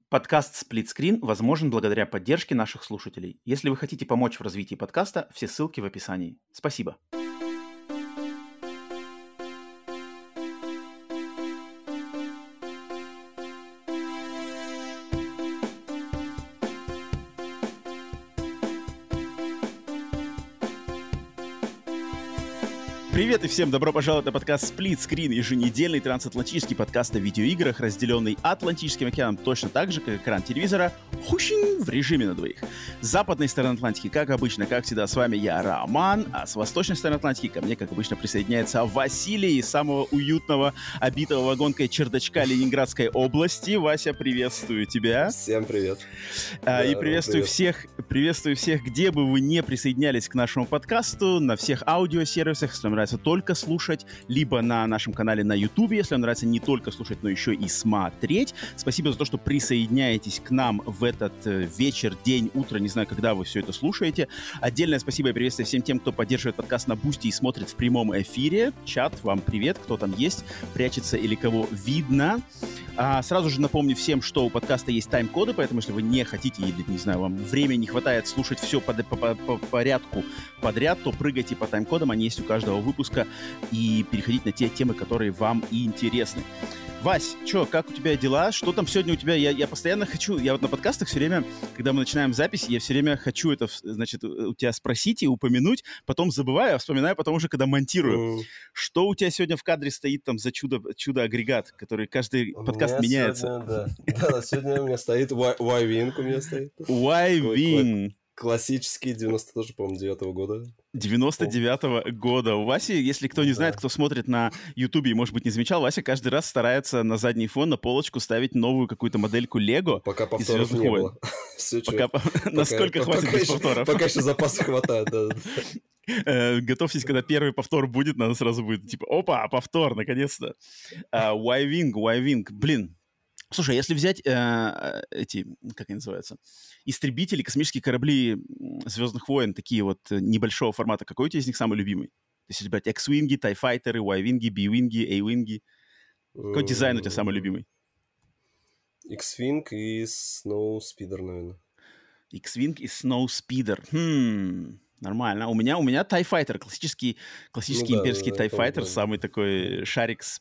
Подкаст «Сплитскрин» возможен благодаря поддержке наших слушателей. Если вы хотите помочь в развитии подкаста, все ссылки в описании. Спасибо. Привет и всем добро пожаловать на подкаст Split Screen, еженедельный трансатлантический подкаст о видеоиграх, разделенный Атлантическим океаном точно так же, как экран телевизора, в режиме на двоих. С западной стороны Атлантики, как обычно, как всегда, с вами я, Роман, а с восточной стороны Атлантики ко мне, как обычно, присоединяется Василий из самого уютного, обитого вагонкой чердачка Ленинградской области. Вася, приветствую тебя. Всем привет. И приветствую всех, где бы вы не присоединялись к нашему подкасту, на всех аудиосервисах, если вам нравится только слушать, либо на нашем канале на YouTube, если вам нравится не только слушать, но еще и смотреть. Спасибо за то, что присоединяетесь к нам в этот вечер, день, утро, не знаю, когда вы все это слушаете. Отдельное спасибо и приветствие всем тем, кто поддерживает подкаст на Бусти и смотрит в прямом эфире. Чат, вам привет, кто там есть, прячется или кого видно. Сразу же напомню всем, что у подкаста есть тайм-коды, поэтому если вы не хотите или, не знаю, вам времени не хватает слушать все по порядку подряд, то прыгайте по тайм-кодам, они есть у каждого выпуска, и переходите на те темы, которые вам интересны. Вась, что, как у тебя дела? Что там сегодня у тебя? Я постоянно хочу, я вот на подкастах все время, когда мы начинаем запись, я все время хочу это, значит, у тебя спросить и упомянуть, потом забываю, а вспоминаю потом уже, когда монтирую. Что у тебя сегодня в кадре стоит там за чудо-агрегат, который каждый подкаст меняется? Сегодня у меня стоит Y-Wing, у меня стоит. Y-Wing. Классический, 99-го года. 99-го года. У Васи, если кто не знает, кто смотрит на Ютубе и, может быть, не замечал, Вася каждый раз старается на задний фон, на полочку ставить новую какую-то модельку Лего. Пока повторов не было. Насколько хватит без повторов? Пока еще запаса хватает, да. Готовьтесь, когда первый повтор будет, надо сразу будет, типа, опа, повтор, наконец-то. Y-Wing, блин. Слушай, если взять эти, как они называются, истребители, космические корабли Звездных войн, такие вот небольшого формата, какой у тебя из них самый любимый? То есть, если брать X-Wing, TIE Fighter, Y-Wing, B-Wing, A-Wing, какой дизайн у тебя самый любимый? X-Wing и Snowspeeder, наверное. X-Wing и Snowspeeder. Нормально. У меня TIE Fighter, классический имперский TIE Fighter, самый такой шарик с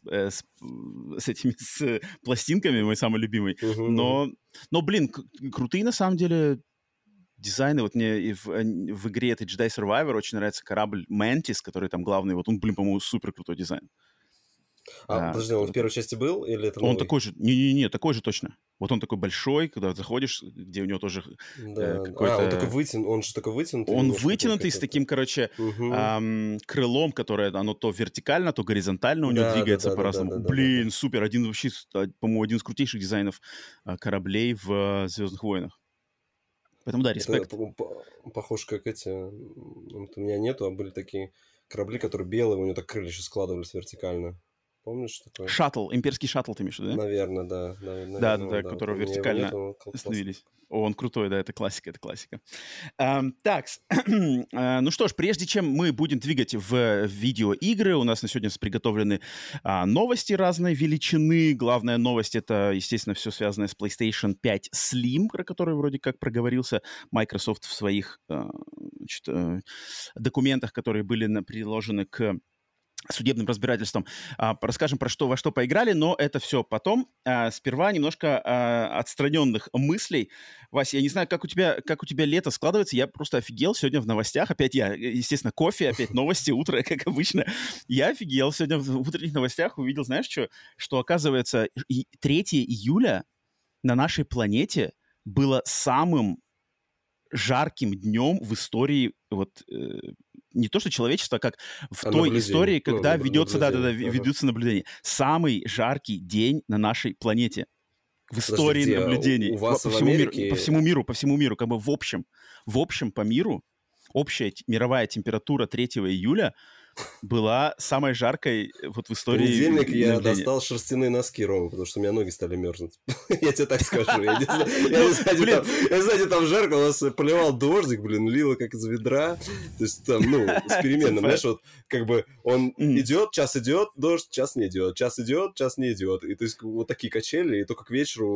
пластинками, мой самый любимый. Но блин, крутые на самом деле дизайны. Вот мне в игре этой Jedi Survivor очень нравится корабль Mantis, который там главный. Вот он, блин, по-моему, супер крутой дизайн. Подожди, он в первой части был или это новый? Он такой же, не, такой же точно. Вот он такой большой, когда заходишь, где у него тоже какой-то... он такой вытянутый, он же такой вытянутый. Он вытянутый с таким, короче, крылом, которое, оно то вертикально, то горизонтально у него двигается по-разному. Блин, супер, вообще, по-моему, один из крутейших дизайнов кораблей в «Звездных войнах». Поэтому да, респект. Похож как эти... У меня нету, а были такие корабли, которые белые, у него так крылья еще складывались вертикально. Помнишь такое? Шаттл, имперский шаттл ты имеешь, да? Наверное, да. Да, которые вертикально становились. Он крутой, да, это классика. Так, ну что ж, прежде чем мы будем двигать в видеоигры, у нас на сегодня приготовлены новости разной величины. Главная новость — это, естественно, все связанное с PlayStation 5 Slim, про который вроде как проговорился Microsoft в своих документах, которые были приложены к судебным разбирательством. Расскажем, во что поиграли, но это все потом. Сперва немножко отстраненных мыслей. Вася, я не знаю, как у тебя лето складывается. Я просто офигел сегодня в новостях. Опять я, естественно, кофе, опять новости, утро, как обычно. Я офигел сегодня в утренних новостях, увидел, знаешь, что оказывается, 3 июля на нашей планете было самым жарким днем в истории не то что человечества, как в той истории, когда ведутся наблюдения. Самый жаркий день на нашей планете в истории наблюдений. У вас в Америке? По всему миру, как бы в общем по миру общая мировая температура 3 июля была самой жаркой вот в истории. В понедельник я достал шерстяные носки, Рома, потому что у меня ноги стали мерзнуть. Я тебе так скажу. Я не знаю, там жарко, у нас поливал дождик, лило как из ведра. То есть там, с переменным, знаешь, вот как бы он идет, час идет, дождь, час не идет, час идет, час не идет. И то есть вот такие качели, и только к вечеру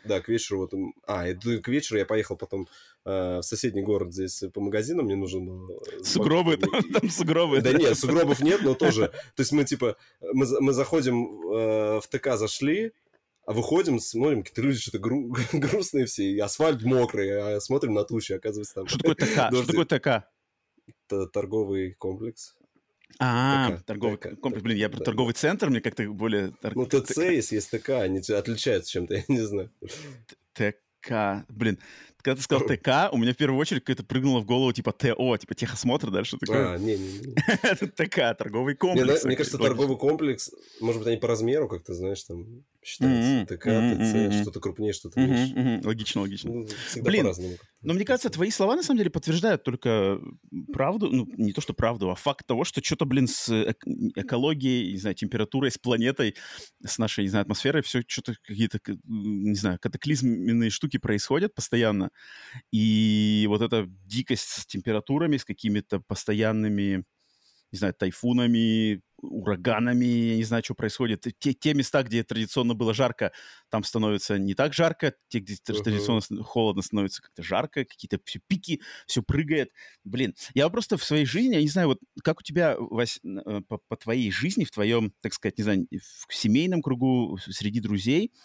да, к вечеру вот... к вечеру я поехал потом в соседний город здесь по магазинам, мне нужно было... Сугробы, там сугробы. Да нет, сугробов нет, но тоже... То есть мы, типа, мы заходим в ТК, зашли, а выходим, смотрим, какие-то люди что-то грустные все, и асфальт мокрый, а смотрим на тучи, оказывается, там... Что такое ТК? Что такое ТК? Это торговый комплекс. Торговый комплекс. Блин, я про торговый центр, мне как-то более... Ну, ТЦ, если есть ТК, они отличаются чем-то, я не знаю. ТК. Блин, когда ты сказал ТК, у меня в первую очередь какое-то прыгнуло в голову типа ТО, типа техосмотр, да, что такое? Не-не-не. Это ТК, торговый комплекс. Мне кажется, торговый комплекс, может быть, они по размеру как-то, знаешь, там считаются. ТК, ТЦ, что-то крупнее, что-то меньше. Логично. Всегда по-разному. Но мне кажется, твои слова на самом деле подтверждают только правду, ну, не то что правду, а факт того, что что-то, блин, с экологией, не знаю, температурой, с планетой, с нашей, не знаю, атмосферой, все что-то какие-то, не знаю, катаклизменные штуки происходят постоянно. И вот эта дикость с температурами, с какими-то постоянными, не знаю, тайфунами, ураганами, я не знаю, что происходит. Те места, где традиционно было жарко, там становится не так жарко. Те, где традиционно холодно, становится как-то жарко. Какие-то все пики, все прыгает. Блин, я просто в своей жизни, я не знаю, вот как у тебя, Вась, по твоей жизни, в твоем, так сказать, не знаю, в семейном кругу, среди друзей,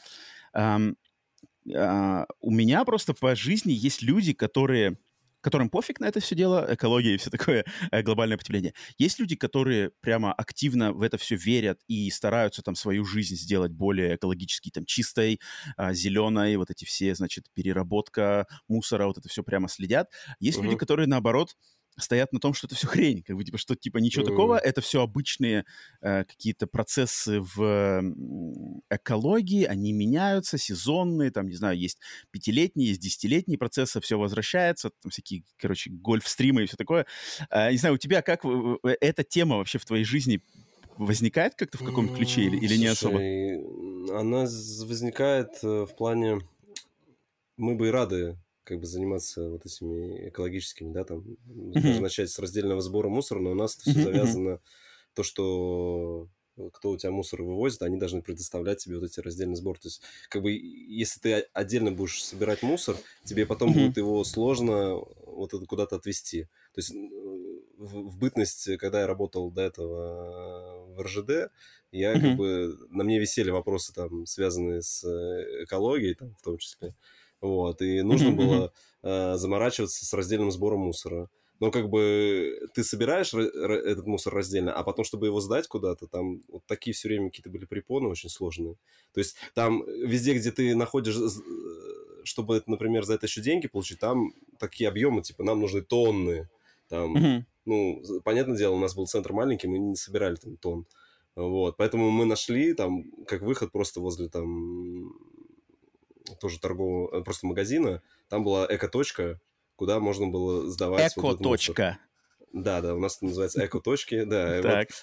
у меня просто по жизни есть люди, которым пофиг на это все дело, экология и все такое, глобальное потепление. Есть люди, которые прямо активно в это все верят и стараются там свою жизнь сделать более экологически там чистой, зеленой, вот эти все, значит, переработка мусора, вот это все прямо следят. Есть люди, которые, наоборот, стоят на том, что это все хрень, как бы, типа, что, типа, ничего такого, это все обычные какие-то процессы в экологии, они меняются, сезонные, там, не знаю, есть 5-летние, есть 10-летние процессы, все возвращается, там всякие, короче, гольф-стримы и все такое. Не знаю, у тебя как эта тема вообще в твоей жизни возникает как-то в каком-то ключе или не особо? Она возникает в плане... Мы бы и рады как бы заниматься вот этими экологическими, да, там, даже начать с раздельного сбора мусора, но у нас это все завязано, то, что кто у тебя мусор вывозит, они должны предоставлять тебе вот эти раздельный сбор. То есть, как бы, если ты отдельно будешь собирать мусор, тебе потом будет его сложно вот это куда-то отвезти. То есть, в бытность, когда я работал до этого в РЖД, я как бы, на мне висели вопросы там, связанные с экологией, там, в том числе. Вот, и нужно было заморачиваться с раздельным сбором мусора. Но как бы ты собираешь этот мусор раздельно, а потом, чтобы его сдать куда-то, там вот такие все время какие-то были препоны очень сложные. То есть там везде, где ты находишь, чтобы, например, за это еще деньги получить, там такие объемы, типа, нам нужны тонны. Там, ну, понятное дело, у нас был центр маленький, мы не собирали там тонн. Вот, поэтому мы нашли там, как выход, просто возле там... тоже торгового, просто магазина, там была эко-точка, куда можно было сдавать... Эко-точка. Да, у нас это называется эко-точки, да.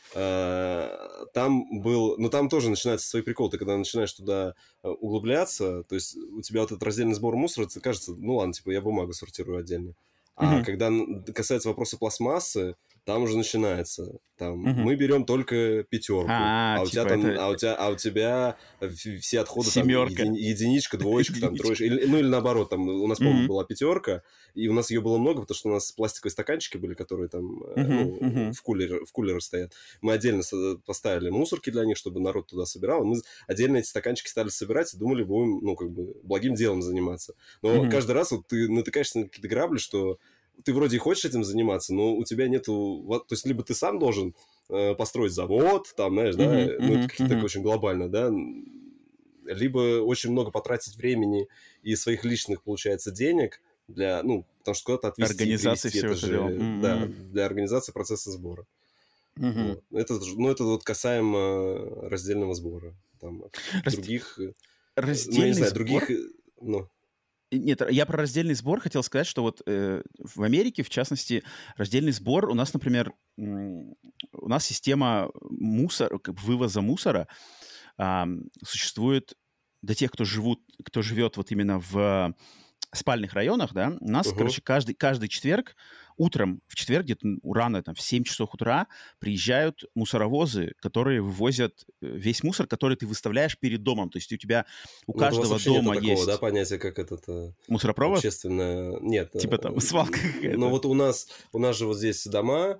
Вот, там был... Ну, там тоже начинается свой прикол. Ты когда начинаешь туда углубляться, то есть у тебя вот этот раздельный сбор мусора, тебе кажется, ну ладно, типа я бумагу сортирую отдельно. А когда касается вопроса пластмассы, там уже начинается. Там мы берем только 5, а у тебя там, а у тебя все отходы 7, там единичка, 2, там 3, или наоборот, там у нас, по-моему, была 5, и у нас ее было много, потому что у нас пластиковые стаканчики были, которые там в кулерах стоят. Мы отдельно поставили мусорки для них, чтобы народ туда собирал. Мы отдельно эти стаканчики стали собирать и думали, будем, ну, как бы, благим делом заниматься. Но каждый раз вот ты натыкаешься на какие-то грабли, что ты вроде и хочешь этим заниматься, но у тебя нету... То есть, либо ты сам должен построить завод, там, знаешь, да, ну, это какие-то очень глобально, да, либо очень много потратить времени и своих личных, получается, денег для, ну, потому что куда-то отвезти, организации всего это же, да, для организации процесса сбора. Вот. Это вот касаемо раздельного сбора. Там, других... Раздельный ну, я не знаю, сбор? других... Ну, нет, я про раздельный сбор хотел сказать, что вот в Америке, в частности, раздельный сбор, у нас, например, у нас система вывоза мусора существует для тех, кто живет вот именно в спальных районах, да, у нас, короче, каждый четверг утром, в четверг где-то рано, там, в 7 часов утра приезжают мусоровозы, которые вывозят весь мусор, который ты выставляешь перед домом. То есть у тебя, у каждого дома есть... такого, да, понятия, как этот... Мусоропровод? Общественно... Нет. Типа там свалка какая-то. Ну вот у нас же вот здесь дома,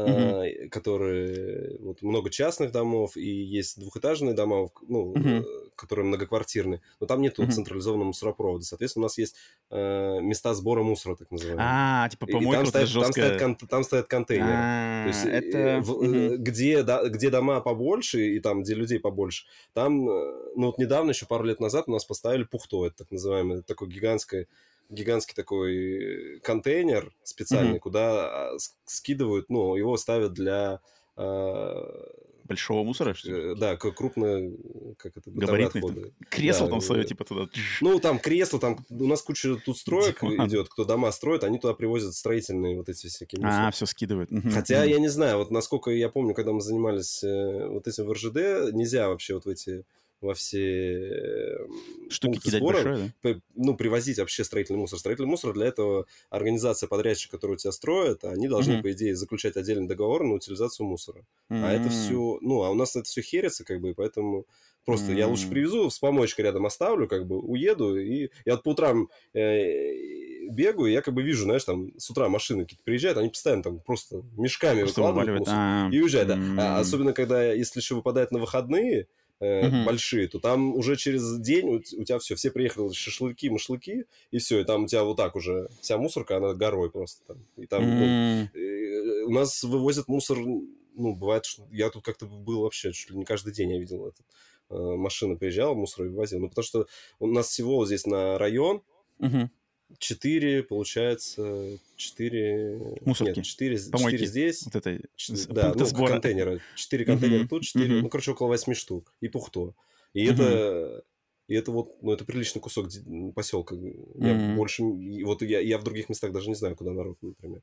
которые... Вот много частных домов, и есть двухэтажные дома, ну, которые многоквартирные, но там нету централизованного мусоропровода. Соответственно, у нас есть места сбора мусора, так называемые. Типа помойка вот жесткая. Там стоят контейнеры. То есть это... где дома побольше, и там, где людей побольше, там, ну вот недавно, еще пару лет назад, у нас поставили пухто, это так называемое, такое гигантский такой контейнер специальный, куда скидывают, ну, его ставят для... Большого мусора, что ли? Да, крупно, как это, бытовые отходы. Кресло там свое, типа туда. Ну, там кресло, там у нас куча тут строек идет, кто дома строит, они туда привозят строительные вот эти всякие мусоры. Все скидывают. Хотя, я не знаю, вот насколько я помню, когда мы занимались вот этим в РЖД, нельзя вообще вот во все штуки кидать большое, да? Ну, привозить вообще строительный мусор. Строительный мусор для этого организация подрядчик, которая тебя строит, они должны, по идее, заключать отдельный договор на утилизацию мусора. А это все... Ну, а у нас это все херится, как бы, и поэтому просто я лучше привезу, с помоечкой рядом оставлю, как бы, уеду, и я вот по утрам бегаю, и я как бы вижу, знаешь, там с утра машины какие-то приезжают, они постоянно там просто мешками выкладывают мусор и уезжают, да. Особенно, когда, если еще выпадает на выходные, большие, то там уже через день у тебя все приехали шашлыки, машлыки, и все, и там у тебя вот так уже вся мусорка, она горой просто там. И там у нас вывозят мусор, ну, бывает, что я тут как-то был вообще, чуть ли не каждый день я видел это. Машина приезжала, мусор вывозила. Ну, потому что у нас всего здесь на район 4, получается, 4... Мусорки. Нет, 4 здесь. Вот это да, ну, контейнера. 4 контейнера тут, 4, ну, короче, около 8 штук. И пухто. И это вот, ну, это приличный кусок поселка. Я больше... Вот я в других местах даже не знаю, куда народ, например.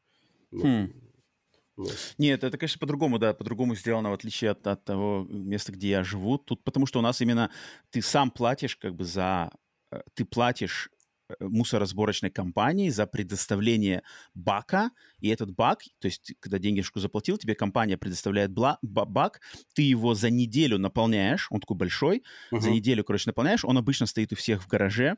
Нет, это, конечно, по-другому, да, по-другому сделано, в отличие от того места, где я живу. Тут, потому что у нас именно ты сам платишь как бы за... Ты платишь мусоросборочной компании за предоставление бака, и этот бак, то есть, когда денежку заплатил, тебе компания предоставляет бак, ты его за неделю наполняешь, он такой большой, за неделю, короче, наполняешь, он обычно стоит у всех в гараже,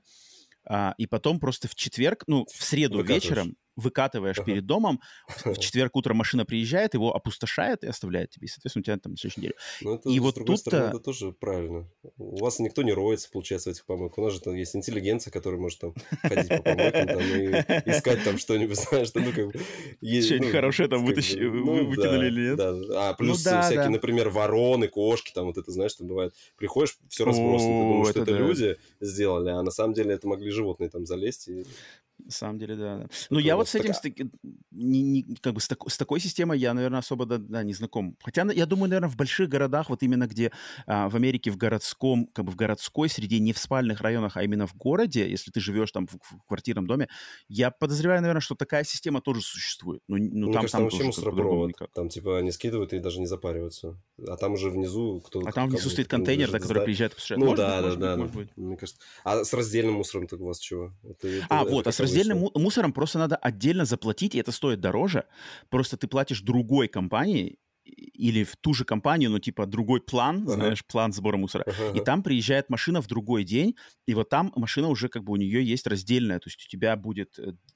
и потом просто в четверг, ну, в среду вечером выкатываешь перед домом, в четверг утром машина приезжает, его опустошает и оставляет тебе, и, соответственно, у тебя там на следующей неделе. Ну, это, и вот тут это тоже правильно. У вас никто не роется, получается, в этих помойках. У нас же там есть интеллигенция, которая может там ходить по помойкам там, и искать там что-нибудь, знаешь, что, ну, как бы... Что-нибудь хорошее там выкинули или нет? Да. А плюс всякие, например, вороны, кошки, там вот это, знаешь, там бывает, приходишь, все разбросано, ты думаешь, что это люди сделали, а на самом деле это могли животные там залезть и... На самом деле, да. Ну, я вот с этим, как бы с такой системой я, наверное, особо не знаком. Хотя, я думаю, наверное, в больших городах, вот именно где в Америке в городском, как бы в городской среде, не в спальных районах, а именно в городе, если ты живешь там в квартирном доме, я подозреваю, наверное, что такая система тоже существует. Ну, там вообще мусоропровод. Там, типа, они скидывают и даже не запариваются. А там уже внизу кто-то... А там внизу стоит контейнер, который приезжает и пускает. Ну, да. Мне кажется. А с раздельным мусором так у вас чего? С раздельным мусором просто надо отдельно заплатить, и это стоит дороже. Просто ты платишь другой компании или в ту же компанию, но типа другой план, знаешь, план сбора мусора. И там приезжает машина в другой день, и вот там машина уже как бы у нее есть раздельная. То есть у тебя будет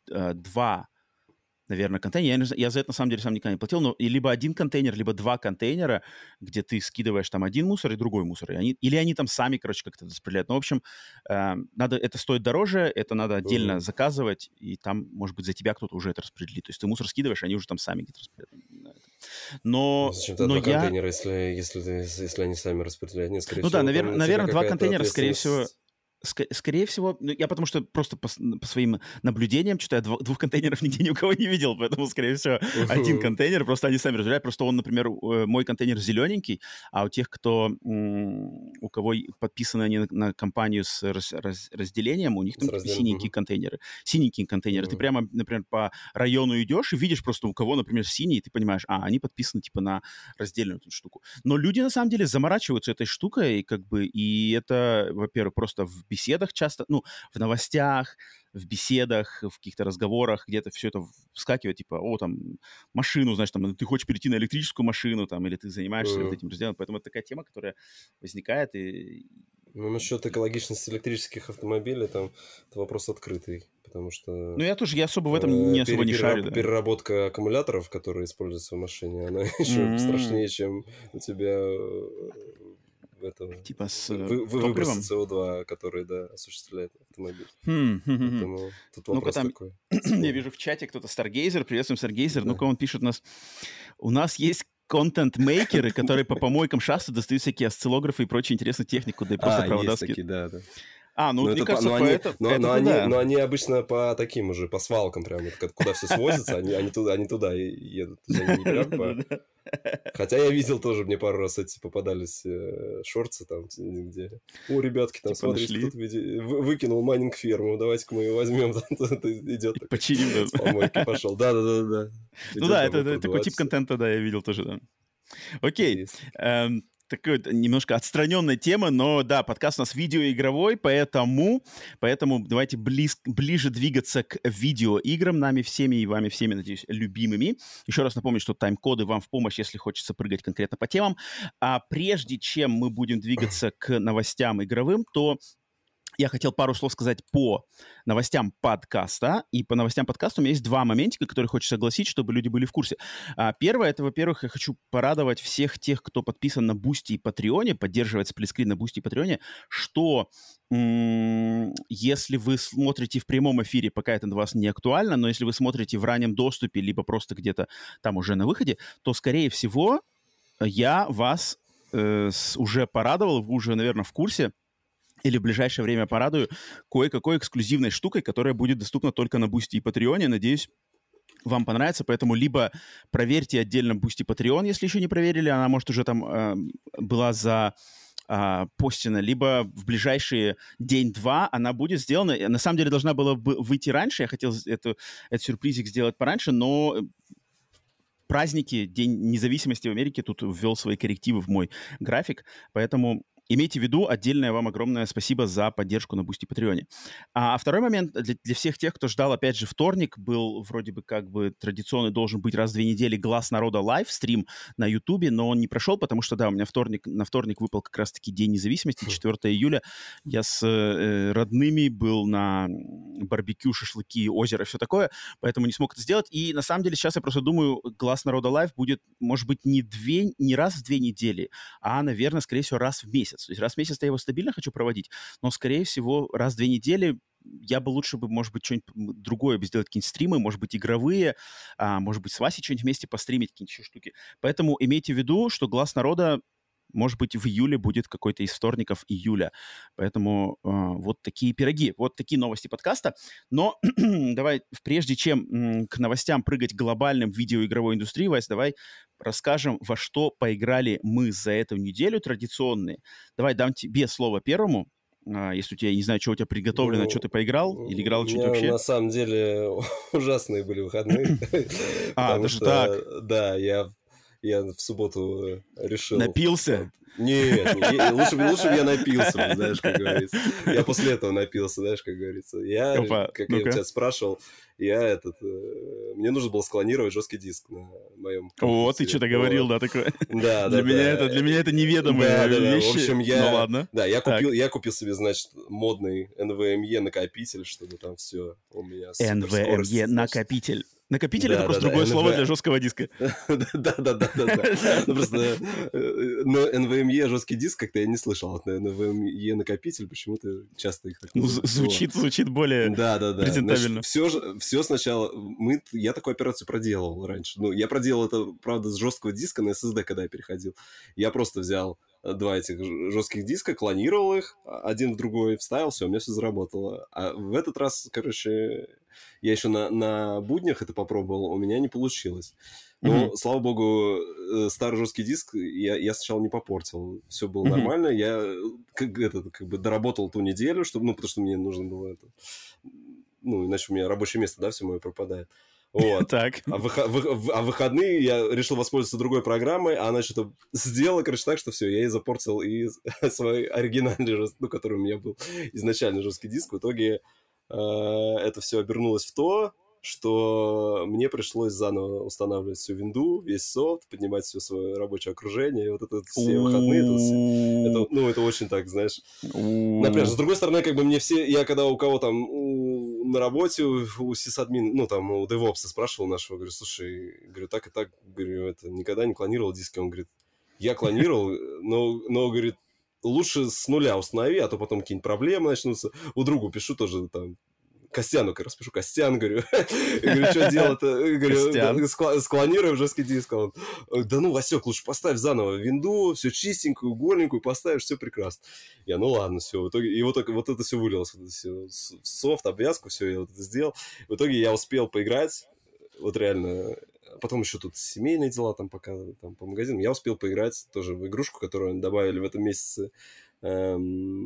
2, наверное, контейнера. Я за это, на самом деле, сам никогда не платил, но либо один контейнер, либо 2 контейнера, где ты скидываешь там один мусор и другой мусор. Или они там сами, короче, как-то распределяют. Ну, в общем, это стоит дороже, это надо отдельно заказывать, и там, может быть, за тебя кто-то уже это распределит. То есть ты мусор скидываешь, они уже там сами где-то распределяют. Но зачем-то 2 контейнера, если они сами распределяют? Нет, скорее всего, да, наверное, 2 контейнера, скорее всего... Скорее всего, я потому что просто по своим наблюдениям, что я 2 контейнеров нигде ни у кого не видел, поэтому, скорее всего, один контейнер, просто они сами разделяют. Просто он, например, мой контейнер зелененький, а у тех, у кого подписаны они на компанию с разделением, у них там синенькие контейнеры. Синенькие контейнеры. Ты прямо, например, по району идешь и видишь просто у кого, например, синий, и ты понимаешь, они подписаны типа на раздельную эту штуку. Но люди, на самом деле, заморачиваются этой штукой, как бы, и это, во-первых, просто в беседах часто, ну, в новостях, в беседах, в каких-то разговорах, где-то все это вскакивает, типа, о, там, машину, значит, там, ты хочешь перейти на электрическую машину, там, или ты занимаешься вот этим разделом. Поэтому это такая тема, которая возникает. Ну, насчет экологичности электрических автомобилей, там, это вопрос открытый, потому что... Ну, я особо в этом не особо не шарю, да. Переработка аккумуляторов, которые используются в машине, она еще страшнее, чем у тебя... типа с выбросы СО2, которые, да, осуществляет автомобиль. Поэтому тут вопрос такой. Я вижу в чате кто-то Stargazer. Приветствуем, Stargazer. Ну-ка, он пишет у нас есть контент-мейкеры, которые по помойкам шастают, достают всякие осциллографы и прочую интересную технику, да и просто провода есть такие, да. Мне кажется, но они обычно по таким уже, по свалкам прям, куда все свозится, они туда едут. Хотя я видел тоже, мне пару раз эти попадались шорты там, где... О, ребятки, там, смотрите, кто-то выкинул майнинг-ферму, давайте-ка мы ее возьмем. Идет. Починим. С помойки пошел. Да. Ну да, это такой тип контента, да, я видел тоже, да. Окей. Такая немножко отстраненная тема, но да, подкаст у нас видеоигровой, поэтому давайте ближе двигаться к видеоиграм, нами всеми и вами всеми, надеюсь, любимыми. Еще раз напомню, что тайм-коды вам в помощь, если хочется прыгать конкретно по темам. А прежде чем мы будем двигаться к новостям игровым, то я хотел пару слов сказать по новостям подкаста. И по новостям подкаста у меня есть два моментика, которые хочется огласить, чтобы люди были в курсе. Первое, это, во-первых, я хочу порадовать всех тех, кто подписан на Boosty и Патреоне, поддерживает сплитскрин на Boosty и Патреоне, что если вы смотрите в прямом эфире, пока это для вас не актуально, но если вы смотрите в раннем доступе, либо просто где-то там уже на выходе, то, скорее всего, я вас уже порадовал, вы уже, наверное, в курсе, или в ближайшее время порадую кое-какой эксклюзивной штукой, которая будет доступна только на Boosty и Патреоне. Надеюсь, вам понравится, поэтому либо проверьте отдельно Boosty и Patreon, если еще не проверили, она, может, уже там была постена, либо в ближайшие день-два она будет сделана. На самом деле должна была бы выйти раньше, я хотел этот сюрпризик сделать пораньше, но праздники, День независимости в Америке тут ввел свои коррективы в мой график, поэтому... Имейте в виду, отдельное вам огромное спасибо за поддержку на Boosty и Патреоне. А второй момент для всех тех, кто ждал, опять же, вторник, был вроде бы как бы традиционный, должен быть раз в 2 недели «Глаз народа» лайв-стрим на Ютубе, но он не прошел, потому что, да, у меня на вторник выпал как раз-таки День независимости, 4 июля. Я с родными был на барбекю, шашлыки, озеро, все такое, поэтому не смог это сделать. И на самом деле сейчас я просто думаю, «Глаз народа» лайв будет, может быть, не раз в 2 недели, а, наверное, скорее всего, раз в месяц. То есть раз в месяц я его стабильно хочу проводить, но, скорее всего, раз в 2 недели я бы лучше, может быть, что-нибудь другое бы сделать, какие-нибудь стримы, может быть, игровые, может быть, с Васей что-нибудь вместе постримить, какие-нибудь еще штуки. Поэтому имейте в виду, что «Глаз народа», может быть, в июле будет какой-то из вторников июля. Поэтому вот такие пироги, вот такие новости подкаста. Но давай, прежде чем к новостям прыгать глобальным в видеоигровой индустрии, Вась, давай расскажем, во что поиграли мы за эту неделю традиционные. Давай дам тебе слово первому. Если у тебя, не знаю, что у тебя приготовлено, что ты поиграл или играл что-то вообще? На самом деле ужасные были выходные. Даже так? Да, я в субботу решил... Напился? Нет, лучше бы я напился, знаешь, как говорится. Я после этого напился, знаешь, как говорится. Как я у тебя спрашивал, мне нужно было склонировать жесткий диск на моем компьютере. О, ты что-то говорил, да, такое? Да. Для меня это неведомые вещи. В общем, ну ладно. Да, я купил себе, значит, модный NVMe накопитель, чтобы там все у меня... NVMe накопитель. Накопитель — это просто другое слово для жесткого диска. Да. Ну, просто NVMe жесткий диск как-то я не слышал. NVMe накопитель почему-то часто их так называют. Звучит более презентабельно. Все сначала... Я такую операцию проделал раньше. Ну, я проделал это, правда, с жесткого диска на SSD, когда я переходил. Я просто взял 2 этих жестких диска, клонировал их, один в другой вставил, все, у меня все заработало. А в этот раз, короче, я еще на буднях это попробовал, у меня не получилось. Но, слава богу, старый жесткий диск я сначала не попортил. Все было нормально. Я как бы доработал ту неделю, потому что мне нужно было это... Ну, иначе у меня рабочее место, да, все мое пропадает. Вот. Так. А в выходные я решил воспользоваться другой программой, а она что-то сделала, короче, так, что все, я ей запортил и свой оригинальный жесткий, который у меня был изначально жесткий диск. В итоге это все обернулось в то, что мне пришлось заново устанавливать всю винду, весь софт, поднимать все свое рабочее окружение, и вот это все выходные, это очень так, знаешь, например, с другой стороны, как бы мне все, я когда у кого там на работе, у сисадмин, ну там у DevOps спрашивал нашего, говорю, слушай, говорю, так и так, говорю, это никогда не клонировал диски, он говорит, я клонировал, но говорит, лучше с нуля установи, а то потом какие-нибудь проблемы начнутся, у другу пишу тоже там, Костяну, как раз пишу, Костян, говорю, что делать-то? Говорю, склонируем жесткий диск. Он, да ну, Васек, лучше поставь заново винду, все чистенькую, голенькую, поставишь, все прекрасно. Я, ну ладно, все. В итоге, и вот это все вылилось, вот это все, софт, обвязку, все, я вот это сделал. В итоге я успел поиграть, вот реально, потом еще тут семейные дела там пока там, по магазинам, я успел поиграть тоже в игрушку, которую добавили в этом месяце в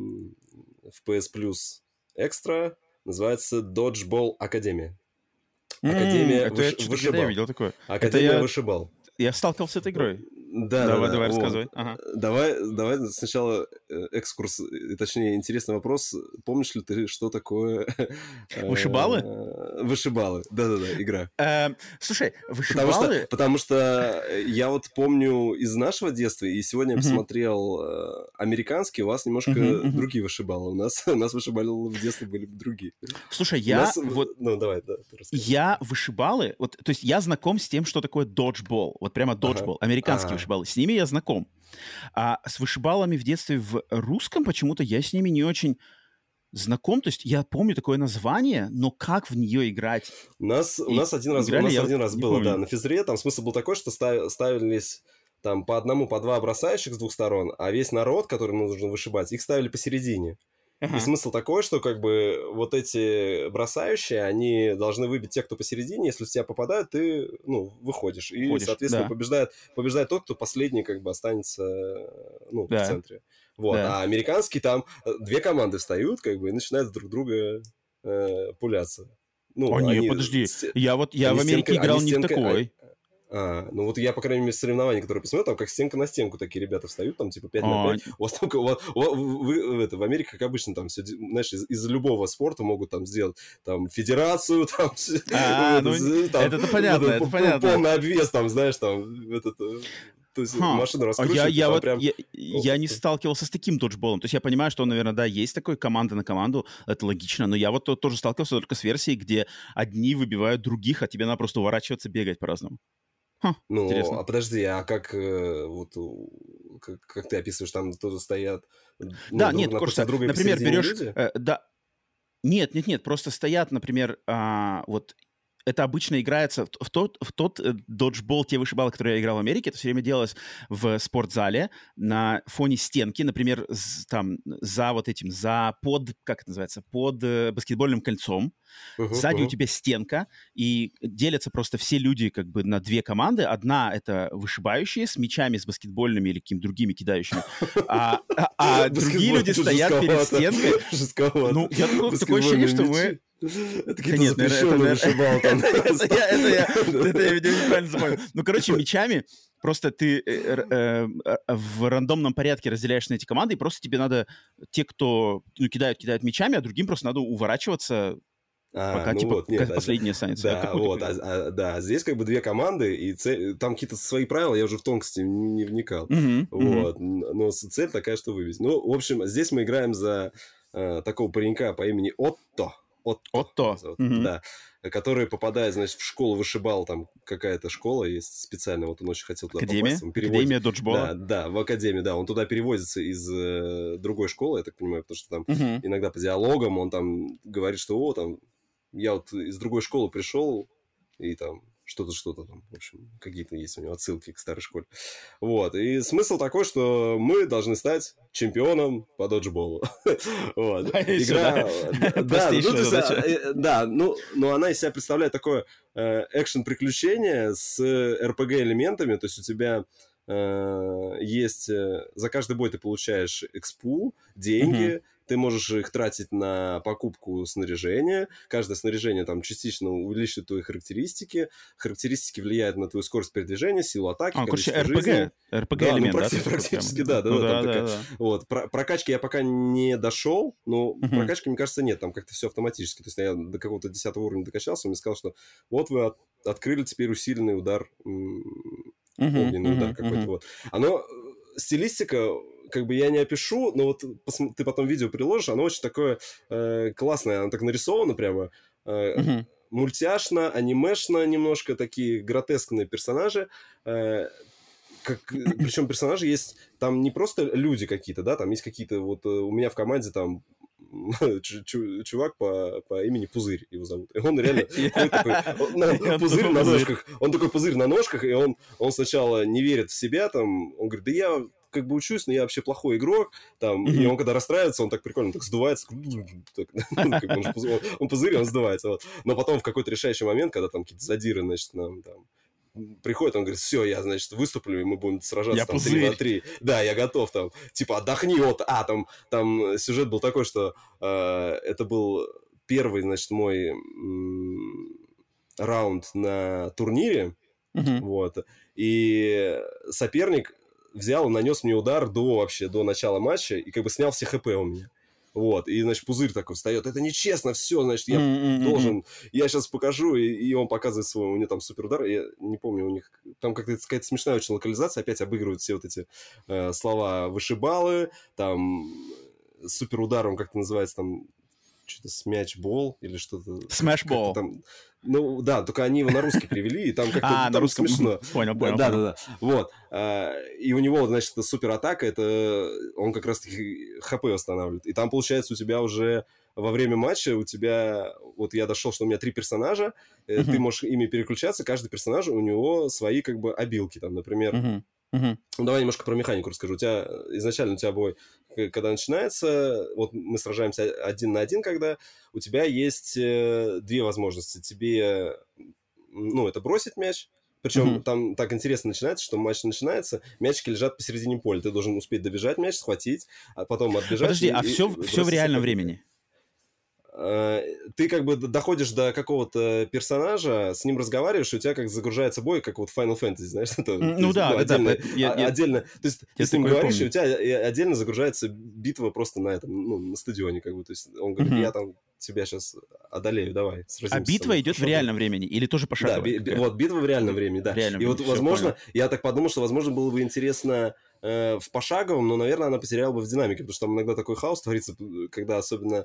PS Plus Extra. Называется Dodgeball Академия. Академия вышибал. Я видел такое. Академия вышибал. Я сталкивался с этой игрой. Да, давай вот. рассказывай. Ага. Давай сначала экскурс, точнее, интересный вопрос. Помнишь ли ты, что такое... Вышибалы? Вышибалы, да-да-да, игра. Слушай, вышибалы... Потому что я вот помню из нашего детства, и сегодня я посмотрел американский, у вас немножко другие вышибалы. У нас вышибалы в детстве были другие. Слушай, Ну, давай, да. Я вышибалы... Вот, то есть я знаком с тем, что такое доджбол. Вот прямо доджбол. Американские вышибалы. С ними я знаком. А с вышибалами в детстве в русском почему-то я с ними не очень знаком. То есть я помню такое название, но как в нее играть? У нас один раз было, да, на физре. Там смысл был такой, что ставились там по одному, по два бросающих с двух сторон, а весь народ, который нужно вышибать, их ставили посередине. И смысл такой, что как бы вот эти бросающие, они должны выбить тех, кто посередине. Если в тебя попадают, ты, ну, выходишь. И, соответственно, побеждает тот, кто последний как бы останется, ну, в центре. Вот. А американские там две команды встают как бы и начинают друг друга пуляться. Ну, нет, подожди. Я в Америке играл не в такой. Ну вот я, по крайней мере, соревнования, которые посмотрел, там как стенка на стенку такие ребята встают, там типа 5 на 5. У вас только в Америке, как обычно, там все, знаешь, из любого спорта могут там сделать там федерацию, там... это понятно, это понятно. Полный обвес, там, знаешь, там, то есть машину раскручивают. Я не сталкивался с таким доджболом. То есть я понимаю, что, наверное, да, есть такой команда на команду, это логично, но я вот тоже сталкивался только с версией, где одни выбивают других, а тебе надо просто уворачиваться, бегать по-разному. Ну, интересно. А подожди, а как вот как ты описываешь, там тоже стоят да, нет, просто, например, берешь... да. Нет, просто стоят, например, вот это обычно играется в тот доджбол, те вышибалы, которые я играл в Америке, это все время делалось в спортзале на фоне стенки, например, там как это называется, под баскетбольным кольцом. Сзади у тебя стенка, и делятся просто все люди как бы на две команды. Одна — это вышибающие с мячами, с баскетбольными или какими-то другими кидающими, а другие люди стоят перед стенкой. Ну, я такое ощущение, что мы... Это какие-то запрещенные вышибалы там. Это я, видимо, неправильно запомнил. Ну, короче, мячами просто ты в рандомном порядке разделяешь на эти команды, и просто тебе надо... Те, кто кидают мячами, а другим просто надо уворачиваться, пока последний останется. Да, вот. Да, здесь как бы две команды, и там какие-то свои правила, я уже в тонкости не вникал. Вот. Но цель такая, что вывести. Ну, в общем, здесь мы играем за такого паренька по имени Отто. Отто. Да. Который попадает, значит, в школу вышибал, там какая-то школа есть специальная, вот он очень хотел туда попасть. Академия доджбола? Да, в академию, да. Он туда переводится из другой школы, я так понимаю, потому что там иногда по диалогам он там говорит, что там я вот из другой школы пришел, и там что-то там, в общем, какие-то есть у него отсылки к старой школе. Вот, и смысл такой, что мы должны стать чемпионом по доджболу. Вот. Игра... Да, но она из себя представляет такое экшен-приключение с RPG-элементами, то есть у тебя есть... За каждый бой ты получаешь экспу, деньги, ты можешь их тратить на покупку снаряжения. Каждое снаряжение там частично увеличивает твои характеристики. Характеристики влияют на твою скорость передвижения, силу атаки, количество жизни. РПГ-элемент, да? Практически, да. Вот. Прокачки я пока не дошел, но прокачки, мне кажется, нет. Там как-то все автоматически. То есть я до какого-то 10-го уровня докачался, он мне сказал, что вот вы открыли теперь усиленный удар, огненный удар какой-то. Вот. Оно, стилистика, как бы я не опишу, но вот ты потом видео приложишь, оно очень такое классное, оно так нарисовано прямо, мультяшно, анимешно немножко, такие гротескные персонажи. Причем персонажи есть там не просто люди какие-то, да, там есть какие-то, вот у меня в команде там чувак по имени Пузырь его зовут. И он реально такой пузырь на ножках. Он такой пузырь на ножках, и он сначала не верит в себя, там, он говорит, да я как бы учусь, но я вообще плохой игрок, там, и он когда расстраивается, он так прикольно так сдувается, он пузырь, он сдувается, вот. Но потом в какой-то решающий момент, когда там какие-то задиры, значит, нам там приходит, он говорит, все, я, значит, выступлю, и мы будем сражаться там 3 на 3. Да, я готов там. Типа, отдохни от... там сюжет был такой, что это был первый, значит, мой раунд на турнире. Вот. И соперник взял и нанес мне удар до начала матча и как бы снял все ХП у меня. Вот, и, значит, Пузырь такой встает, это нечестно, все, значит, я должен, я сейчас покажу, и он показывает свой, у него там супер удар, я не помню, у них там какая-то смешная очень локализация, опять обыгрывают все вот эти слова вышибалы, там, супер ударом, как это называется, там, что-то смяч-бол или что-то. Смэш-бол. Ну, да, только они его на русский перевели, и там как-то на русском смешно. Понял. Да. Вот. И у него, значит, супер-атака, это он как раз-таки ХП восстанавливает. И там, получается, у тебя уже во время матча, у тебя, вот я дошел, что у меня 3 персонажа, ты можешь ими переключаться, каждый персонаж, у него свои, как бы, обилки, там, например. Ну, давай немножко про механику расскажу. У тебя изначально бой, когда начинается, вот мы сражаемся 1 на 1, когда у тебя есть 2 возможности. Тебе, ну, это бросить мяч, причем там так интересно начинается, что матч начинается, мячики лежат посередине поля. Ты должен успеть добежать мяч, схватить, а потом отбежать. Подожди, все в реальном времени? Ты как бы доходишь до какого-то персонажа, с ним разговариваешь, и у тебя как загружается бой, как вот в Final Fantasy, знаешь? Отдельно. То есть ты с ним говоришь, и у тебя отдельно загружается битва просто на этом, ну, на стадионе, как бы. То есть он говорит, я там тебя сейчас одолею, давай, сразимся. А битва идет в реальном времени или тоже пошагово? Да, вот битва в реальном времени, да. И вот, возможно, я так подумал, что, возможно, было бы интересно в пошаговом, но, наверное, она потеряла бы в динамике, потому что там иногда такой хаос творится, когда особенно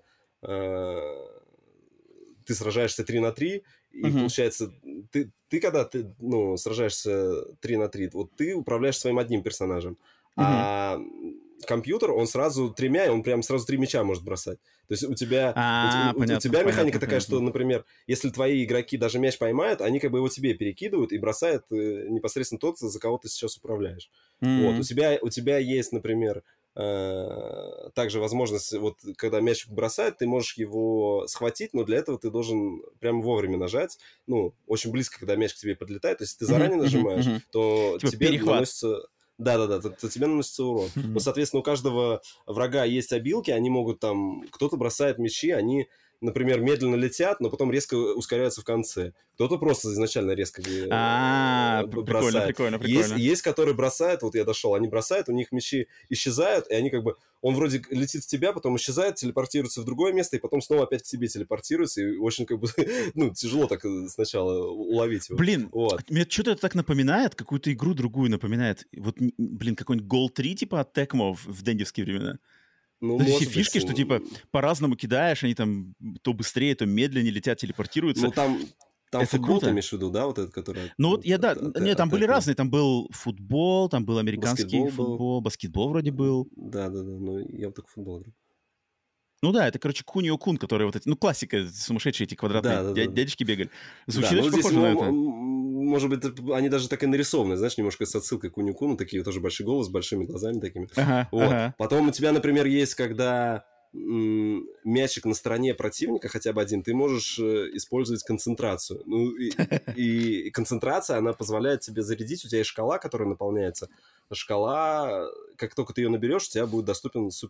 ты сражаешься 3 на 3, и получается, ты когда сражаешься 3 на 3, вот ты управляешь своим одним персонажем, а компьютер, он сразу 3, он прям сразу 3 мяча может бросать. То есть у тебя механика такая, что, например, если твои игроки даже мяч поймают, они как бы его тебе перекидывают и бросают непосредственно тот, за кого ты сейчас управляешь. Вот, у тебя есть, например, также возможность, вот когда мяч бросает, ты можешь его схватить, но для этого ты должен прямо вовремя нажать, ну, очень близко, когда мяч к тебе подлетает, то есть ты заранее нажимаешь, то типа тебе наносится... Да, то тебе наносится урон. Но, соответственно, у каждого врага есть обилки, они могут там... Кто-то бросает мячи, они, например, медленно летят, но потом резко ускоряются в конце. Кто-то просто изначально резко бросает. Прикольно. Есть, которые бросают, вот я дошел, они бросают, у них мячи исчезают, и они как бы... Он вроде летит в тебя, потом исчезает, телепортируется в другое место, и потом снова опять к тебе телепортируется, и очень как бы... ну, тяжело так сначала уловить его. Блин, мне что-то это так напоминает, какую-то игру другую напоминает. Вот, блин, какой-нибудь Goal 3 типа от Tecmo в дендевские времена. Ну, все фишки, что типа по-разному кидаешь, они там то быстрее, то медленнее летят, телепортируются. Ну, там это футбол ты имеешь в виду, да, вот этот, который... Ну, вот я, нет, там были разные, там был футбол, там был американский футбол, баскетбол вроде был. Да, ну, я вот только футбол играл. Ну да, это, короче, Кунио-кун, который вот эти, ну, классика, сумасшедшие эти квадратные дядечки бегали. Звучит очень похоже на это. Может быть, они даже так и нарисованы, знаешь, немножко с отсылкой к Кунио-куну, такие тоже большой голос, с большими глазами такими. Потом у тебя, например, есть, когда мячик на стороне противника, хотя бы один, ты можешь использовать концентрацию. Ну, и концентрация, она позволяет тебе зарядить, у тебя есть шкала, которая наполняется. Шкала, как только ты ее наберешь, у тебя будет доступен супер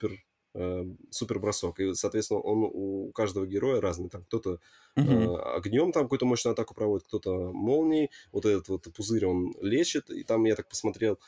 супер бросок. И, соответственно, он у каждого героя разный. Там кто-то огнем там какую-то мощную атаку проводит, кто-то молнией. Вот этот вот пузырь он лечит. И там, я так посмотрел,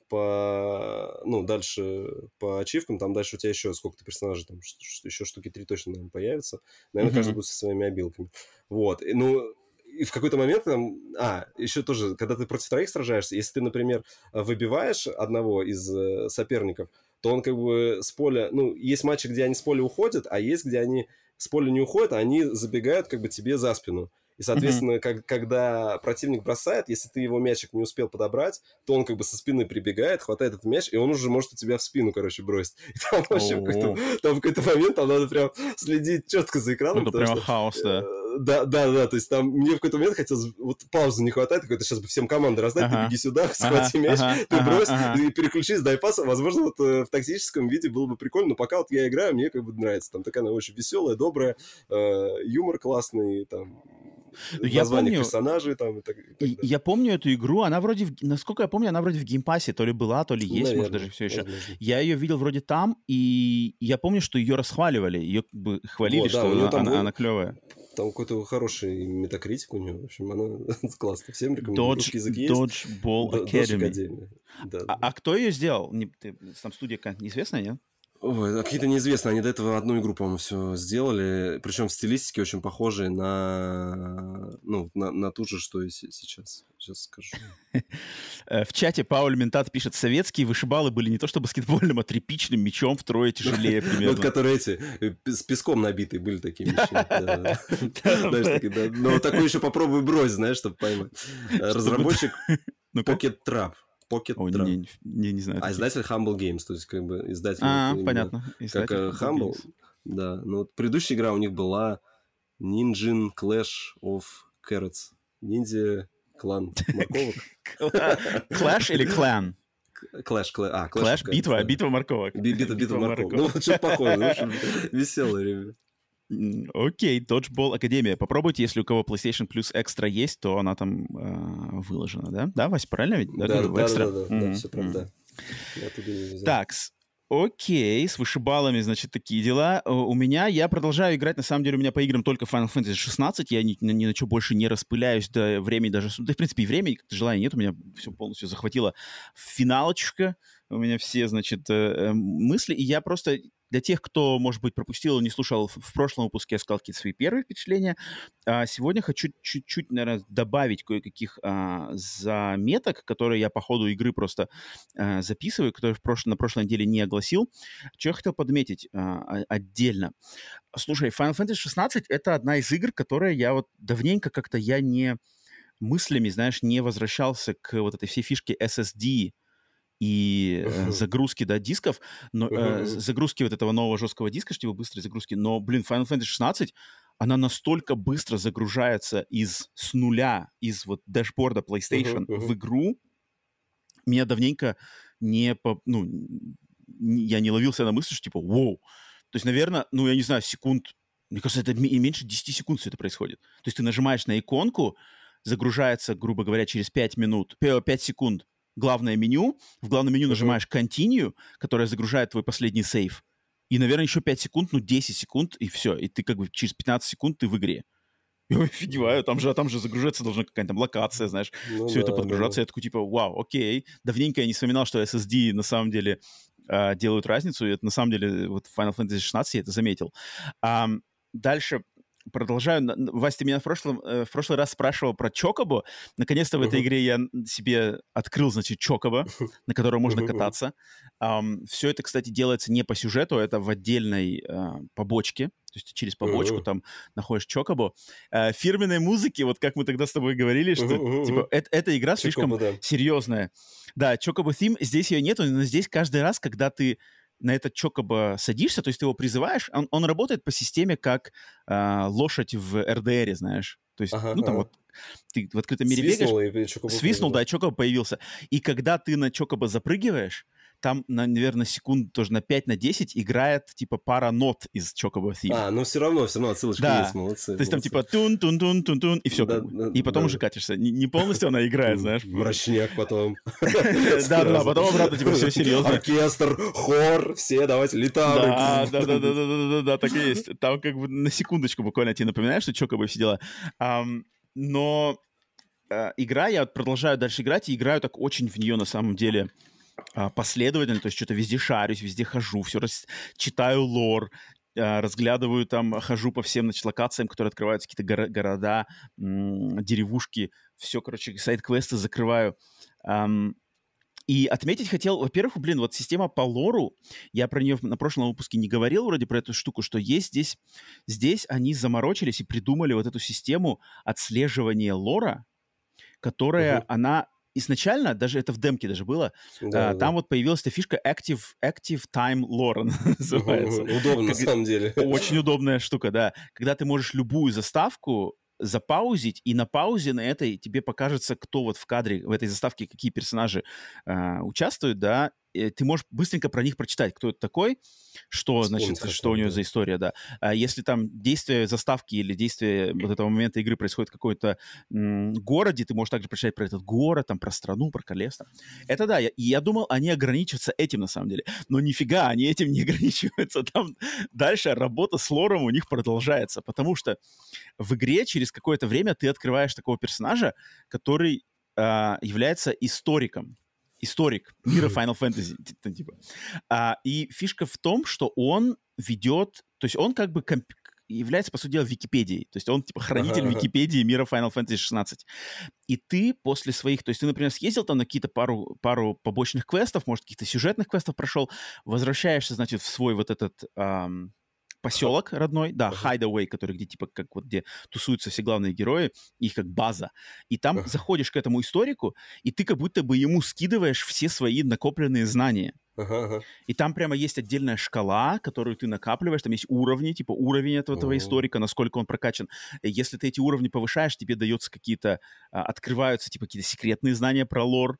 дальше по ачивкам, там дальше у тебя еще сколько-то персонажей, там еще штуки 3 точно, наверное, появятся. Наверное, каждый будет со своими обилками. Вот. И в какой-то момент там... еще тоже, когда ты против троих сражаешься, если ты, например, выбиваешь одного из соперников, то он как бы с поля... есть матчи, где они с поля уходят, а есть, где они с поля не уходят, а они забегают как бы тебе за спину. И, соответственно, когда противник бросает, если ты его мячик не успел подобрать, то он как бы со спины прибегает, хватает этот мяч, и он уже может у тебя в спину, короче, бросить. И там вообще в какой-то момент там надо прям следить четко за экраном. Это прям хаос, да. Да, то есть там мне в какой-то момент хотелось, вот паузы не хватает, какой-то сейчас бы всем команды раздать, ты беги сюда, схвати мяч, ты брось, и переключись, дай пас. Возможно, вот в тактическом виде было бы прикольно, но пока вот я играю, мне как бы нравится. Там такая она очень веселая, добрая, юмор классный, там... название персонажей там и так далее. Я помню эту игру, она вроде, насколько я помню, она вроде в геймпассе то ли была, то ли есть, наверное, может, даже все еще. Возможно. Я ее видел вроде там, и я помню, что ее расхваливали, ее как бы хвалили, что она клевая. Там какой-то хороший метакритик у нее, в общем, она классная. Всем рекомендую. Dodgeball Academy. Да. А кто ее сделал? Там студия какая-то неизвестная, нет? Ой, какие-то неизвестные. Они до этого одну игру, по-моему, все сделали. Причем в стилистике очень похожей на ту же, что и сейчас. Сейчас скажу. В чате Пауль Ментат пишет: советские вышибалы были не то что баскетбольным, а тряпичным мячом втрое тяжелее примерно. Вот которые с песком набитые были такие мячи. Но такой еще попробуй брось, знаешь, чтобы поймать. Разработчик Pocket Trap. Не знаю. А издатель Humble Games, то есть как бы издатель... понятно. Как Humble, да. Но вот предыдущая игра у них была Ninja Clash of Carrots. Ниндзя клан морковок. Clash или клан? Clash, битва морковок. Битва морковок. Ну, вот что-то похоже. В общем, веселые ребята. Окей, Dodgeball Академия. Попробуйте, если у кого PlayStation Plus Extra есть, то она там выложена, да? Да, Вась, правильно ведь? Да, все правда. Так, окей, с вышибалами, значит, такие дела. У меня, я продолжаю играть, на самом деле, у меня по играм только Final Fantasy 16, я ни на что больше не распыляюсь до времени даже, да, в принципе, и времени, как-то желания нет, у меня все полностью захватило финалочка, у меня все, значит, мысли, и я просто... Для тех, кто, может быть, пропустил и не слушал, в прошлом выпуске я сказал какие-то свои первые впечатления. Сегодня хочу чуть-чуть, наверное, добавить кое-каких заметок, которые я по ходу игры просто записываю, которые на прошлой неделе не огласил. Что я хотел подметить отдельно. Слушай, Final Fantasy 16 — это одна из игр, которые я вот давненько как-то я не мыслями, знаешь, не возвращался к вот этой всей фишке SSD, и загрузки, да, дисков, но загрузки вот этого нового жесткого диска, чтобы быстрой загрузки, но, блин, Final Fantasy 16, она настолько быстро загружается с нуля, из вот дэшборда PlayStation в игру, меня давненько я не ловился на мысли, что типа, вау, то есть, наверное, я не знаю, секунд, мне кажется, это меньше 10 секунд все это происходит. То есть ты нажимаешь на иконку, загружается, грубо говоря, через 5 секунд, главное меню, в главном меню нажимаешь Continue, которое загружает твой последний сейв, и, наверное, еще 5 секунд, 10 секунд, и все, и ты как бы через 15 секунд ты в игре. Я офигеваю, там же загружаться должна какая-то там локация, знаешь, все это подгружаться, я такой типа, вау, окей, давненько я не вспоминал, что SSD на самом деле делают разницу, и это на самом деле вот в Final Fantasy 16 я это заметил. Дальше... Продолжаю. Вась, ты меня в прошлый раз спрашивал про Чокобо. Наконец-то в этой игре я себе открыл, значит, Чокобо, на котором можно кататься. Все это, кстати, делается не по сюжету, это в отдельной побочке. То есть ты через побочку там находишь Чокобо. Фирменной музыки, вот как мы тогда с тобой говорили, что типа эта игра слишком серьезная. Да, Чокобо Theme, здесь ее нету, но здесь каждый раз, когда ты на этот Чокобо садишься, то есть ты его призываешь, он работает по системе как лошадь в РДРе, знаешь. То есть, там вот ты в открытом мире бегаешь, свистнул, да, Чокобо появился. И когда ты на Чокобо запрыгиваешь, там, наверное, секунд тоже на 5-10 играет, типа, пара нот из Chocobo Theme. Ну все равно отсылочка есть, молодцы. То есть там, типа, тун-тун-тун-тун-тун, и все, и потом уже катишься. Не полностью она играет, знаешь. Мрачняк потом. Да, потом обратно, типа, все серьезно. Оркестр, хор, все, давайте, литавры. Да, так и есть. Там как бы на секундочку буквально тебе напоминаю, что Chocobo все дела. Но игра, я продолжаю дальше играть, и играю так очень в нее на самом деле последовательно, то есть что-то везде шарюсь, везде хожу, все читаю лор, разглядываю там, хожу по всем, значит, локациям, которые открываются, какие-то города, деревушки, все, короче, сайд-квесты закрываю. И отметить хотел, во-первых, вот система по лору, я про нее на прошлом выпуске не говорил вроде про эту штуку, что есть здесь они заморочились и придумали вот эту систему отслеживания лора, которая, она изначально, даже это в демке даже было, там вот появилась эта фишка Active Time Lore называется. Удобно, на самом деле. Очень удобная штука, да. Когда ты можешь любую заставку запаузить, и на паузе на этой тебе покажется, кто вот в кадре, в этой заставке, какие персонажи участвуют, да, и ты можешь быстренько про них прочитать, кто это такой, что, значит, что у него за история, да. Если там действие заставки или действие вот этого момента игры происходит в какой-то городе, ты можешь также прочитать про этот город, там, про страну, про королевство. Это да, я думал, они ограничатся этим на самом деле, но нифига, они этим не ограничиваются. Там дальше работа с лором у них продолжается, потому что в игре через какое-то время ты открываешь такого персонажа, который является историк мира Final Fantasy. Типа. И фишка в том, что он ведет, то есть он как бы является, по сути дела, Википедией. То есть он типа хранитель Википедии мира Final Fantasy 16. И ты после своих, то есть ты, например, съездил там на какие-то пару побочных квестов, может, каких-то сюжетных квестов прошел, возвращаешься, значит, в свой вот этот поселок родной, да, Hideaway, который где типа как вот где тусуются все главные герои, их как база. И там заходишь к этому историку, и ты как будто бы ему скидываешь все свои накопленные знания. И там прямо есть отдельная шкала, которую ты накапливаешь, там есть уровни, типа уровень этого историка, насколько он прокачан. Если ты эти уровни повышаешь, тебе дается какие-то, открываются типа какие-то секретные знания про лор.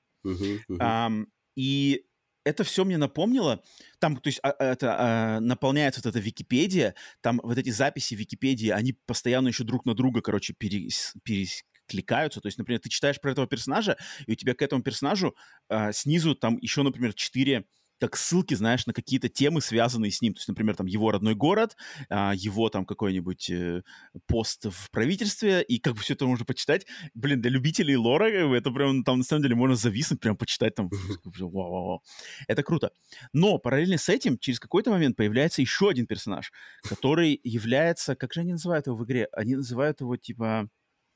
И это все мне напомнило, там, то есть наполняется вот эта Википедия, там вот эти записи Википедии, они постоянно еще друг на друга, короче, перекликаются. То есть, например, ты читаешь про этого персонажа, и у тебя к этому персонажу снизу там еще, например, 4 как ссылки, знаешь, на какие-то темы, связанные с ним. То есть, например, там его родной город, его там какой-нибудь пост в правительстве, и как бы все это можно почитать. Блин, для любителей лора это прям там на самом деле можно зависнуть, прям почитать там. Вау-вау-вау. Это круто. Но параллельно с этим через какой-то момент появляется еще один персонаж, который является... Как же они называют его в игре? Они называют его типа...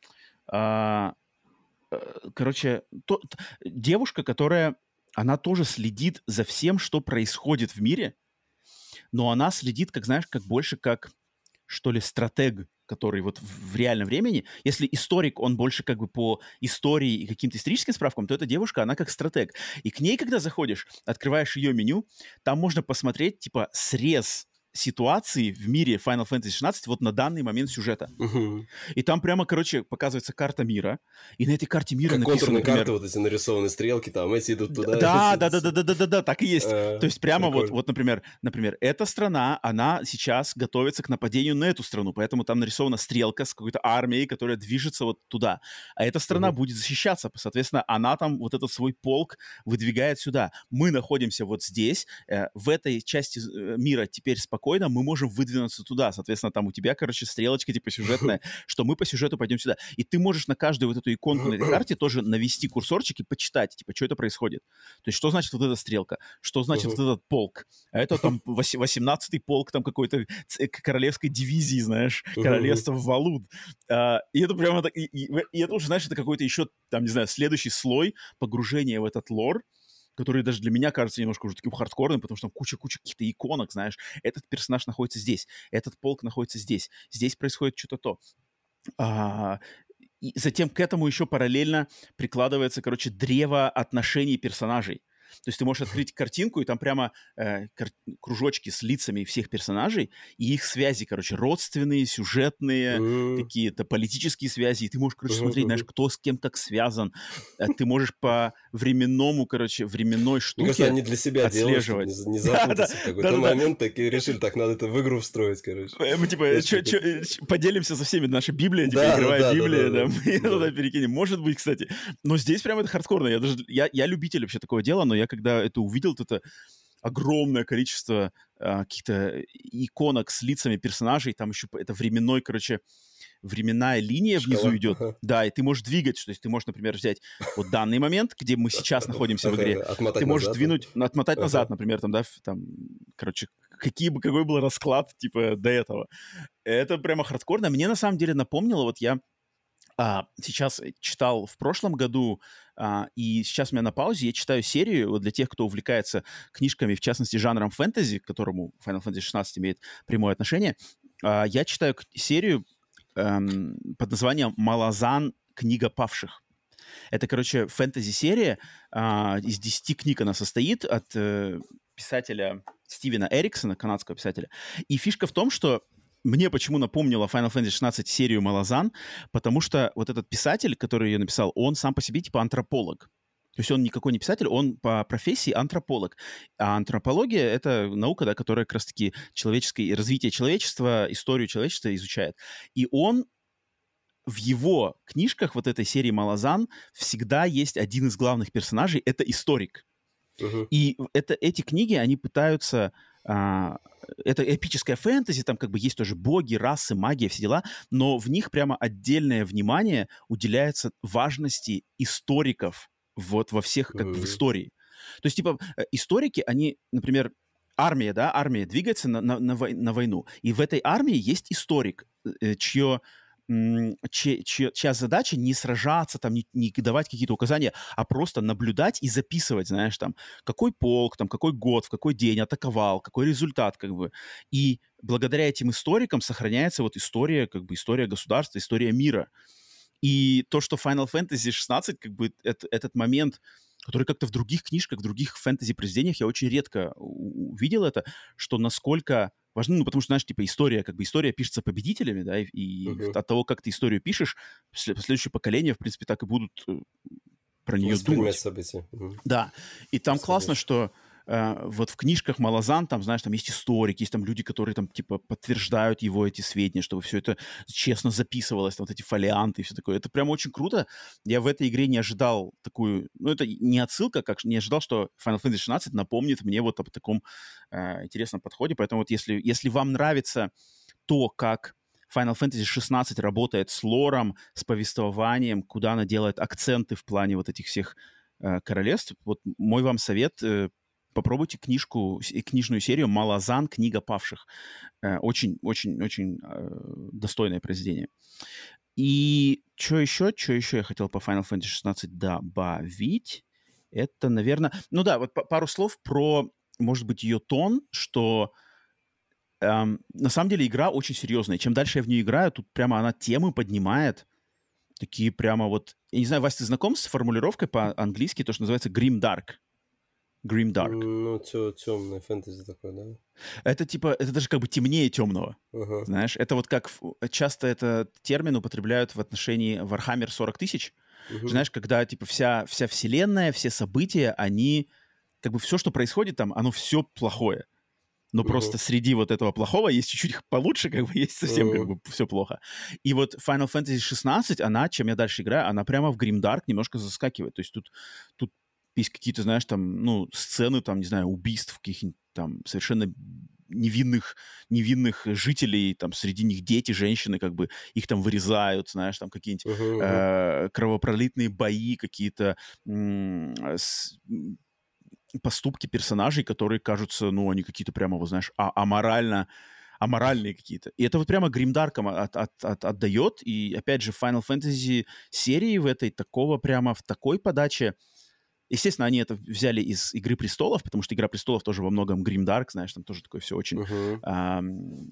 короче, девушка, которая... Она тоже следит за всем, что происходит в мире, но она следит, как, знаешь, как больше как, что ли, стратег, который вот в реальном времени, если историк, он больше как бы по истории и каким-то историческим справкам, то эта девушка, она как стратег. И к ней, когда заходишь, открываешь ее меню, там можно посмотреть, типа, срез ситуации в мире Final Fantasy 16 вот на данный момент сюжета. И там прямо, короче, показывается карта мира, и на этой карте мира написано, контурные например... карты, вот эти нарисованы стрелки, там эти идут туда. Да, так и есть. То есть прямо вот, например, эта страна, она сейчас готовится к нападению на эту страну, поэтому там нарисована стрелка с какой-то армией, которая движется вот туда. А эта страна будет защищаться, соответственно, она там вот этот свой полк выдвигает сюда. Мы находимся вот здесь, в этой части мира теперь спокойно, мы можем выдвинуться туда. Соответственно, там у тебя, короче, стрелочка типа сюжетная, что мы по сюжету пойдем сюда. И ты можешь на каждую вот эту иконку на этой карте тоже навести курсорчик и почитать, типа, что это происходит. То есть, что значит вот эта стрелка? Что значит вот этот полк? А это там 18-й полк там какой-то королевской дивизии, знаешь, королевство Валуд. И это прямо так... И это уже, знаешь, это какой-то еще, там, не знаю, следующий слой погружения в этот лор, который даже для меня кажется немножко уже таким хардкорным, потому что там куча каких-то иконок, знаешь. Этот персонаж находится здесь, этот полк находится здесь, здесь происходит что-то то. И затем к этому еще параллельно прикладывается, короче, древо отношений персонажей. То есть ты можешь открыть картинку, и там прямо кружочки с лицами всех персонажей, и их связи, короче, родственные, сюжетные, какие-то политические связи, и ты можешь, короче, смотреть, знаешь, кто с кем как связан. Ты можешь по временной штуке мне кажется, они для себя делают, чтобы отслеживать. не запутаться в какой-то момент, такие решили, так, надо это в игру встроить, короче. Мы типа поделимся со всеми, наша Библия, типа игровая Библия, да, мы туда перекинем. Может быть, кстати. Но здесь прям это хардкорно. Я любитель вообще такого дела, но я когда это увидел, то это огромное количество каких-то иконок с лицами персонажей, там еще это временная линия внизу идет. Да, и ты можешь двигать, то есть ты можешь, например, взять вот данный момент, где мы сейчас находимся в игре, ты можешь отмотать назад, например, там, да, короче, какой был расклад, типа, до этого. Это прямо хардкорно. Мне, на самом деле, напомнило, вот я сейчас читал в прошлом году, и сейчас у меня на паузе, я читаю серию, вот для тех, кто увлекается книжками, в частности, жанром фэнтези, к которому Final Fantasy 16 имеет прямое отношение, я читаю серию под названием «Малазан. Книга павших». Это, короче, фэнтези-серия, из 10 книг она состоит, от писателя Стивена Эриксона, канадского писателя. И фишка в том, что мне почему напомнила Final Fantasy 16 серию «Малазан», потому что вот этот писатель, который ее написал, он сам по себе типа антрополог. То есть он никакой не писатель, он по профессии антрополог. А антропология — это наука, да, которая как раз-таки развитие человечества, историю человечества изучает. И он в его книжках вот этой серии «Малазан» всегда есть один из главных персонажей — это историк. И эти книги, они пытаются... это эпическая фэнтези, там как бы есть тоже боги, расы, магия, все дела, но в них прямо отдельное внимание уделяется важности историков вот во всех, как в истории. То есть, типа, историки, они, например, армия двигается на войну, и в этой армии есть историк, чья задача не сражаться, там, не давать какие-то указания, а просто наблюдать и записывать, знаешь, там, какой полк, там, какой год, в какой день атаковал, какой результат, как бы. И благодаря этим историкам сохраняется вот история, как бы, история государства, история мира. И то, что Final Fantasy 16, как бы, этот момент, который как-то в других книжках, в других фэнтези-произведениях я очень редко увидел это, что насколько важно, ну, потому что, знаешь, типа история, как бы история пишется победителями, да, и от того, как ты историю пишешь, последующие поколения, в принципе, так и будут про нее думать. События. Да, и там классно, что вот в книжках Малазан, там, знаешь, там есть историки, есть там люди, которые там, типа, подтверждают его эти сведения, чтобы все это честно записывалось, там, вот эти фолианты и все такое. Это прям очень круто. Я в этой игре не ожидал такую... Ну, это не отсылка, как не ожидал, что Final Fantasy 16 напомнит мне вот об таком интересном подходе. Поэтому вот если вам нравится то, как Final Fantasy 16 работает с лором, с повествованием, куда она делает акценты в плане вот этих всех королевств, вот мой вам совет — попробуйте книжную серию «Малазан. Книга павших». Очень-очень-очень достойное произведение. И что еще я хотел по Final Fantasy 16 добавить? Это, наверное... Ну да, вот пару слов про, может быть, ее тон, что на самом деле игра очень серьезная. Чем дальше я в нее играю, тут прямо она темы поднимает. Такие прямо вот... Я не знаю, Вась, ты знаком с формулировкой по-английски, то, что называется grimdark? Grimdark. Ну, темное фэнтези такое, да? Это типа, это даже как бы темнее темного. Знаешь, это вот как часто этот термин употребляют в отношении Warhammer 40 тысяч. Знаешь, когда типа вся вселенная, все события, они, как бы все, что происходит там, оно все плохое. Но просто среди вот этого плохого есть чуть-чуть получше, как бы есть совсем как бы все плохо. И вот Final Fantasy 16, она, чем я дальше играю, она прямо в Grimdark немножко заскакивает. То есть тут есть какие-то, знаешь, там, ну, сцены, там, не знаю, убийств каких-нибудь там совершенно невинных жителей, там, среди них дети, женщины, как бы, их там вырезают, знаешь, там, какие-нибудь кровопролитные бои, какие-то поступки персонажей, которые кажутся, ну, они какие-то прямо, вот, знаешь, аморальные какие-то. И это вот прямо гримдарком отдает. И, опять же, Final Fantasy серии в этой такого прямо, в такой подаче. Естественно, они это взяли из «Игры престолов», потому что «Игра престолов» тоже во многом гримдарк, знаешь, там тоже такое все очень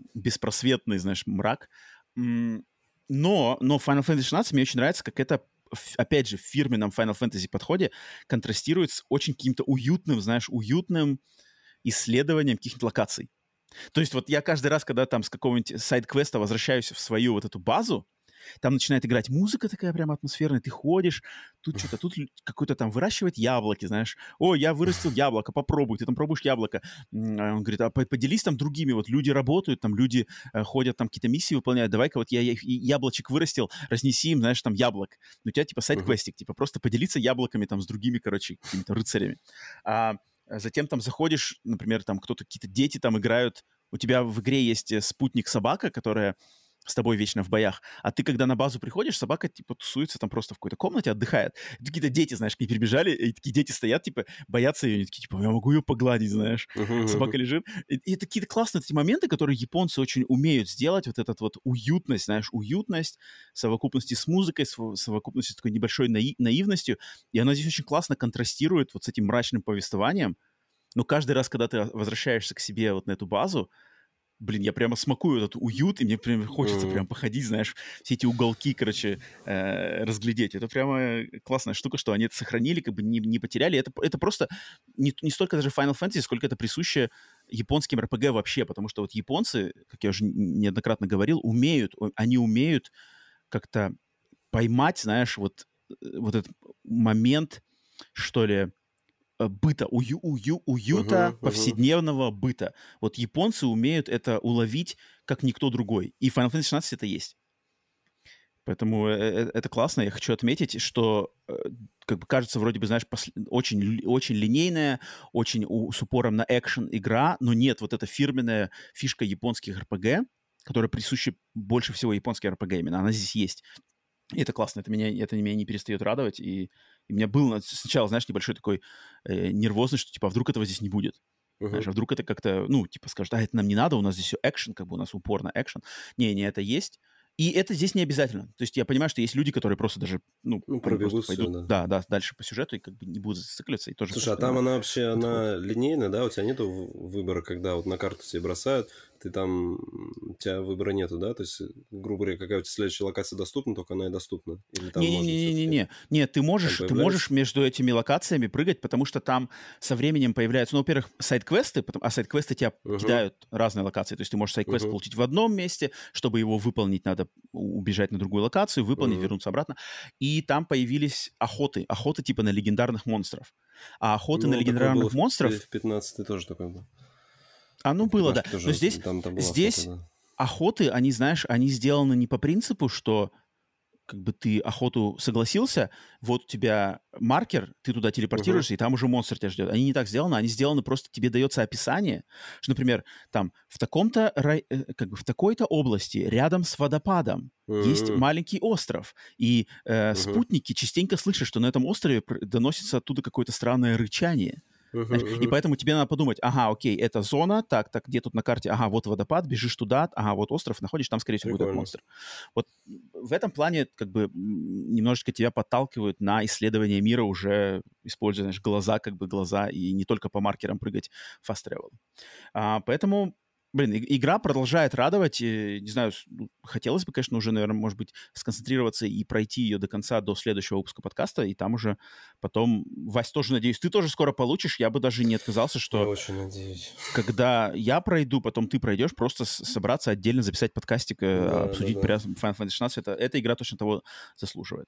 беспросветный, знаешь, мрак. Но Final Fantasy 16 мне очень нравится, как это опять же, в фирменном Final Fantasy подходе контрастирует с очень каким-то уютным, знаешь, уютным исследованием каких-то локаций. То есть вот я каждый раз, когда там с какого-нибудь сайд-квеста возвращаюсь в свою вот эту базу, там начинает играть музыка такая прям атмосферная, ты ходишь, тут что-то, тут какой-то там выращивает яблоки, знаешь. О, я вырастил яблоко, попробуй, ты там пробуешь яблоко. Он говорит, а поделись там другими, вот люди работают, там люди ходят, там какие-то миссии выполняют, давай-ка вот я яблочек вырастил, разнеси им, знаешь, там яблок. У тебя типа сайд-квестик, типа просто поделиться яблоками там с другими, короче, какими-то рыцарями. А затем там заходишь, например, там кто-то, какие-то дети там играют, у тебя в игре есть спутник-собака, которая с тобой вечно в боях, а ты, когда на базу приходишь, собака, типа, тусуется там просто в какой-то комнате, отдыхает. И какие-то дети, знаешь, к ней прибежали, и такие дети стоят, типа, боятся ее, они такие, типа, я могу ее погладить, знаешь. Собака лежит. И это какие-то классные эти моменты, которые японцы очень умеют сделать, вот этот вот уютность, знаешь, уютность в совокупности с музыкой, в совокупности с такой небольшой наивностью, и она здесь очень классно контрастирует вот с этим мрачным повествованием. Но каждый раз, когда ты возвращаешься к себе вот на эту базу, блин, я прямо смакую этот уют, и мне прям хочется прям походить, знаешь, все эти уголки, короче, разглядеть. Это прямо классная штука, что они это сохранили, как бы не потеряли. Это просто не столько даже Final Fantasy, сколько это присуще японским RPG вообще, потому что вот японцы, как я уже неоднократно говорил, они умеют как-то поймать, знаешь, вот этот момент, что ли, быта, уюта, повседневного быта. Вот японцы умеют это уловить, как никто другой. И Final Fantasy 16 это есть. Поэтому это классно. Я хочу отметить, что как бы кажется, вроде бы, знаешь, очень, очень линейная, очень с упором на экшен игра, но нет, вот эта фирменная фишка японских RPG, которая присуща больше всего японским RPG именно, она здесь есть. И это классно, это меня не перестает радовать. И у меня был сначала, знаешь, небольшой такой нервозность, что типа, а вдруг этого здесь не будет? Знаешь, а вдруг это как-то, ну, типа, скажут, а это нам не надо, у нас здесь все экшен, как бы у нас упор на экшен. Не, это есть. И это здесь не обязательно. То есть я понимаю, что есть люди, которые просто даже, пробегут пойдут, все, да, дальше по сюжету и как бы не будут зацикливаться. И тоже. Слушай, а там она вообще, она линейная, да? У тебя нету выбора, когда вот на карту тебе бросают, ты там, у тебя выбора нету, да? То есть, грубо говоря, какая у тебя следующая локация доступна, только она и доступна. Или там Не. Нет, ты можешь между этими локациями прыгать, потому что там со временем появляются, ну, во-первых, сайд-квесты, а сайд-квесты тебя кидают разные локации. То есть ты можешь сайд-квест получить в одном месте, чтобы его выполнить, надо убежать на другую локацию, выполнить, вернуться обратно. И там появились охоты типа на легендарных монстров. А охоты на легендарных монстров... В 15 тоже такое было. Было, да. Но здесь охоты, они, знаешь, они сделаны не по принципу, что как бы ты охоту согласился, вот у тебя маркер, ты туда телепортируешься, и там уже монстр тебя ждет. Они не так сделаны, они сделаны просто, тебе дается описание, что, например, там в таком-то, как бы в такой-то области, рядом с водопадом, есть маленький остров, и спутники частенько слышат, что на этом острове доносится оттуда какое-то странное рычание. И поэтому тебе надо подумать, ага, окей, это зона, так, где тут на карте, ага, вот водопад, бежишь туда, ага, вот остров, находишь, там, скорее всего, будет монстр. Вот в этом плане как бы немножечко тебя подталкивают на исследование мира, уже используя, знаешь, глаза, и не только по маркерам прыгать fast travel. Поэтому... Блин, игра продолжает радовать. Не знаю, хотелось бы, конечно, уже, наверное, может быть, сконцентрироваться и пройти ее до конца, до следующего выпуска подкаста, и там уже потом... Вась, тоже, надеюсь, ты тоже скоро получишь. Я бы даже не отказался, что... Я очень надеюсь. Когда я пройду, потом ты пройдешь, просто собраться отдельно, записать подкастик, обсудить Final Fantasy 16. Эта игра точно того заслуживает.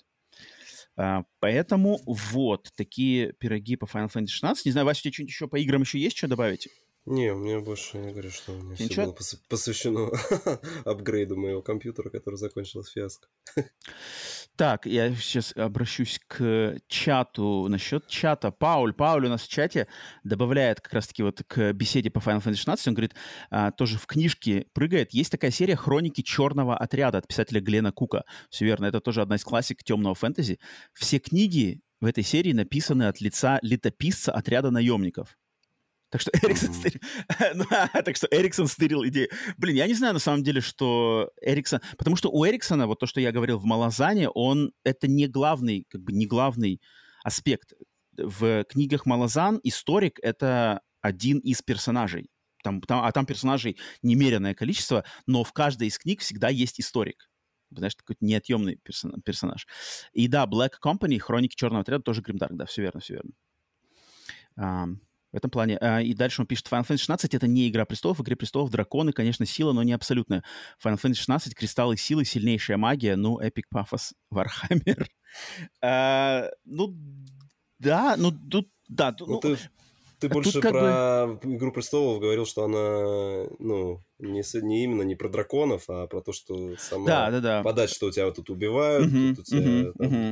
Поэтому вот, такие пироги по Final Fantasy 16. Не знаю, Вася, у тебя что-нибудь еще по играм еще есть что добавить? Не, у меня больше, я говорю, что у меня все было посвящено апгрейду моего компьютера, который закончился фиаско. Так, я сейчас обращусь к чату. Насчет чата. Пауль у нас в чате добавляет как раз-таки вот к беседе по Final Fantasy 16. Он говорит, тоже в книжке прыгает. Есть такая серия «Хроники черного отряда» от писателя Глена Кука. Все верно, это тоже одна из классик темного фэнтези. Все книги в этой серии написаны от лица летописца отряда наемников. Так что Эриксон стырил идею. Блин, я не знаю на самом деле, что Эриксон... Потому что у Эриксона, вот то, что я говорил в Малазане, это не главный, как бы не главный аспект. В книгах Малазан историк — это один из персонажей. Там персонажей немеренное количество, но в каждой из книг всегда есть историк. знаешь, такой неотъемный персонаж. И да, Black Company, Хроники Черного отряда, тоже Grimdark, да, все верно, все верно. В этом плане. И дальше он пишет, Final Fantasy 16 — это не Игра престолов. В Игре престолов драконы, конечно, сила, но не абсолютная. Final Fantasy 16 — кристаллы силы, сильнейшая магия, ну, эпик пафос, Warhammer. Ну, да, ну, тут, да. Ну, ты больше про Игру престолов говорил, что она, ну, не именно не про драконов, а про то, что сама подать, что у тебя вот тут убивают, тут у тебя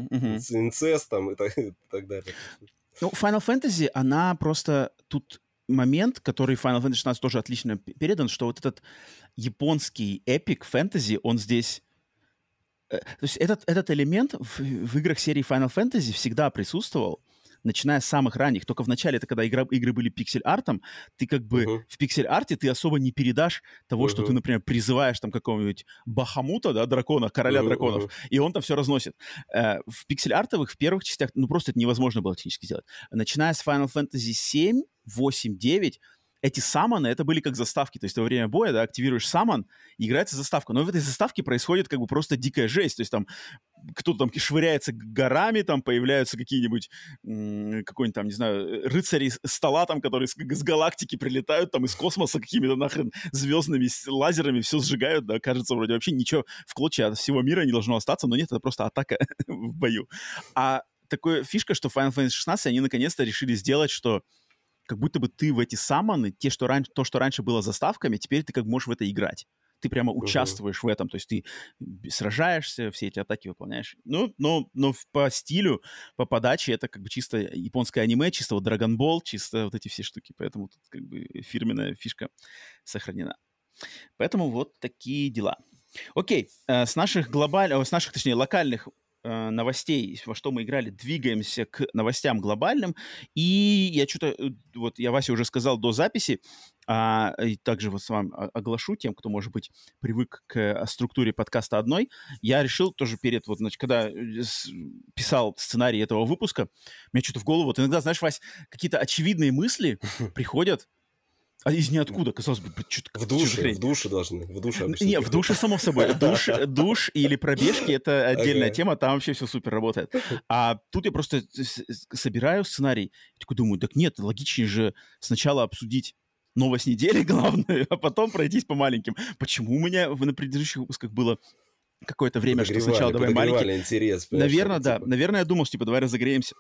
инцест там и так далее. Ну, Final Fantasy, она просто... Тут момент, который Final Fantasy 16 тоже отлично передан, что вот этот японский эпик фэнтези, он здесь... То есть этот элемент в играх серии Final Fantasy всегда присутствовал, начиная с самых ранних. Только в начале, это когда игры были пиксель-артом, ты как бы в пиксель-арте ты особо не передашь того, что ты, например, призываешь там какого-нибудь Бахамута, да, дракона, короля драконов, и он там все разносит. В пиксель-артовых, в первых частях, ну, просто это невозможно было технически сделать. Начиная с Final Fantasy 7, 8, 9, эти саммоны, это были как заставки. То есть во время боя, да, активируешь саммон, и играется заставка. Но в этой заставке происходит как бы просто дикая жесть. То есть там кто-то там швыряется горами, там появляются какие-нибудь, какой-нибудь там, не знаю, рыцари стола там, которые с галактики прилетают там из космоса какими-то нахрен звездными лазерами, все сжигают, да, кажется, вроде вообще ничего в клочья от всего мира не должно остаться, но нет, это просто атака в бою. А такая фишка, что Final Fantasy 16 они наконец-то решили сделать, что как будто бы ты в эти саммоны, то, что раньше было заставками, теперь ты как бы можешь в это играть. Ты прямо участвуешь в этом, то есть ты сражаешься, все эти атаки выполняешь. Ну, но по стилю, по подаче это как бы чисто японское аниме, чисто вот Dragon Ball, чисто вот эти все штуки. Поэтому тут как бы фирменная фишка сохранена. Поэтому вот такие дела. Окей, с наших точнее, локальных новостей, во что мы играли, двигаемся к новостям глобальным. И я что-то, вот я Васе уже сказал до записи, и также вот с вами оглашу тем, кто, может быть, привык к структуре подкаста одной. Я решил тоже перед, вот, значит, когда писал сценарий этого выпуска, мне что-то в голову, вот иногда, знаешь, Вась, какие-то очевидные мысли приходят, а из ниоткуда, казалось бы, что-то... В душе должны, в душе обычно. Не, в душе, само собой. Душ или пробежки — это отдельная тема, там вообще все супер работает. А тут я просто собираю сценарий, и такой думаю, так нет, логичнее же сначала обсудить новость недели главную, а потом пройтись по маленьким. Почему у меня на предыдущих выпусках было какое-то время, что сначала давай маленький? Интерес. Наверное, да. Типа... Наверное, я думал, что типа давай разогреемся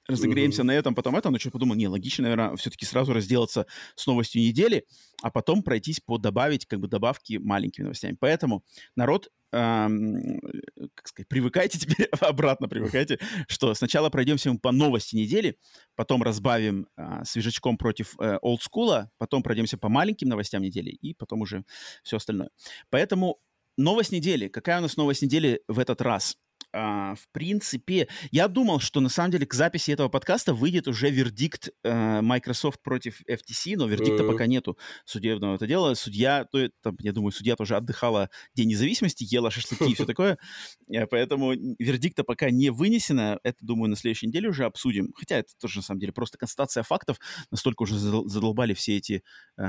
на этом, потом это, но что-то подумал, не, логично, наверное, все-таки сразу разделаться с новостью недели, а потом пройтись добавить как бы добавки маленькими новостями. Поэтому, народ, как сказать, привыкайте теперь, обратно привыкайте, что сначала пройдемся по новости недели, потом разбавим свежачком против олдскула, потом пройдемся по маленьким новостям недели, и потом уже все остальное. Поэтому новость недели. Какая у нас новость недели в этот раз? В принципе, я думал, что на самом деле к записи этого подкаста выйдет уже вердикт Microsoft против FTC, но вердикта пока нету судебного это дела. Судья, я думаю, судья тоже отдыхала День независимости, ела шашлыки и все такое, поэтому вердикта пока не вынесено. Это, думаю, на следующей неделе уже обсудим. Хотя это тоже, на самом деле, просто констатация фактов. Настолько уже задолбали все эти,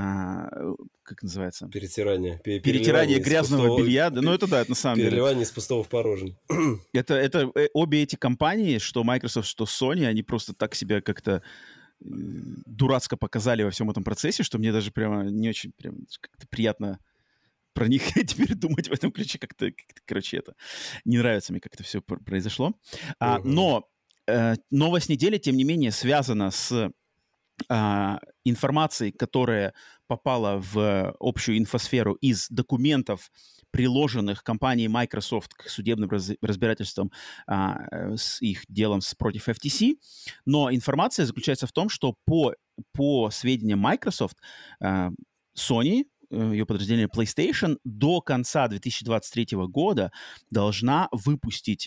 как называется? Перетирание грязного белья. Ну, это да, это на самом деле. Переливание из пустого в порожнее. Это обе эти компании, что Microsoft, что Sony, они просто так себя как-то дурацко показали во всем этом процессе, что мне даже прямо не очень прям как-то приятно про них теперь думать в этом ключе. Как-то, короче, это не нравится мне, как это все произошло. Но новость недели, тем не менее, связана с информацией, которая попала в общую инфосферу из документов, приложенных компанией Microsoft к судебным разбирательствам с их делом против FTC. Но информация заключается в том, что по сведениям Microsoft, Sony, ее подразделение PlayStation, до конца 2023 года должна выпустить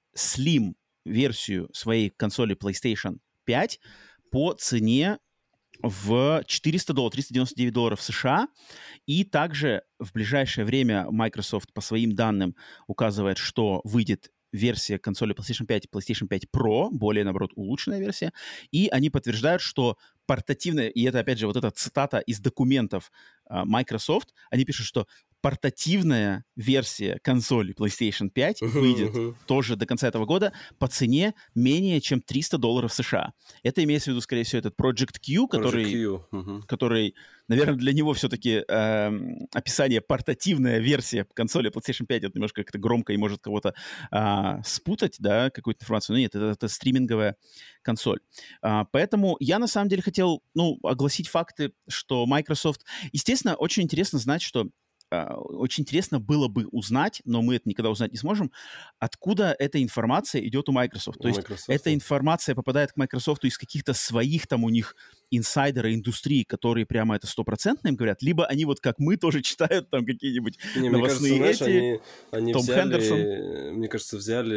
Slim-версию своей консоли PlayStation 5 по цене в $400, $399 США. И также в ближайшее время Microsoft, по своим данным, указывает, что выйдет версия консоли PlayStation 5 и PlayStation 5 Pro, более, наоборот, улучшенная версия. И они подтверждают, что портативная, и это, опять же, вот эта цитата из документов Microsoft, они пишут, что портативная версия консоли PlayStation 5 выйдет тоже до конца этого года по цене менее чем $300 США. Это имеется в виду, скорее всего, этот Project Q, который, наверное, для него все-таки описание портативная версия консоли PlayStation 5 это немножко как-то громко и может кого-то спутать, да, какую-то информацию. Но нет, это стриминговая консоль. Поэтому я на самом деле хотел, огласить факты, что Microsoft... Естественно, очень интересно знать, что очень интересно было бы узнать, но мы это никогда узнать не сможем, откуда эта информация идет у Microsoft. То есть эта информация попадает к Microsoft из каких-то своих там у них инсайдеры индустрии, которые прямо это 100% им говорят, либо они вот как мы тоже читают там какие-нибудь новостные мне кажется, эти, они Том Хендерсон. Мне кажется,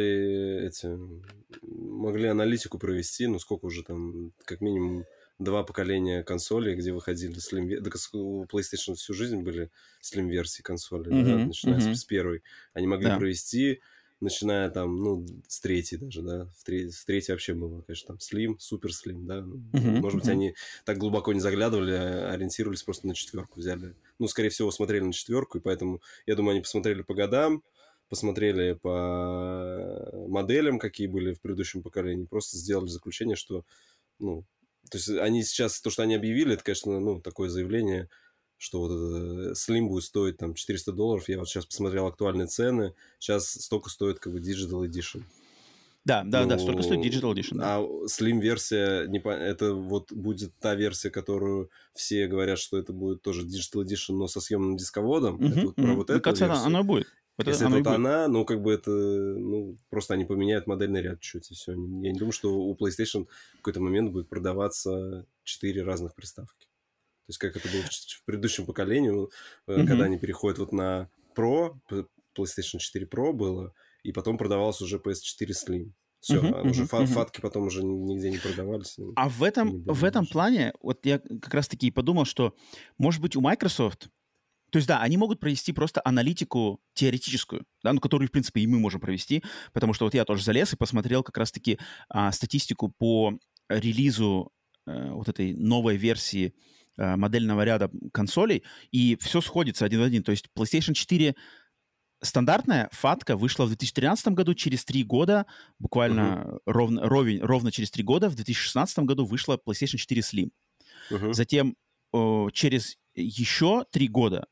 могли аналитику провести, сколько уже там, как минимум 2 поколения консолей, где выходили Slim... У PlayStation всю жизнь были Slim-версии консоли, да, начиная с первой. Они могли провести, начиная там, с третьей даже, да. С третьей вообще было, конечно, там Slim, Super Slim, да. Может быть, они так глубоко не заглядывали, а ориентировались просто на 4-ку, взяли. Скорее всего, смотрели на 4-ку, и поэтому, я думаю, они посмотрели по годам, посмотрели по моделям, какие были в предыдущем поколении, просто сделали заключение, что, то есть они сейчас, то, что они объявили, это, конечно, такое заявление, что вот этот Slim будет стоить там $400. Я вот сейчас посмотрел актуальные цены. Сейчас столько стоит как бы Digital Edition. Да, столько стоит Digital Edition. Да. А Slim-версия, это вот будет та версия, которую все говорят, что это будет тоже Digital Edition, но со съемным дисководом. Это вот про вот эту версию. Оно будет. Если это она, просто они поменяют модельный ряд чуть-чуть, и все. Я не думаю, что у PlayStation в какой-то момент будет продаваться 4 разных приставки. То есть, как это было в предыдущем поколении, когда они переходят вот на Pro, PlayStation 4 Pro было, и потом продавался уже PS4 Slim. Все, уже фатки потом уже нигде не продавались. А в этом плане, вот я как раз-таки подумал, что, может быть, у Microsoft... То есть, да, они могут провести просто аналитику теоретическую, да, которую, в принципе, и мы можем провести, потому что вот я тоже залез и посмотрел как раз-таки статистику по релизу вот этой новой версии модельного ряда консолей, и все сходится один в один. То есть PlayStation 4 стандартная фатка вышла в 2013 году, через 3 года, буквально ровно через 3 года, в 2016 году вышла PlayStation 4 Slim. Затем через еще 3 года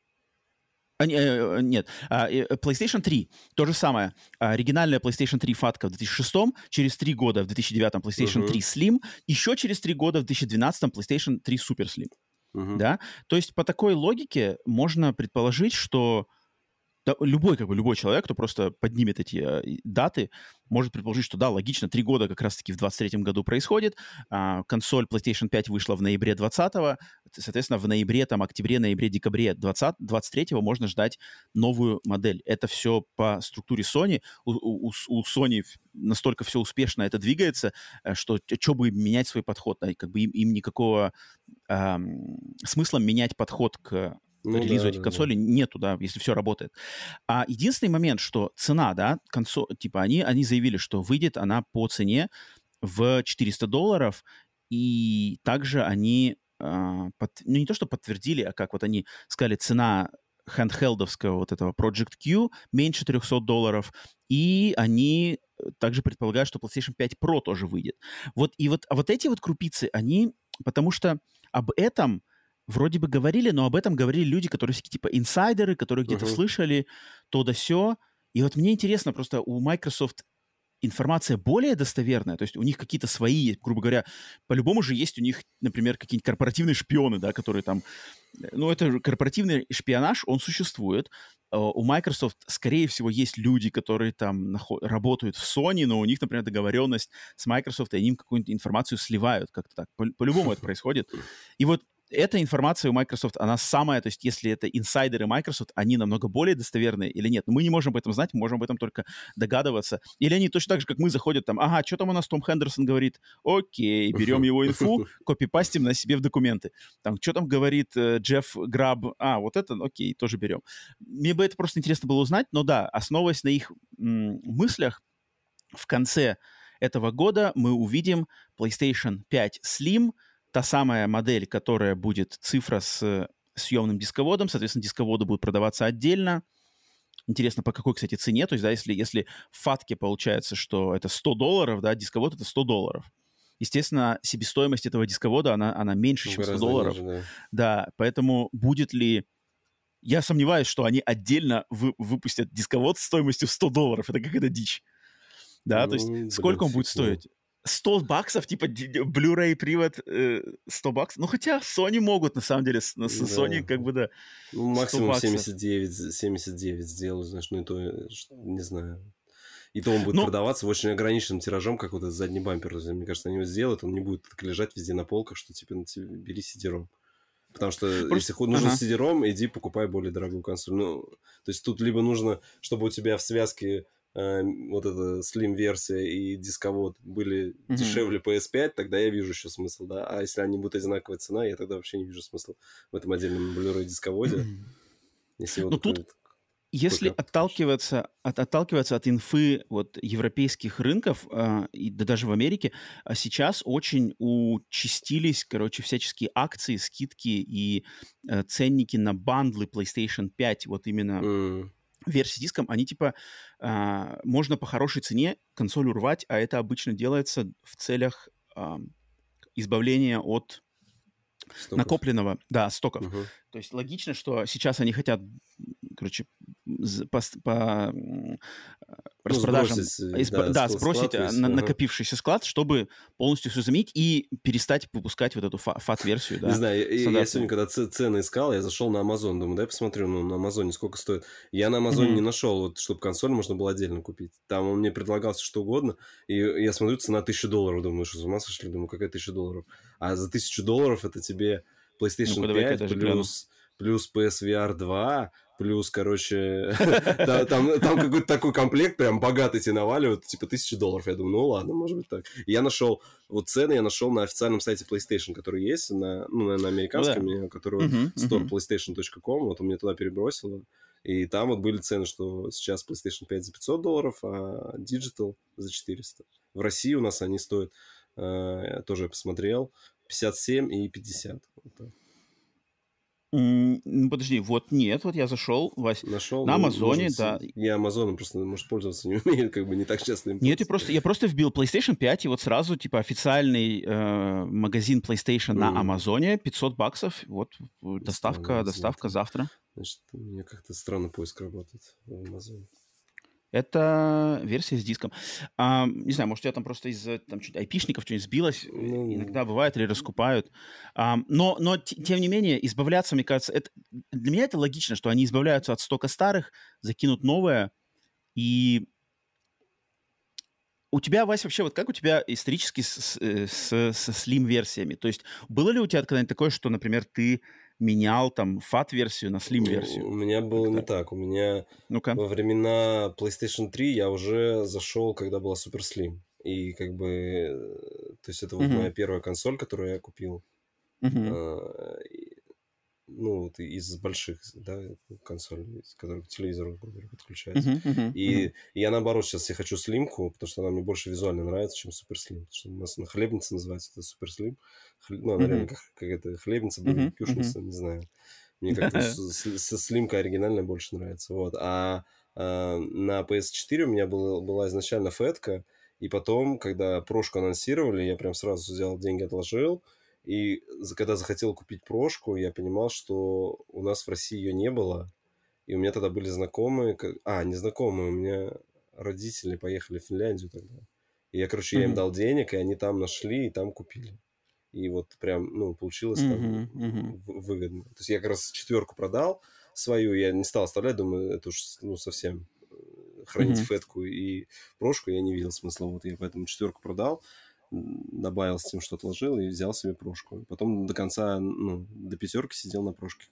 PlayStation 3, то же самое. Оригинальная PlayStation 3 фатка в 2006, через 3 года в 2009 PlayStation 3 Slim, еще через 3 года в 2012 PlayStation 3 Super Slim. Да? То есть по такой логике можно предположить, что любой человек, кто просто поднимет эти даты, может предположить, что да, логично, 3 года как раз-таки в 23-м году происходит. Консоль PlayStation 5 вышла в ноябре 20-го. Соответственно, в ноябре, октябре, ноябре, декабре 23-го можно ждать новую модель. Это все по структуре Sony. У Sony настолько все успешно это двигается, что бы менять свой подход? Как бы им никакого смысла менять подход к релизу этих консолей нету, да, если все работает. А единственный момент, что цена, да, они заявили, что выйдет она по цене в $400, и также они, не то что подтвердили, а как вот они сказали, цена handheldовского вот этого Project Q меньше $300, и они также предполагают, что PlayStation 5 Pro тоже выйдет. Вот эти вот крупицы, они, потому что об этом вроде бы говорили, но об этом говорили люди, которые всякие типа инсайдеры, которые где-то слышали то да сё. И вот мне интересно, просто у Microsoft информация более достоверная, то есть у них какие-то свои, грубо говоря, по-любому же есть у них, например, какие-нибудь корпоративные шпионы, да, которые там... это же корпоративный шпионаж, он существует. У Microsoft, скорее всего, есть люди, которые там работают в Sony, но у них, например, договоренность с Microsoft, и они им какую-нибудь информацию сливают как-то так. По-любому это происходит. И вот эта информация у Microsoft, она самая, то есть если это инсайдеры Microsoft, они намного более достоверные или нет? Но мы не можем об этом знать, мы можем об этом только догадываться. Или они точно так же, как мы, заходят там, ага, что там у нас Том Хендерсон говорит? Окей, берем его инфу, копипастим на себе в документы. Там, что там говорит Джефф Граб? Вот это, окей, тоже берем. Мне бы это просто интересно было узнать, но да, основываясь на их мыслях, в конце этого года мы увидим PlayStation 5 Slim, та самая модель, которая будет цифра с съемным дисководом, соответственно, дисководы будут продаваться отдельно. Интересно, по какой, кстати, цене, то есть, да, если в фатке получается, что это $100, да, дисковод это $100. Естественно, себестоимость этого дисковода, она меньше, чем $100. Ниже, да, поэтому будет ли... Я сомневаюсь, что они отдельно выпустят дисковод с стоимостью $100. Это какая-то дичь. Да, то есть сколько он будет стоить? $100, типа Blu-ray привод $100. Ну, хотя Sony могут, на самом деле. Sony как бы, да. Ну, максимум 79 сделают, знаешь, ну и то, не знаю. И то он будет продаваться в очень ограниченным тиражом, как вот этот задний бампер. Мне кажется, они его сделают, он не будет так лежать везде на полках, что типа бери CD-ROM. Потому что если нужен CD-ROM, иди покупай более дорогую консоль. Ну, то есть тут либо нужно, чтобы у тебя в связке вот эта Slim-версия и дисковод были дешевле PS5, тогда я вижу еще смысл, да. А если они будут одинаковая цена, я тогда вообще не вижу смысла в этом отдельном Blu-ray дисководе. Если вот тут, если отталкиваться от инфы вот европейских рынков, и да даже в Америке, сейчас очень участились, короче, всяческие акции, скидки и ценники на бандлы PlayStation 5, вот именно... версии с диском, они типа можно по хорошей цене консоль урвать, а это обычно делается в целях избавления от стоков. Накопленного, да, стоков. То есть логично, что сейчас они хотят, короче, по распродажам сбросить накопившийся склад, чтобы полностью все заменить и перестать выпускать вот эту FAT-версию. Да, не знаю, я сегодня, когда цены искал, я зашел на Amazon, думаю, дай посмотрю, ну, на Амазоне сколько стоит. Я на Амазоне не нашел, вот, чтобы консоль можно было отдельно купить. Там он мне предлагал все что угодно, и я смотрю, цена $1000, думаю, что с ума сошли? Думаю, какая $1000? А за $1000 это тебе PlayStation 5 плюс PSVR 2, плюс, короче, там какой-то такой комплект прям богатый тебе наваливают, типа $1000. Я думаю, ну ладно, может быть так. И я нашел, вот цены я нашел на официальном сайте PlayStation, который есть, на американском, который store playstation.com, вот он мне туда перебросил. И там вот были цены, что сейчас PlayStation 5 за $500, а Digital за 400. В России у нас они стоят, я тоже посмотрел, 57 и 50. Вот так. Подожди, вот нет, вот я зашел, Вась, нашел, на Амазоне, да. Я Амазоном просто, может, пользоваться не умею, как бы не так часто им нет, я просто вбил PlayStation 5, и вот сразу, типа, официальный магазин PlayStation на Амазоне, $500, вот, доставка завтра. Значит, у меня как-то странно поиск работает в Амазоне. Это версия с диском. Не знаю, может, я там просто из-за айпишников что-нибудь сбилось. Иногда бывает, или раскупают. Но тем не менее, избавляться, мне кажется, для меня это логично, что они избавляются от стока старых, закинут новое. И у тебя, Вась, вообще, вот как у тебя исторически со Slim-версиями? То есть было ли у тебя когда-нибудь такое, что, например, ты менял там FAT-версию на Slim-версию? У меня было не так. У меня во времена PlayStation 3 я уже зашел, когда была Super Slim. И как бы... То есть это вот моя первая консоль, которую я купил. Ну, вот из больших, да, консолей, которые к телевизору подключаются. И я, наоборот, сейчас я хочу слимку, потому что она мне больше визуально нравится, чем Super Slim. Потому что у нас на хлебнице называется это Super Slim. Ну, она реально как это хлебница, пюшница, не знаю. Мне как-то со слимкой оригинальная больше нравится. Вот. А на PS4 у меня была изначально фэтка, и потом, когда прошку анонсировали, я прям сразу взял деньги, отложил. И когда захотел купить прошку, я понимал, что у нас в России ее не было. И у меня тогда были знакомые... не знакомые, у меня родители поехали в Финляндию тогда. И я, короче, я им дал денег, и они там нашли, и там купили. И вот прям, ну, получилось там выгодно. То есть я как раз 4 продал свою, я не стал оставлять, думаю, это уж совсем хранить фэтку и прошку я не видел смысла. Вот я поэтому 4 продал, добавил с тем, что отложил, и взял себе прошку. Потом до конца, до 5 сидел на прошке.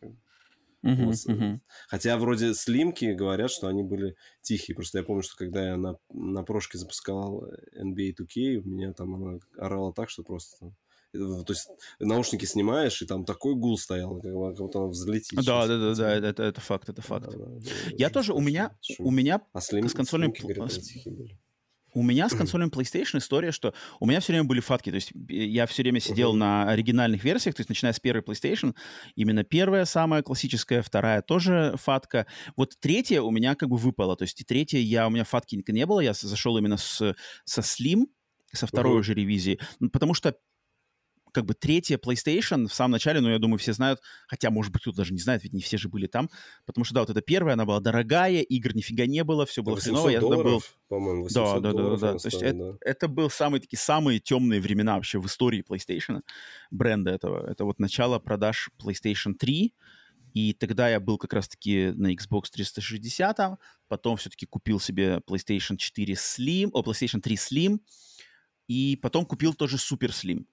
Хотя вроде слимки говорят, что они были тихие. Просто я помню, что когда я на прошке запускал NBA 2K, у меня там она орала так, что просто... То есть наушники снимаешь, и там такой гул стоял, как будто она взлетит. Да, это факт, это факт. Я тоже, у меня с консольными... тихие были. У меня с консолями PlayStation история, что у меня все время были фатки, то есть я все время сидел на оригинальных версиях, то есть начиная с первой PlayStation, именно первая самая классическая, вторая тоже фатка. Вот третья у меня как бы выпала, то есть и третья у меня фатки не было, я зашел именно со Slim, со второй уже ревизии, потому что как бы третья PlayStation в самом начале, ну, я думаю, все знают, хотя, может быть, кто-то даже не знает, ведь не все же были там, потому что, да, вот эта первая, она была дорогая, игр нифига не было, все было хреново. Я тогда был... по-моему, Да. То есть это был самые темные времена вообще в истории PlayStation, бренда этого. Это вот начало продаж PlayStation 3, и тогда я был как раз-таки на Xbox 360, потом все-таки купил себе PlayStation 4 Slim, PlayStation 3 Slim, и потом купил тоже Super Slim.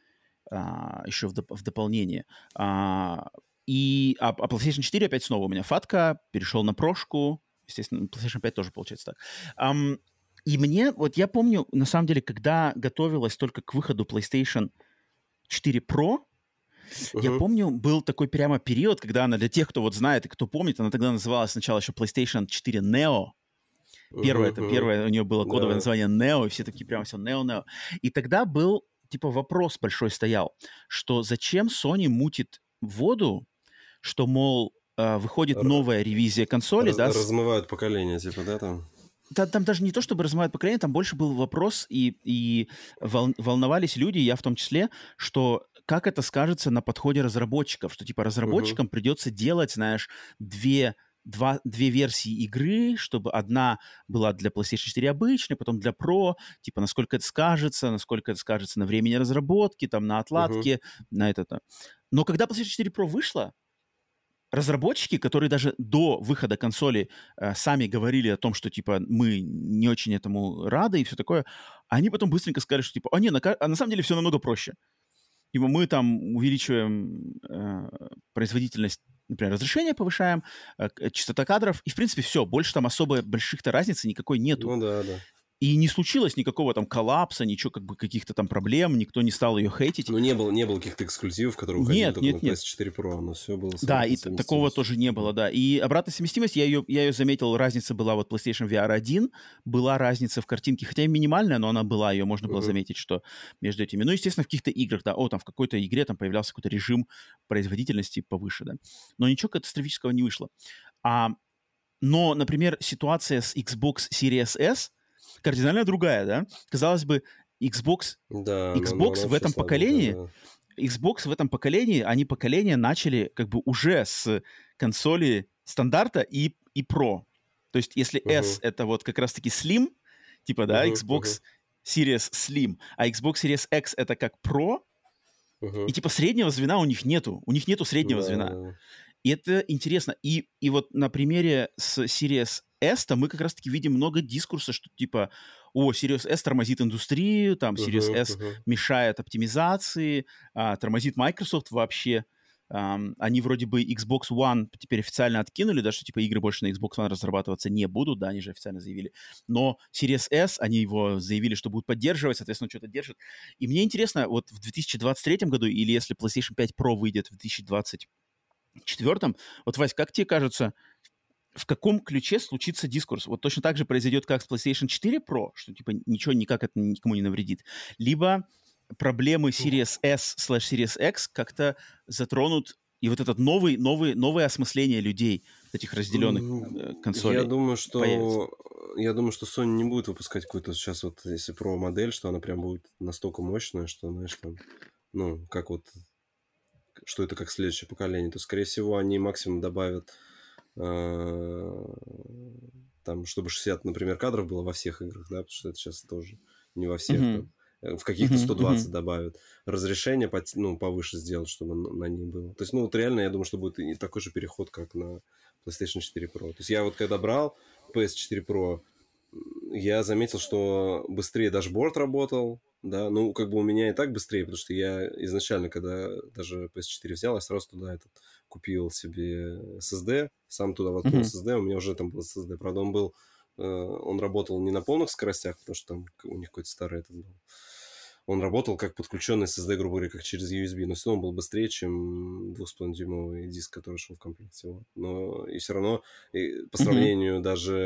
Еще в дополнение. А PlayStation 4 опять снова у меня фатка, перешел на прошку, естественно, PlayStation 5 тоже получается так. И мне, вот я помню, на самом деле, когда готовилась только к выходу PlayStation 4 Pro, я помню, был такой прямо период, когда она, для тех, кто вот знает и кто помнит, она тогда называлась сначала еще PlayStation 4 Neo. Первое у нее было кодовое название Neo, и все такие прямо все Neo. И тогда был типа вопрос большой стоял, что зачем Sony мутит воду, что, мол, выходит новая ревизия консоли, да? Размывают поколение, типа, да, там? Там даже не то, чтобы размывают поколение, там больше был вопрос, и волновались люди, я в том числе, что как это скажется на подходе разработчиков, что типа разработчикам придется делать, знаешь, две версии игры, чтобы одна была для PlayStation 4 обычной, потом для Pro, типа, насколько это скажется на времени разработки, там, на отладке, на это-то. Но когда PlayStation 4 Pro вышла, разработчики, которые даже до выхода консоли сами говорили о том, что, типа, мы не очень этому рады и все такое, они потом быстренько сказали, что, типа, на самом деле все намного проще. Типа, мы там увеличиваем производительность, например, разрешение повышаем, частота кадров, и, в принципе, все. Больше там особо больших-то разницы никакой нету. Ну да. И не случилось никакого там коллапса, ничего, как бы, каких-то там проблем, никто не стал ее хейтить. Ну, не было каких-то эксклюзивов, которые уходили только на PS4 Pro, но все было... Да, и такого тоже не было, да. И обратная совместимость, я ее заметил, разница была вот PlayStation VR 1, была разница в картинке, хотя и минимальная, но она была, ее можно было заметить, что между этими. Ну, естественно, в каких-то играх, да, там в какой-то игре там появлялся какой-то режим производительности повыше, да. Но ничего катастрофического не вышло. Но, например, ситуация с Xbox Series S кардинально другая, да? Казалось бы, Xbox в этом поколении, Xbox в этом поколении, они поколение начали как бы уже с консоли стандарта и Pro. То есть если S это вот как раз-таки Slim, типа, да, Xbox Series Slim, а Xbox Series X это как Pro, и типа среднего звена у них нету. У них нету среднего звена. И это интересно. И вот на примере с Series S-то мы как раз-таки видим много дискурса, что типа, Series S тормозит индустрию, там Series S мешает оптимизации, тормозит Microsoft вообще. Они вроде бы Xbox One теперь официально откинули, да, что типа игры больше на Xbox One разрабатываться не будут, да, они же официально заявили. Но Series S, они его заявили, что будут поддерживать, соответственно, что-то держат. И мне интересно, вот в 2023 году, или если PlayStation 5 Pro выйдет в 2024, вот, Вась, как тебе кажется, в каком ключе случится дискурс? Вот точно так же произойдет, как с PlayStation 4 Pro, что типа ничего никак это никому не навредит. Либо проблемы Series S/Series X как-то затронут и вот это новое осмысление людей, этих разделенных консолей. Я думаю, что Sony не будет выпускать какую-то сейчас вот, если Pro модель, что она прям будет настолько мощная, что, знаешь, там, ну, как вот, что это как следующее поколение. То, скорее всего, они максимум добавят там, чтобы 60, например, кадров было во всех играх, да, потому что это сейчас тоже не во всех, там, в каких-то 120 добавят. Разрешение повыше сделать, чтобы на ней было. То есть, ну, вот реально, я думаю, что будет и такой же переход, как на PlayStation 4 Pro. То есть, я вот когда брал PS4 Pro, я заметил, что быстрее дашборд работал, да, ну, как бы у меня и так быстрее, потому что я изначально, когда даже PS4 взял, я сразу туда купил себе SSD, сам туда воткнул SSD, у меня уже там был SSD, правда, он работал не на полных скоростях, потому что там у них какой-то старый этот был. Он работал как подключенный SSD, грубо говоря, как через USB, но все равно он был быстрее, чем 2,5-дюймовый диск, который шел в комплекте. Вот. Но и все равно, по сравнению даже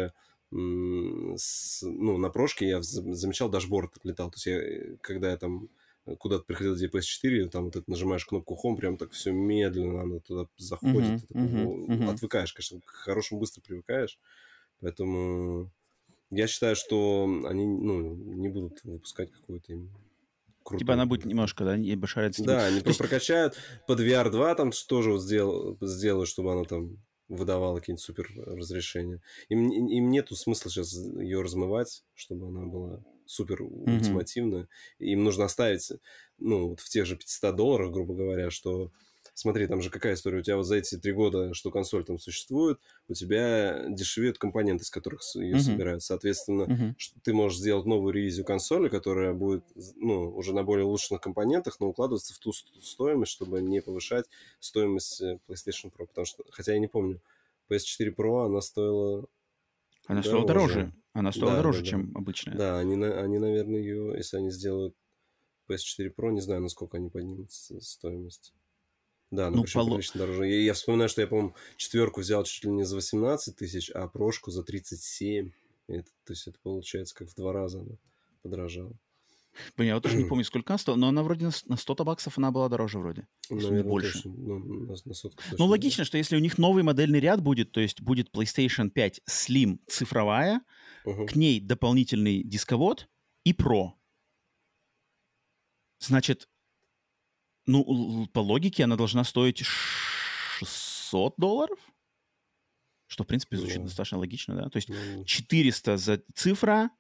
на прошке я замечал, дашборд летал. То есть когда я там куда-то приходил, где PS4, там вот это нажимаешь кнопку Home, прям так все медленно, она туда заходит. Отвыкаешь, конечно, к хорошему быстро привыкаешь. Поэтому я считаю, что они не будут выпускать какой-то им крутой. Типа она будет немножко, да, небольшая разница. Да, они прокачают под VR2, там тоже вот сделают, чтобы она там выдавала какие-нибудь супер разрешения. Им нету смысла сейчас ее размывать, чтобы она была супер ультимативная. Им нужно оставить, вот в тех же $500, грубо говоря, что... Смотри, там же какая история. У тебя вот за эти 3 года, что консоль там существует, у тебя дешевеют компоненты, из которых ее собирают. Соответственно, ты можешь сделать новую ревизию консоли, которая будет, уже на более улучшенных компонентах, но укладываться в ту стоимость, чтобы не повышать стоимость PlayStation Pro. Потому что, хотя я не помню, PS4 Pro, она стоила... Она стоила дороже. Она стоила дороже, чем обычная. Да, они, наверное, ее, если они сделают PS4 Pro, не знаю, насколько они поднимут стоимость. Да, причем прилично дороже. Я вспоминаю, что я, по-моему, 4 взял чуть ли не за 18 тысяч, а прошку за 37. То есть это получается как в 2 раза она подорожала. Блин, я вот тоже не помню, сколько она стоила, но она вроде на $100 она была дороже вроде. Наверное, больше. Точно. На сотку точно. Ну, логично, что если у них новый модельный ряд будет, то есть будет PlayStation 5 Slim цифровая, к ней дополнительный дисковод и Pro. Значит, по логике она должна стоить $600, что, в принципе, звучит достаточно логично, да? То есть 400 за цифра,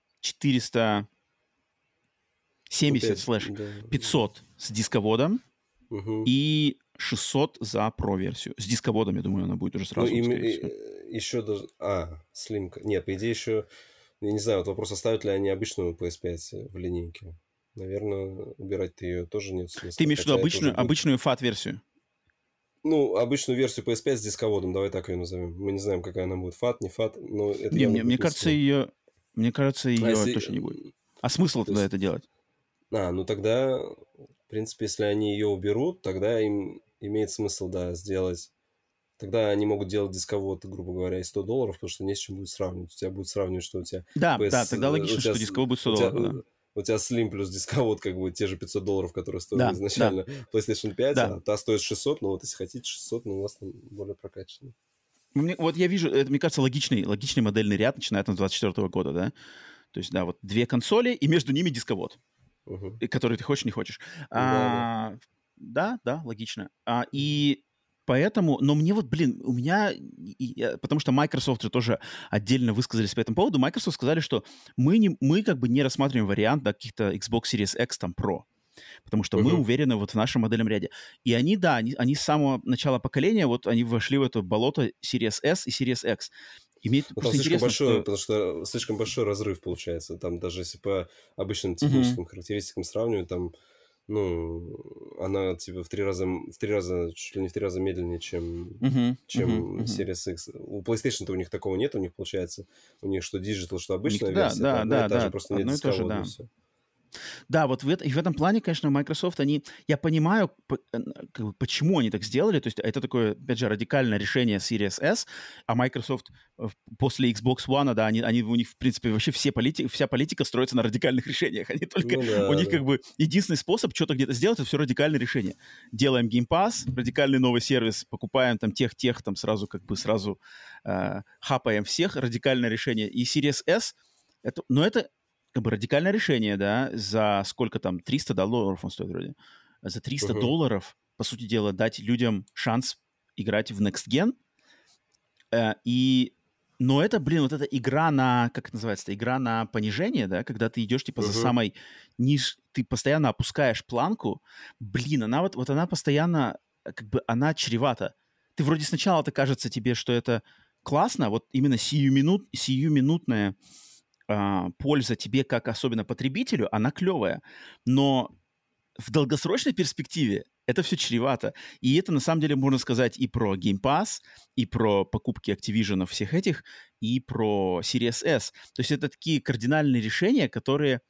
470/500 с дисководом и 600 за Pro-версию. С дисководом, я думаю, она будет уже сразу. Еще даже... слимка. Нет, по идее еще... Я не знаю, вот вопрос, оставят ли они обычную PS5 в линейке. Наверное, убирать-то ее тоже нет смысла. Ты имеешь в виду обычную FAT-версию? Обычную версию PS5 с дисководом, давай так ее назовем. Мы не знаем, какая она будет, FAT, не FAT, но это мне кажется, ее точно не будет. А смысл тогда это делать? Тогда, в принципе, если они ее уберут, тогда им имеет смысл, сделать... Тогда они могут делать дисковод, грубо говоря, и $100, потому что не с чем будет сравнивать. У тебя будет сравнивать, что у тебя... Да, тогда логично, что дисковод будет $100. У тебя Slim плюс дисковод, как бы те же $500, которые стоили изначально PlayStation 5, а та стоит 600, но вот если хотите 600, у вас там более прокачанный. Вот я вижу, это, мне кажется, логичный модельный ряд, начиная с 2024 года, да? То есть, вот 2 консоли, и между ними дисковод, который ты хочешь, не хочешь. Да, логично. И поэтому, но мне у меня, потому что Microsoft же тоже отдельно высказались по этому поводу, Microsoft сказали, что мы как бы не рассматриваем вариант каких-то Xbox Series X там Pro, потому что мы уверены вот в нашем модельном ряде. И они с самого начала поколения, вот они вошли в это болото Series S и Series X. Там слишком большой, потому что слишком большой разрыв получается. Там даже если по обычным техническим характеристикам сравнивать, там она типа в 3 раза, чуть ли не в 3 раза медленнее, чем Series X. У PlayStation-то у них такого нет, у них получается, у них что Digital, что обычная версия, даже просто нет дисковода. Да, вот в этом плане, конечно, Microsoft, я понимаю, почему они так сделали, то есть это такое, опять же, радикальное решение Series S, а Microsoft после Xbox One, у них, в принципе, вообще вся политика строится на радикальных решениях, они только, у них как бы единственный способ что-то где-то сделать, это все радикальное решение. Делаем Game Pass, радикальный новый сервис, покупаем там тех, там сразу хапаем всех, радикальное решение. И Series S, это как бы радикальное решение, да, за сколько там, $300 он стоит вроде. За $300, по сути дела, дать людям шанс играть в Next Gen. Но это, вот эта игра на, как это называется, игра на понижение, да, когда ты идешь типа за самой ты постоянно опускаешь планку. Она она постоянно, как бы, она чревата. Ты вроде сначала-то кажется тебе, что это классно, вот именно сиюминутная польза тебе, как особенно потребителю, она клевая. Но в долгосрочной перспективе это все чревато. И это, на самом деле, можно сказать и про Game Pass, и про покупки Activision всех этих, и про Series S. То есть это такие кардинальные решения, которые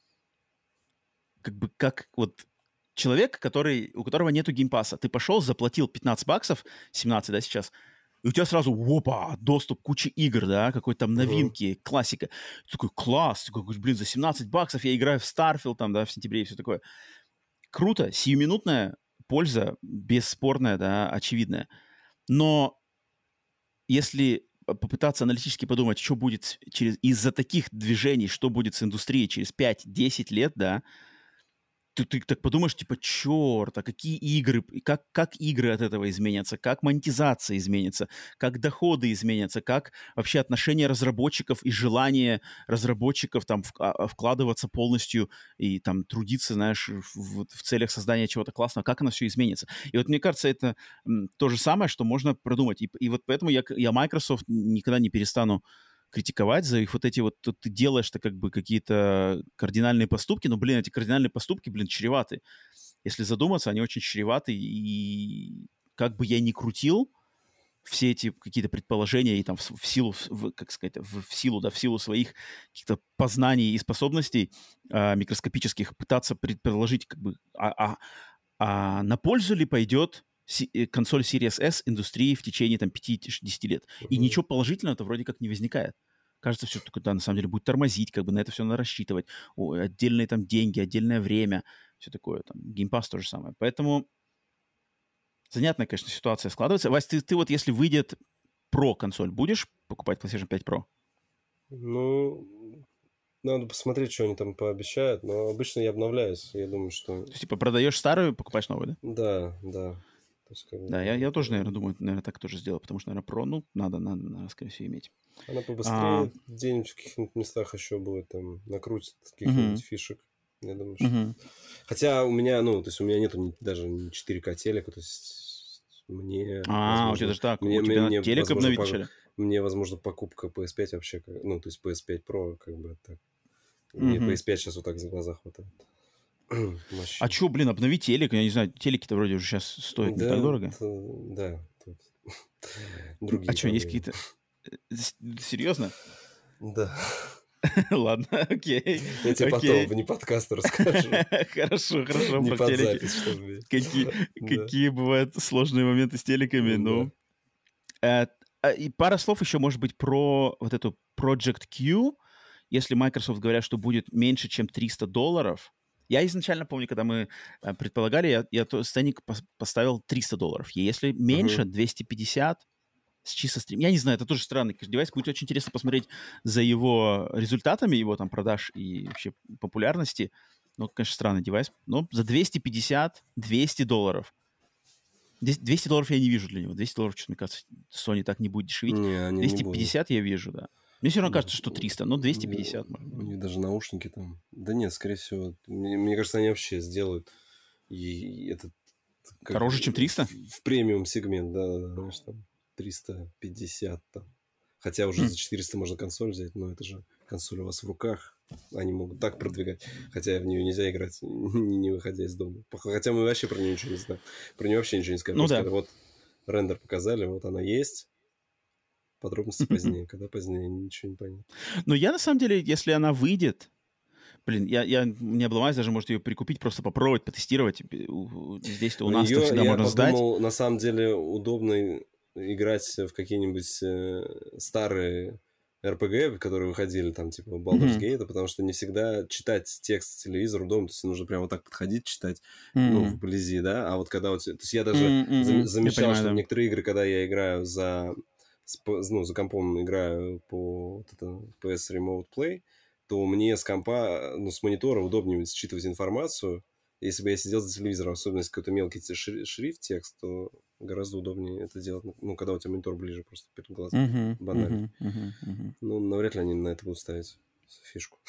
как вот человек, у которого нету Game Pass. Ты пошел, заплатил $15, 17, да, сейчас, И у тебя сразу, опа, доступ к куче игр, да, какой-то там новинки, классика. Ты такой, класс, ты такой, блин, за $17 я играю в Starfield, там, да, в сентябре и все такое. Круто, сиюминутная польза, бесспорная, да, очевидная. Но если попытаться аналитически подумать, что будет из-за таких движений, что будет с индустрией через 5-10 лет, да, ты так подумаешь, типа, черт, а какие игры, как игры от этого изменятся, как монетизация изменится, как доходы изменятся, как вообще отношение разработчиков и желание разработчиков там вкладываться полностью и там трудиться, знаешь, в целях создания чего-то классного, как оно все изменится. И вот мне кажется, это то же самое, что можно продумать. И вот поэтому я Microsoft никогда не перестану критиковать за их вот эти вот, тут ты делаешь-то как бы какие-то кардинальные поступки, но, блин, эти кардинальные поступки, блин, чреваты. Если задуматься, они очень чреваты, и как бы я ни крутил все эти какие-то предположения и там в силу, как сказать, в силу своих каких-то познаний и способностей микроскопических пытаться предположить, как бы, на пользу ли пойдет консоль Series S индустрии в течение там 5-10 лет. И ничего положительного-то вроде как не возникает. Кажется, все такое, да, на самом деле будет тормозить, как бы на это все надо рассчитывать. Отдельные там деньги, отдельное время, все такое. Там Game Pass то же самое. Поэтому занятная, конечно, ситуация складывается. Вась, ты вот если выйдет Pro консоль, будешь покупать PlayStation 5 Pro? Ну, надо посмотреть, что они там пообещают, но обычно я обновляюсь. Я думаю, что... То есть, типа, продаешь старую, покупаешь новую, да? Да. То есть, как бы, да, я тоже, наверное, думаю, так тоже сделаю, потому что, наверное, Pro, ну, надо, скорее всего, иметь. Она побыстрее где-нибудь в каких-нибудь местах еще будет, там, накрутит каких-нибудь фишек. Я думаю, что... Хотя у меня, ну, то есть у меня нету даже 4К телека, то есть мне... у тебя даже так, у тебя телек обновить начали? Мне, возможно, покупка PS5 вообще, ну, то есть PS5 Pro, как бы так. Мне PS5 сейчас вот так за глаза хватает. А что, блин, обнови телек? Я не знаю, телеки-то вроде уже сейчас стоят не так дорого. Да, тут другие. А что, есть какие-то... Серьезно? Да. Ладно, окей. Я тебе потом вне подкаста расскажу. Хорошо, не про под телеки. Запись, чтобы... Какие бывают сложные моменты с телеками, ну... И пара слов еще, может быть, про вот эту Project Q. Если Microsoft говорят, что будет меньше, чем $300, я изначально помню, когда мы предполагали, я ценник поставил $300. И если меньше, 250 с чисто стрим. Я не знаю, это тоже странный девайс. Будет очень интересно посмотреть за его результатами, его там продаж и вообще популярности. Ну, конечно, странный девайс. Но за $250, $200. $200 я не вижу для него. $200, что-то, мне кажется, Sony так не будет дешевить. Не, 250 я вижу, да. Мне все равно кажется, что 300, но 250. У них даже наушники там. Да нет, скорее всего. Мне кажется, они вообще сделают. И это дороже, чем 300? В премиум сегмент, да, знаешь, там 350 там. Хотя уже за 400 можно консоль взять, но это же консоль у вас в руках. Они могут так продвигать. Хотя в нее нельзя играть, не выходя из дома. Хотя мы вообще про нее ничего не знаем. Про нее вообще ничего не сказали. Ну да. Вот рендер показали, вот она есть. Подробности позднее. Когда позднее, ничего не понятно. Но я, на самом деле, если она выйдет... Блин, я не обломаюсь, даже, может, ее прикупить, просто попробовать, потестировать. Здесь-то у нас всегда можно сдать. Я подумал, на самом деле, удобно играть в какие-нибудь старые RPG, которые выходили, там, типа Baldur's Gate, потому что не всегда читать текст телевизора дома, то есть нужно прямо вот так подходить, читать, ну, вблизи, да, а вот когда вот... То есть я даже замечал, что некоторые игры, когда я играю за компом играю по PS Remote Play, то мне с компа, с монитора удобнее считывать информацию. Если бы я сидел за телевизором, особенно если какой-то мелкий шрифт, текст, то гораздо удобнее это делать, когда у тебя монитор ближе просто перед глазом. Банально. Ну, навряд ли они на это будут ставить фишку.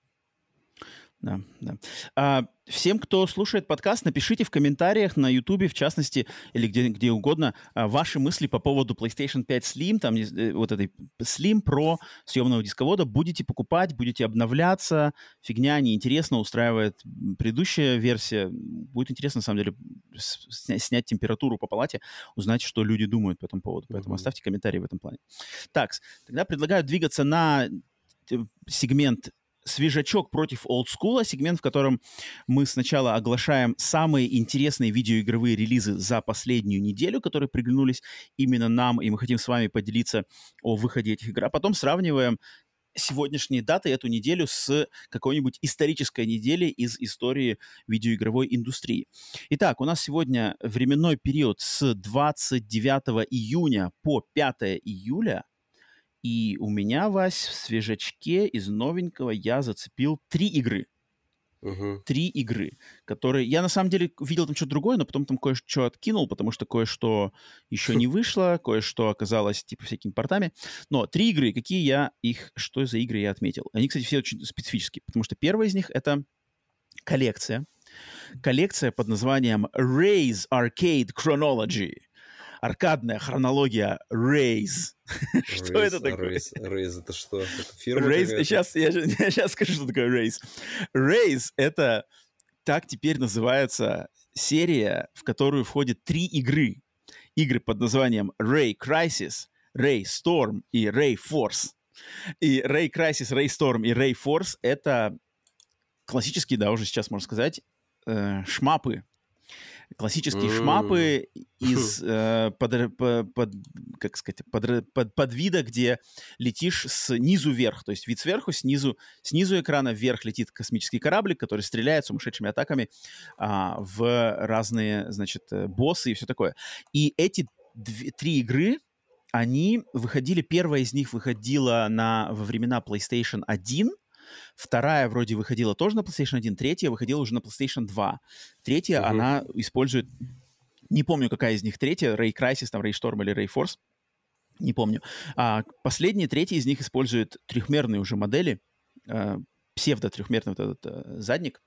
Да. Всем, кто слушает подкаст, напишите в комментариях на YouTube, в частности, или где угодно, ваши мысли по поводу PlayStation 5 Slim, там вот этой Slim Pro съемного дисковода. Будете покупать, будете обновляться. Фигня, неинтересно, устраивает предыдущая версия. Будет интересно, на самом деле, снять температуру по палате, узнать, что люди думают по этому поводу. Поэтому оставьте комментарии в этом плане. Так, тогда предлагаю двигаться на сегмент свежачок против олдскула, сегмент, в котором мы сначала оглашаем самые интересные видеоигровые релизы за последнюю неделю, которые приглянулись именно нам, и мы хотим с вами поделиться о выходе этих игр, а потом сравниваем сегодняшние даты, эту неделю, с какой-нибудь исторической неделей из истории видеоигровой индустрии. Итак, у нас сегодня временной период с 29 июня по 5 июля, и у меня, Вась, в свежачке из новенького я зацепил 3 игры. 3 игры, которые... Я, на самом деле, видел там что-то другое, но потом там кое-что откинул, потому что кое-что еще не вышло, кое-что оказалось, типа, всякими портами. Но 3 игры, какие я их... Что за игры я отметил? Они, кстати, все очень специфические, потому что первая из них — это коллекция. Коллекция под названием Ray's Arcade Chronology. Аркадная хронология Ray's. Что это такое? Ray's это что? Это фирма какая-то? Сейчас скажу, что такое Ray's. Ray's — это так теперь называется серия, в которую входят 3 игры. Игры под названием Ray Crisis, Ray Storm и Ray Force. И Ray Crisis, Ray Storm и Ray Force — это классические, да, уже сейчас можно сказать, шмапы. Классические шмапы из подвида, где летишь снизу вверх, то есть вид сверху, снизу экрана вверх летит космический кораблик, который стреляет сумасшедшими атаками в разные, значит, боссы и все такое. И эти 3 игры, они выходили, первая из них выходила во времена PlayStation 1, вторая вроде выходила тоже на PlayStation 1, третья выходила уже на PlayStation 2. Третья, она использует... Не помню, какая из них третья, Ray Crisis, там, Ray Storm или Ray Force. Не помню. Последняя, третья из них использует трехмерные уже модели, псевдо-трехмерный вот этот задник.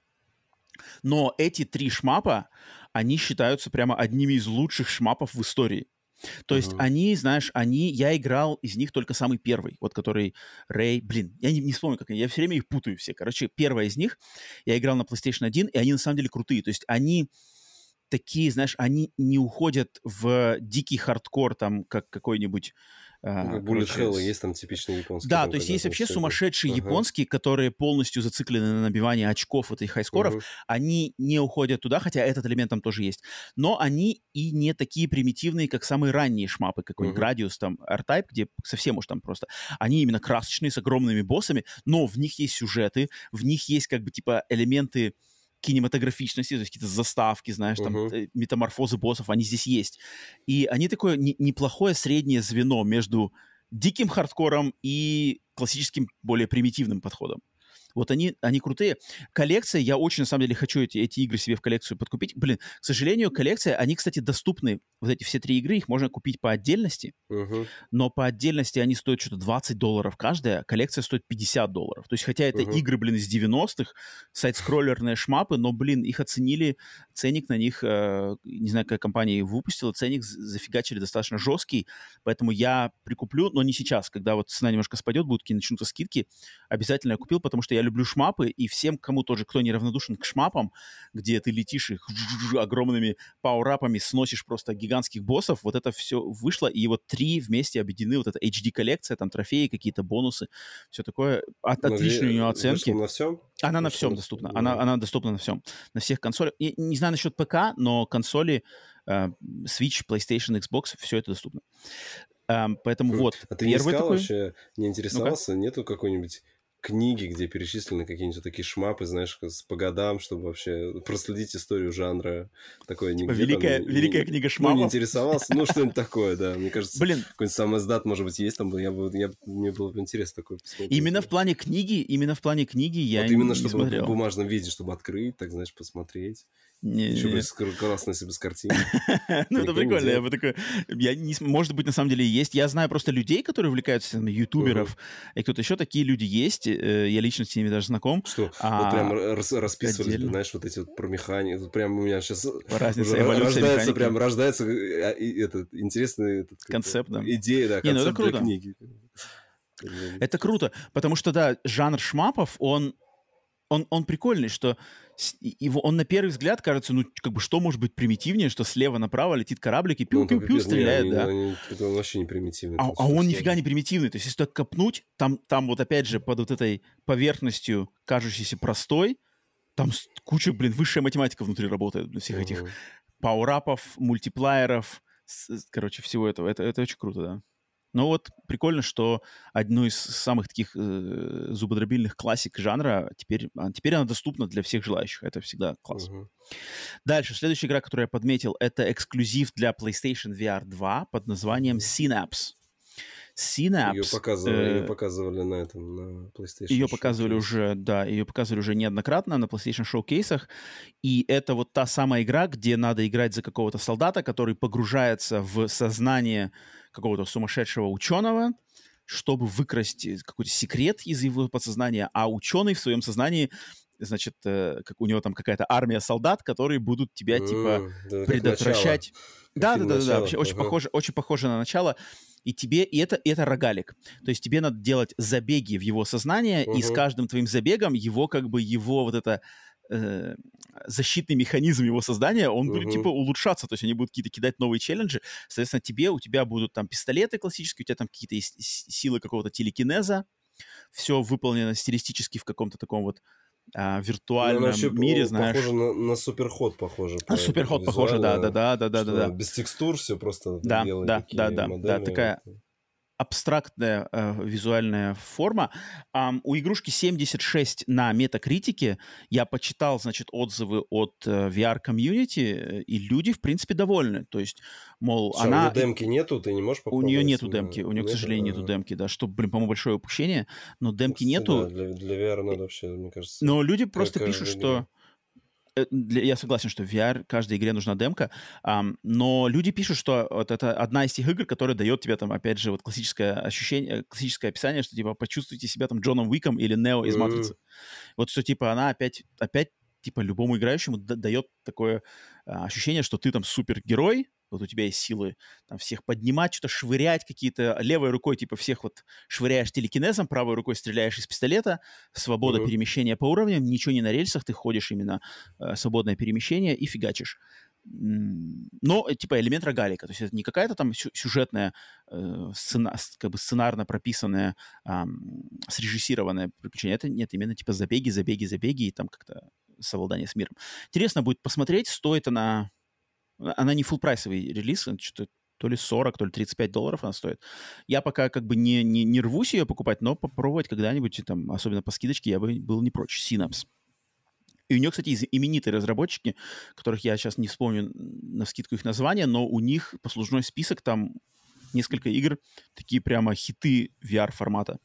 Но эти 3 шмапа, они считаются прямо одними из лучших шмапов в истории. То есть они, знаешь, я играл из них только самый первый, вот который Ray, я не вспомню, как они, я все время их путаю все. Короче, первая из них я играл на PlayStation 1, и они на самом деле крутые. То есть они такие, знаешь, они не уходят в дикий хардкор, там, как какой-нибудь... Bullet Hell есть там типичный японский. Да, то есть есть вообще сумасшедшие японские, которые полностью зациклены на набивании очков вот этих хайскоров. Они не уходят туда, хотя этот элемент там тоже есть. Но они и не такие примитивные, как самые ранние шмапы, какой-нибудь Gradius, там, R-Type, где совсем уж там просто... Они именно красочные, с огромными боссами, но в них есть сюжеты, в них есть как бы типа элементы кинематографичности, то есть какие-то заставки, знаешь, там, метаморфозы боссов, они здесь есть. И они такое неплохое среднее звено между диким хардкором и классическим, более примитивным подходом. Вот они крутые. Коллекция, я очень, на самом деле, хочу эти игры себе в коллекцию подкупить. К сожалению, коллекция, они, кстати, доступны. Вот эти все 3 игры, их можно купить по отдельности, но по отдельности они стоят что-то $20 каждая, коллекция стоит $50. То есть, хотя это игры, из 90-х, сайт-скроллерные шмапы, но, их оценили, ценник на них, не знаю, какая компания выпустила, ценник зафигачили достаточно жесткий, поэтому я прикуплю, но не сейчас, когда вот цена немножко спадет, будут начнутся скидки, обязательно я купил, потому что я люблю шмапы, и всем, кому тоже, кто неравнодушен к шмапам, где ты летишь их огромными пауэрапами, сносишь просто гигантских боссов, вот это все вышло, и вот 3 вместе объединены, вот эта HD-коллекция, там трофеи, какие-то бонусы, все такое. Отличные у нее оценки. На всем? Она на всем доступна. Она доступна на всем. На всех консолях. Я не знаю насчет ПК, но консоли Switch, PlayStation, Xbox, все это доступно. Поэтому вот. А ты не искал вообще, не интересовался? Ну-ка. Нету какой-нибудь книги, где перечислены какие-нибудь такие шмапы, знаешь, по годам, чтобы вообще проследить историю жанра. Такое типа великая книга шмапов. Не интересовался, что-нибудь такое, да. Мне кажется, какой-нибудь сам издат, может быть, есть там. Мне было бы интересно такое посмотреть. Именно в плане книги я не смотрел. Вот именно, чтобы в бумажном виде, чтобы открыть, так, знаешь, посмотреть. Еще классно, если без картинки. Ну, это прикольно. Я бы такой... Может быть, на самом деле есть. Я знаю просто людей, которые увлекаются, ютуберов, и кто-то еще, такие люди есть. Я лично с ними даже знаком. Что? Вот прям расписывали, знаешь, вот эти вот про механику. Прям у меня сейчас рождается интересный концепт, да. Идея, да, концепт для книги. Это круто, потому что, да, жанр шмапов, он он прикольный, что он на первый взгляд кажется, ну, как бы, что может быть примитивнее, что слева направо летит кораблик и пиу-пиу-пиу стреляет, да. Это вообще не примитивный. А он нифига не примитивный. То есть, если так копнуть, там вот опять же под вот этой поверхностью, кажущейся простой, там куча, высшая математика внутри работает для всех этих пауэрапов, мультиплееров, короче, всего этого. Это очень круто, да. Но вот прикольно, что одну из самых таких зубодробильных классик жанра теперь она доступна для всех желающих. Это всегда класс. Дальше, следующая игра, которую я подметил, это эксклюзив для PlayStation VR 2 под названием Synapse. Synapse. Ее показывали на PlayStation. Ее показывали уже неоднократно на PlayStation шоу-кейсах. И это вот та самая игра, где надо играть за какого-то солдата, который погружается в сознание какого-то сумасшедшего ученого, чтобы выкрасть какой-то секрет из его подсознания, а ученый в своем сознании, значит, как у него там какая-то армия солдат, которые будут тебя, типа, предотвращать. Да, вообще очень похоже на начало. И это рогалик. То есть тебе надо делать забеги в его сознание, и с каждым твоим забегом его вот это защитный механизм его создания, он будет, типа, улучшаться. То есть они будут какие-то кидать новые челленджи. Соответственно, у тебя будут там пистолеты классические, у тебя там какие-то есть силы какого-то телекинеза. Все выполнено стилистически в каком-то таком вот виртуальном мире, знаешь. Похоже на Суперход, похоже. На Суперход похоже, да. Без текстур все просто белые такие модели. Да, такая абстрактная визуальная форма. У игрушки 76 на Метакритике. Я почитал, значит, отзывы от VR-комьюнити, и люди, в принципе, довольны. То есть, мол, у нее демки нету, ты не можешь попробовать? У нее нету демки. У нее, к сожалению, нету демки, да. Что, по-моему, большое упущение. Но демки нету. Да, для VR надо вообще, мне кажется. Но люди просто пишут, что... Я согласен, что в VR каждой игре нужна демка, но люди пишут, что вот это одна из тех игр, которая дает тебе там, опять же, вот классическое ощущение, классическое описание, что типа почувствуйте себя там Джоном Уиком или Нео из Матрицы. Вот что типа она опять типа любому играющему дает такое ощущение, что ты там супергерой, вот у тебя есть силы там всех поднимать, что-то швырять какие-то, левой рукой типа всех вот швыряешь телекинезом, правой рукой стреляешь из пистолета, свобода перемещения по уровням, ничего не на рельсах, ты ходишь именно свободное перемещение и фигачишь. Но типа элемент рогалика, то есть это не какая-то там сюжетная, как бы сценарно прописанная, срежиссированное приключение, это нет, именно типа забеги и там как-то совладание с миром. Интересно будет посмотреть, стоит она не фулл-прайсовый релиз, что-то то ли 40, то ли $35 она стоит. Я пока как бы не рвусь ее покупать, но попробовать когда-нибудь, там, особенно по скидочке, я бы был не прочь. Synapse. И у нее, кстати, именитые разработчики, которых я сейчас не вспомню навскидку их названия, но у них послужной список, там несколько игр, такие прямо хиты VR-формата.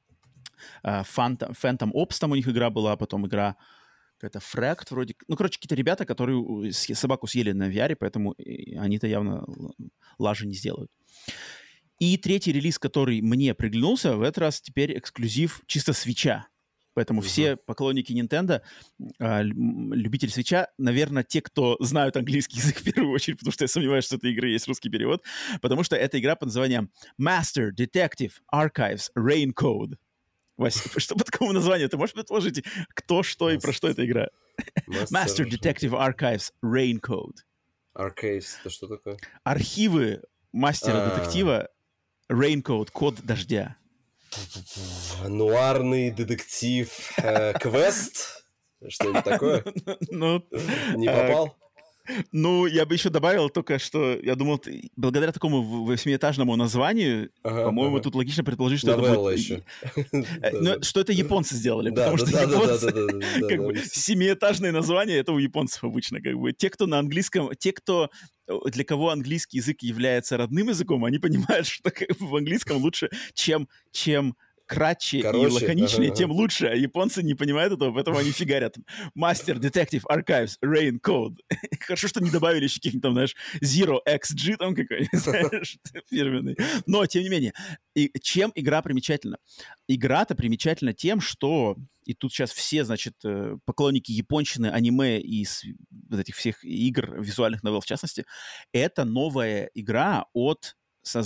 Phantom Ops там у них игра была, потом игра какая-то Fract вроде. Ну, короче, какие-то ребята, которые собаку съели на VR, поэтому они-то явно лажи не сделают. И третий релиз, который мне приглянулся, в этот раз теперь эксклюзив чисто свитча. Поэтому все поклонники Nintendo, любители свитча, наверное, те, кто знают английский язык в первую очередь, потому что я сомневаюсь, что у этой игры есть русский перевод, потому что это игра под названием Master Detective Archives Raincode. Вася, что по такому названию? Ты можешь предположить, кто, что и про что эта игра? Master Detective Archives Raincode. Archives, это что такое? Архивы мастера-детектива Raincode, код дождя. Нуарный детектив квест? Что-нибудь такое? Не попал? Ну, я бы еще добавил только, что я думал, благодаря такому восьмиэтажному названию, по-моему, тут логично предположить, что это будет... Что это японцы сделали, потому что японцы... Как бы семиэтажные названия, это у японцев обычно. Как бы те, кто на английском... Для кого английский язык является родным языком, они понимают, что в английском лучше, чем кратче и лаконичнее, тем лучше. А японцы не понимают этого, поэтому они фигарят. Master Detective Archives Raincode. Хорошо, что не добавили еще каких-нибудь там, знаешь, Zero XG там какой-нибудь, знаешь, фирменный. Но, тем не менее, чем игра примечательна? Игра-то примечательна тем, что... И тут сейчас все, значит, поклонники японщины, аниме и вот этих всех игр, визуальных новелл в частности, это новая игра от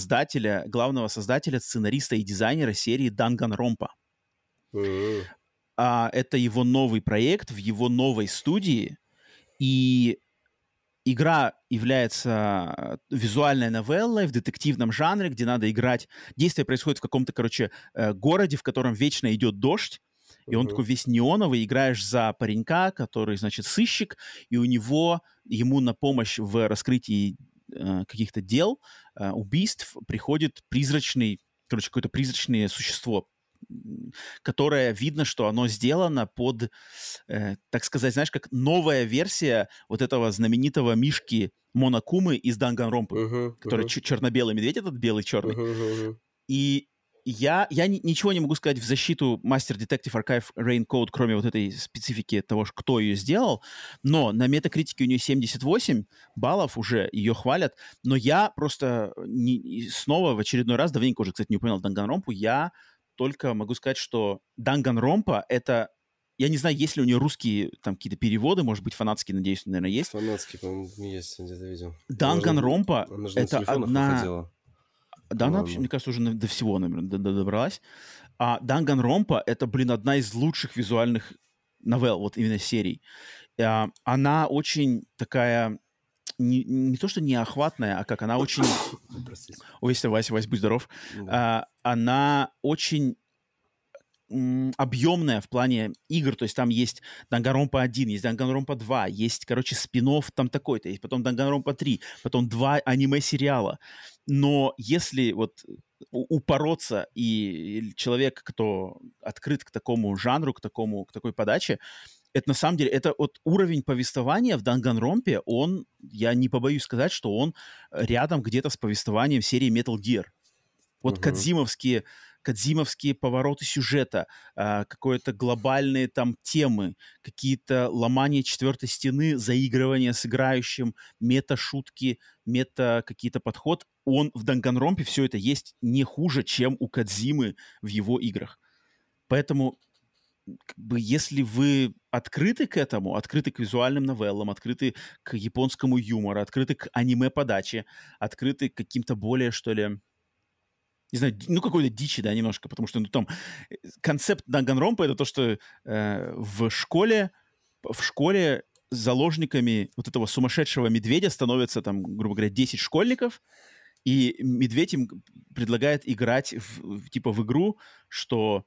главного создателя, сценариста и дизайнера серии Данганронпа. это его новый проект в его новой студии, и игра является визуальной новеллой в детективном жанре, где надо играть. Действие происходит в каком-то, городе, в котором вечно идет дождь, и он такой весь неоновый, играешь за паренька, который, значит, сыщик, и ему на помощь в раскрытии каких-то дел, убийств приходит какое-то призрачное существо, которое видно, что оно сделано под, так сказать, знаешь, как новая версия вот этого знаменитого мишки Монокумы из Данганронпы, который черно-белый медведь, этот белый-черный. И я ничего не могу сказать в защиту Master Detective Archive Rain Code, кроме вот этой специфики того, кто ее сделал, но на метакритике у нее 78 баллов уже, ее хвалят, но я просто снова в очередной раз, давненько уже, кстати, не упоминал Данганронпу, я только могу сказать, что Данганронпа — это... Я не знаю, есть ли у нее русские там какие-то переводы, может быть, фанатские, надеюсь, наверное, есть. Фанатские, по-моему, есть, где-то видел. Данганронпа — это одна... Выходила. Да, она вообще, мне кажется, уже до всего, наверное, добралась. А Данганронпа — это, одна из лучших визуальных новелл, вот именно серий. Она очень такая... Не то, что неохватная, а как она очень... Ой, если Вася, будь здоров. Она очень объемная в плане игр, то есть там есть Данганронпа 1, есть Данганронпа 2, есть, спин-офф там такой-то, есть потом Данганронпа 3, потом 2 аниме-сериала. Но если вот упороться, и человек, кто открыт к такому жанру, к такой подаче, это на самом деле, это вот уровень повествования в Данганронпе, я не побоюсь сказать, что он рядом где-то с повествованием серии Metal Gear. Вот кодзимовские повороты сюжета, какие-то глобальные там темы, какие-то ломания четвертой стены, заигрывания с играющим, мета-шутки, какие-то подход. Он в Данганронпе все это есть не хуже, чем у Кодзимы в его играх. Поэтому если вы открыты к этому, открыты к визуальным новеллам, открыты к японскому юмору, открыты к аниме-подаче, открыты к каким-то более, что ли, не знаю, какой-то дичи, да, немножко, потому что там концепт Данганронпа — это то, что в школе заложниками вот этого сумасшедшего медведя становятся там, грубо говоря, 10 школьников, и медведь им предлагает играть в игру, что...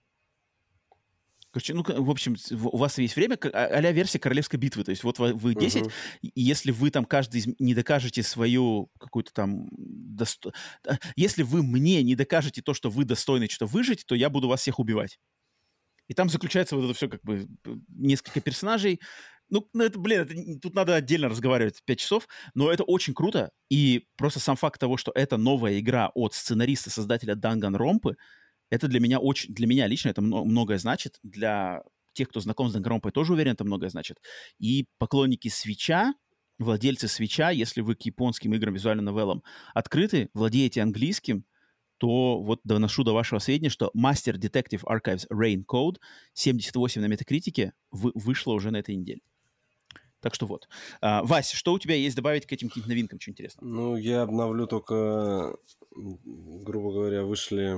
в общем, у вас есть время, а-ля версия королевской битвы. То есть вот вы 10, и если вы там каждый не докажете свою какую-то там... Если вы мне не докажете то, что вы достойны что-то выжить, то я буду вас всех убивать. И там заключается вот это все несколько персонажей. Тут надо отдельно разговаривать 5 часов, но это очень круто. И просто сам факт того, что это новая игра от сценариста-создателя Данганронпы, это для меня лично это многое значит. Для тех, кто знаком с Данганронпой, тоже уверен, это многое значит. И поклонники Switch'а, владельцы Switch'а, если вы к японским играм, визуальным новеллам открыты, владеете английским, то вот доношу до вашего сведения, что Master Detective Archives Rain Code 78 на метакритике вышло уже на этой неделе. Так что вот. Вась, что у тебя есть добавить к этим каким-то новинкам, что интересно? Я обновлю только, грубо говоря, вышли...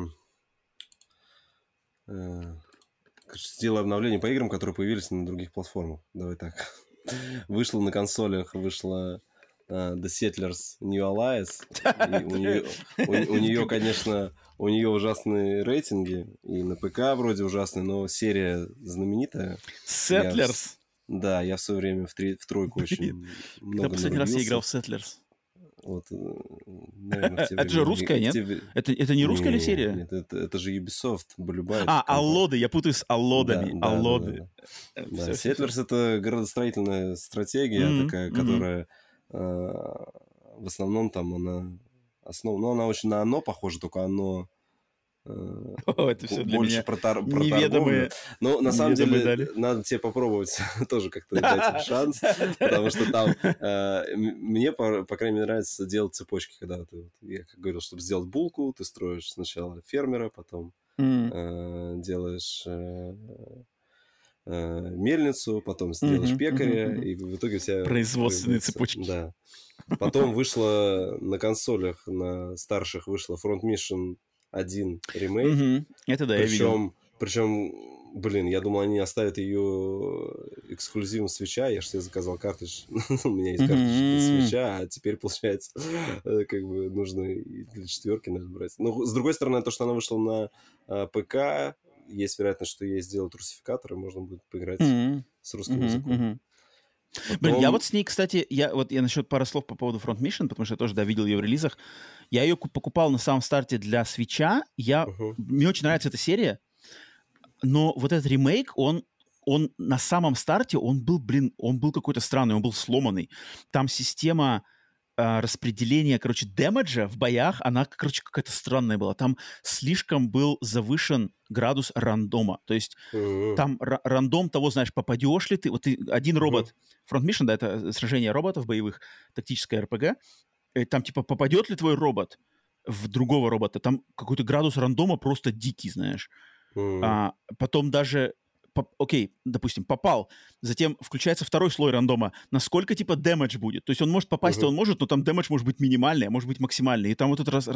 Сделаю обновление по играм, которые появились на других платформах. Давай так. Вышло на консолях, вышла The Settlers New Allies. У нее, конечно, ужасные рейтинги. И на ПК вроде ужасные, но серия знаменитая. Settlers? Да, я в свое время в тройку очень много. Когда последний раз я играл в Settlers? Вот, наверное, это же русская, нет? Это не русская ли серия? Нет, это же Ubisoft, Балюбаев. Аллоды, я путаю с Аллодами. Да, Аллоды. Да, Settlers — это градостроительная стратегия такая, которая в основном там она очень на оно похоже, только оно это все для больше меня про торговлю. Но на самом деле надо тебе попробовать тоже как-то дать им шанс, потому что там мне, по крайней мере, нравится делать цепочки, когда я как говорил, чтобы сделать булку, ты строишь сначала фермера, потом делаешь мельницу, потом сделаешь пекаря, и в итоге вся... Производственные цепочки. Да. Потом вышло на консолях, на старших вышло Front Mission 1 ремейк. Это да, я видел. Причем Блин, я думал, они оставят ее эксклюзивом Свитча. Я же себе заказал картридж. У меня есть картридж Свитча, а теперь, получается, как бы нужно и для 4 надо брать. Но, с другой стороны, то, что она вышла на ПК, есть вероятность, что ей сделают русификатор, и можно будет поиграть с русским языком. Потом... Блин, я вот с ней, кстати, я насчет пары слов по поводу Front Mission, потому что я тоже, да, видел ее в релизах. Я ее покупал на самом старте для Свитча. Мне очень нравится эта серия, но вот этот ремейк, он на самом старте, он был какой-то странный, он был сломанный. Там система распределения, дэмэджа в боях, она, какая-то странная была. Там слишком был завышен градус рандома. То есть там рандом того, знаешь, попадешь ли ты... Вот ты один робот... Front Mission, да, это сражение роботов боевых, тактическое РПГ. Там, типа, попадет ли твой робот в другого робота? Там какой-то градус рандома просто дикий, знаешь. Потом даже... Окей, допустим, попал. Затем включается второй слой рандома. Насколько, типа, дэмэдж будет? То есть он может попасть, он может, но там дэмэдж может быть минимальный, а может быть максимальный. И там вот этот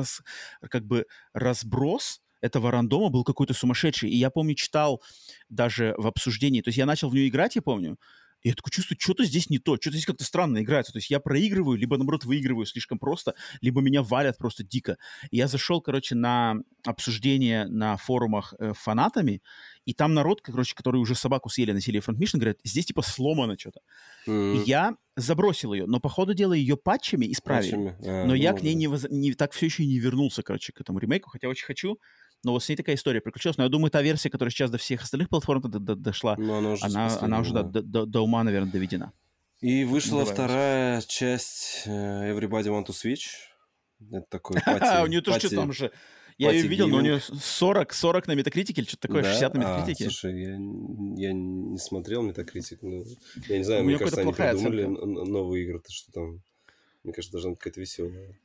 разброс этого рандома был какой-то сумасшедший. И я помню, читал даже в обсуждении. То есть я начал в нее играть, я помню. И я такой чувствую, что-то здесь не то, что-то здесь как-то странно играется. То есть я проигрываю, либо, наоборот, выигрываю слишком просто, либо меня валят просто дико. И я зашел, на обсуждение на форумах фанатами, и там народ, который уже собаку съели на серии Front Mission, говорят, здесь типа сломано что-то. И я забросил ее, но по ходу дела ее патчами исправили. Но я к ней так все еще и не вернулся, к этому ремейку, хотя очень хочу. Но вот с ней такая история приключилась. Но я думаю, та версия, которая сейчас до всех остальных платформ дошла, она уже до ума, наверное, доведена. И вышла вторая часть Everybody Want to Switch. Это такой пати. У нее тоже что там же... Я ее видел, но у нее 40 на Метакритике или что-то такое, 60 на Метакритике. Слушай, я не смотрел Метакритик. Я не знаю, мне кажется, они придумали новые игры. Что там, мне кажется, должна быть какая-то веселая.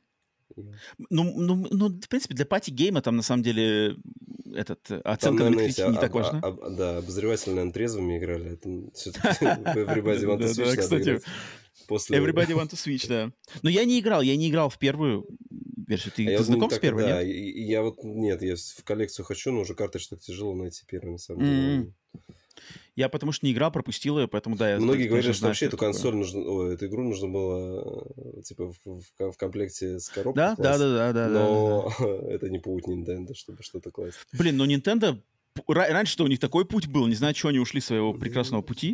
В принципе, для пати-гейма там, на самом деле, оценка на Метакритике не так важна. Да, обозреватели, наверное, трезвыми играли. Это все-таки Everybody Want to Switch надо играть. Everybody Want to Switch, да. Но я не играл в первую версию. Ты знаком с первой, нет? Нет, я в коллекцию хочу, но уже картридж так тяжело найти первый, на самом деле. Я потому что не играл, пропустил ее, поэтому да. Многие говорят, что вообще эту консоль эту игру нужно было типа в комплекте с коробкой класть. Да. Но это не путь Nintendo, чтобы что-то класть. Блин, но Nintendo раньше-то у них такой путь был, не знаю, чего они ушли с своего прекрасного пути.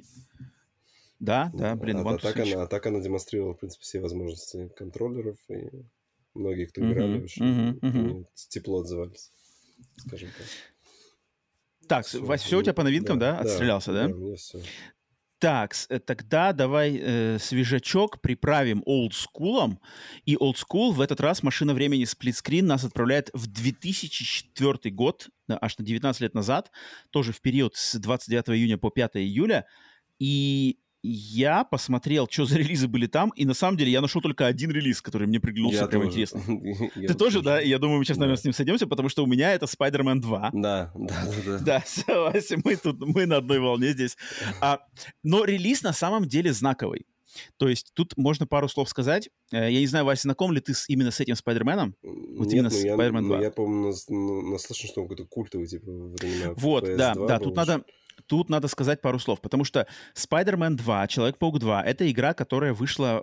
Да, блин. Так она демонстрировала, в принципе, все возможности контроллеров, и многие, кто играли, очень тепло отзывались, скажем так. Так, Вась, все у тебя по новинкам, да? Отстрелялся, да? Да, у меня все. Так, тогда давай свежачок приправим олдскулом. И олдскул в этот раз машина времени сплитскрин нас отправляет в 2004 год, аж на 19 лет назад, тоже в период с 29 июня по 5 июля. И я посмотрел, что за релизы были там, и на самом деле я нашел только один релиз, который мне приглянулся прям интересный. Ты тоже, да? Я думаю, мы сейчас, наверное, с ним сойдемся, потому что у меня это Spider-Man 2. Да. Да, Вася, мы на одной волне здесь. Но релиз на самом деле знаковый. То есть тут можно пару слов сказать. Я не знаю, Вася, знаком ли ты именно с этим Спайдерменом? Вот именно с Spider-Man 2. Я, по-моему, наслышан, что он какой-то культовый, типа, времена вот, PS2 да, Тут надо сказать пару слов, потому что Spider-Man 2, Человек-паук 2 — это игра, которая вышла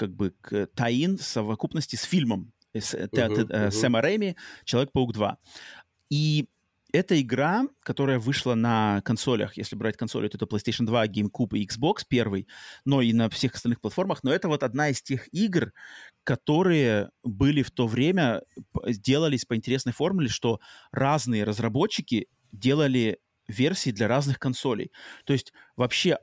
к tie-in в совокупности с фильмом Сэма Рэйми «Человек-паук 2». И эта игра, которая вышла на консолях, если брать консоли, то это PlayStation 2, GameCube и Xbox первый, но и на всех остальных платформах. Но это вот одна из тех игр, которые были в то время, делались по интересной формуле, что разные разработчики делали версии для разных консолей. То есть вообще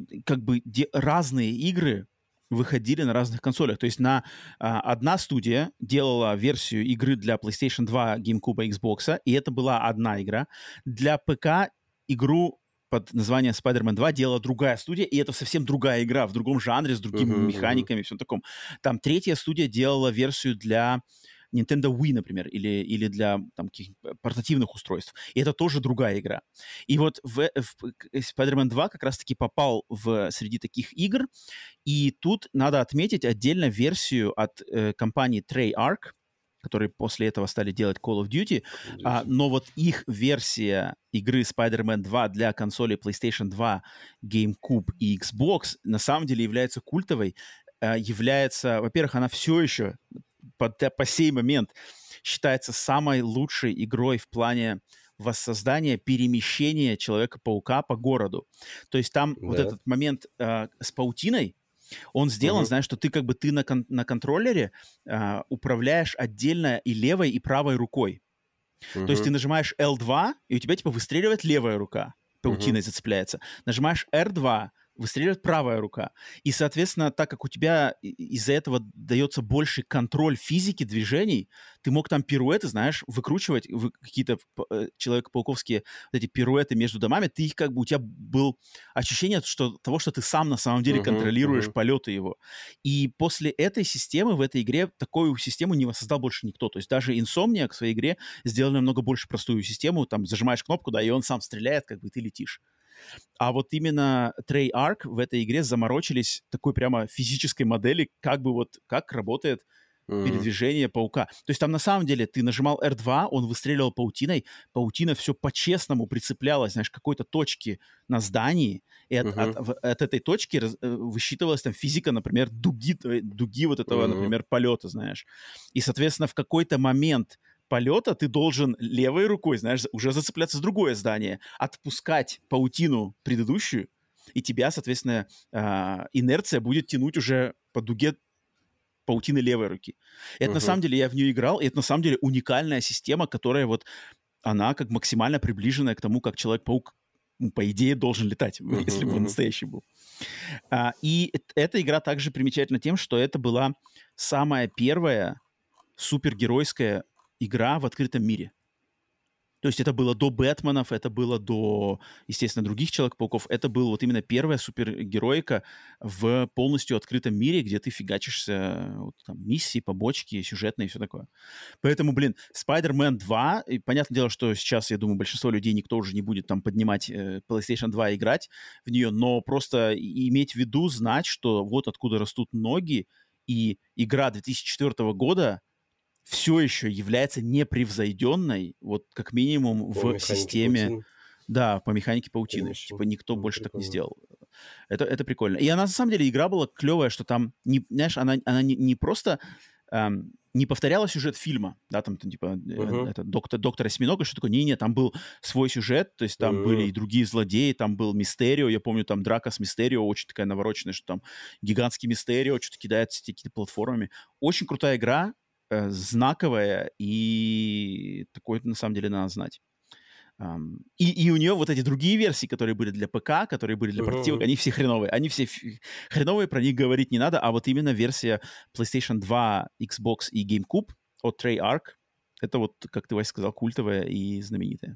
разные игры выходили на разных консолях. То есть одна студия делала версию игры для PlayStation 2, GameCube и Xbox, и это была одна игра. Для ПК игру под названием Spider-Man 2 делала другая студия, и это совсем другая игра, в другом жанре, с другими механиками, все таком. Там третья студия делала версию для Nintendo Wii, например, или для каких-то портативных устройств. И это тоже другая игра. И вот Spider-Man 2 как раз-таки попал среди таких игр. И тут надо отметить отдельно версию от компании Treyarch, которые после этого стали делать Call of Duty, но вот их версия игры Spider-Man 2 для консолей PlayStation 2, GameCube и Xbox на самом деле является культовой, является, во-первых, она все еще по сей момент считается самой лучшей игрой в плане воссоздания, перемещения Человека-паука по городу. То есть там вот этот момент с паутиной, он сделан, знаешь, что ты на контроллере управляешь отдельно и левой, и правой рукой. То есть ты нажимаешь L2, и у тебя типа выстреливает левая рука, паутиной зацепляется. Нажимаешь R2, выстреливает правая рука. И, соответственно, так как у тебя из-за этого дается больший контроль физики движений, ты мог там пируэты, знаешь, выкручивать, какие-то человек-пауковские вот эти пируэты между домами, ты их у тебя было ощущение того, что ты сам на самом деле контролируешь полеты его. И после этой системы в этой игре такую систему не воссоздал больше никто. То есть даже Insomniac в своей игре сделал намного больше простую систему, там зажимаешь кнопку, да, и он сам стреляет, и ты летишь. А вот именно Treyarch в этой игре заморочились такой прямо физической модели, как работает передвижение паука. То есть там на самом деле ты нажимал R2, он выстреливал паутиной, паутина все по-честному прицеплялась, знаешь, к какой-то точке на здании, и от этой точки высчитывалась там физика, например, дуги вот этого, например, полета, знаешь. И, соответственно, в какой-то момент полета ты должен левой рукой, знаешь, уже зацепляться за другое здание, отпускать паутину предыдущую, и тебя, соответственно, инерция будет тянуть уже по дуге паутины левой руки. Это на самом деле, я в нее играл, и это на самом деле уникальная система, которая она максимально приближенная к тому, как Человек-паук, по идее, должен летать, если бы он настоящий был. И эта игра также примечательна тем, что это была самая первая супергеройская игра в открытом мире. То есть это было до Бэтменов, это было до, естественно, других Человек-пауков. Это была именно первая супергероика в полностью открытом мире, где ты фигачишься, миссии, побочки, сюжетные и все такое. Поэтому, Spider-Man 2, и понятное дело, что сейчас, я думаю, большинство людей, никто уже не будет там поднимать PlayStation 2 и играть в нее, но просто иметь в виду, знать, что вот откуда растут ноги, и игра 2004 года все еще является непревзойденной, как минимум в системе... Паутины. Да, по механике паутины. Типа никто больше так не сделал. Это прикольно. И она, на самом деле, игра была клевая, что там, знаешь, она не просто... не повторяла сюжет фильма, да, это доктор Осьминога, что такое, не, там был свой сюжет, то есть там были и другие злодеи, там был Мистерио, я помню, там драка с Мистерио, очень такая навороченная, что там гигантский Мистерио что-то кидает какие-то платформами. Очень крутая игра, знаковая, и такое на самом деле надо знать. И у нее вот эти другие версии, которые были для ПК, которые были для портативок, они все хреновые. Они все хреновые, про них говорить не надо, а вот именно версия PlayStation 2, Xbox и GameCube от Treyarch, это как ты, Вася, сказал, культовая и знаменитая.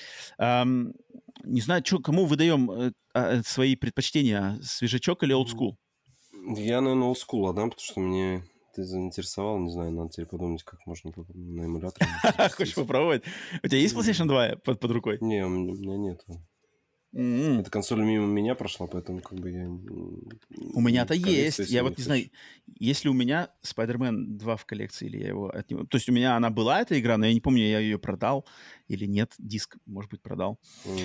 Не знаю, кому выдаем свои предпочтения, свежачок или олдскул? Я, наверное, олдскул отдам, потому что мне... Ты заинтересовал, не знаю, надо теперь подумать, как можно на эмуляторе. Хочешь попробовать? У тебя есть PlayStation 2 под рукой? Не, у меня нет. Эта консоль мимо меня прошла, поэтому я... У меня-то есть. Я не знаю, есть ли у меня Spider-Man 2 в коллекции, или я его отниму. То есть у меня она была, эта игра, но я не помню, я ее продал или нет. Диск, может быть, продал.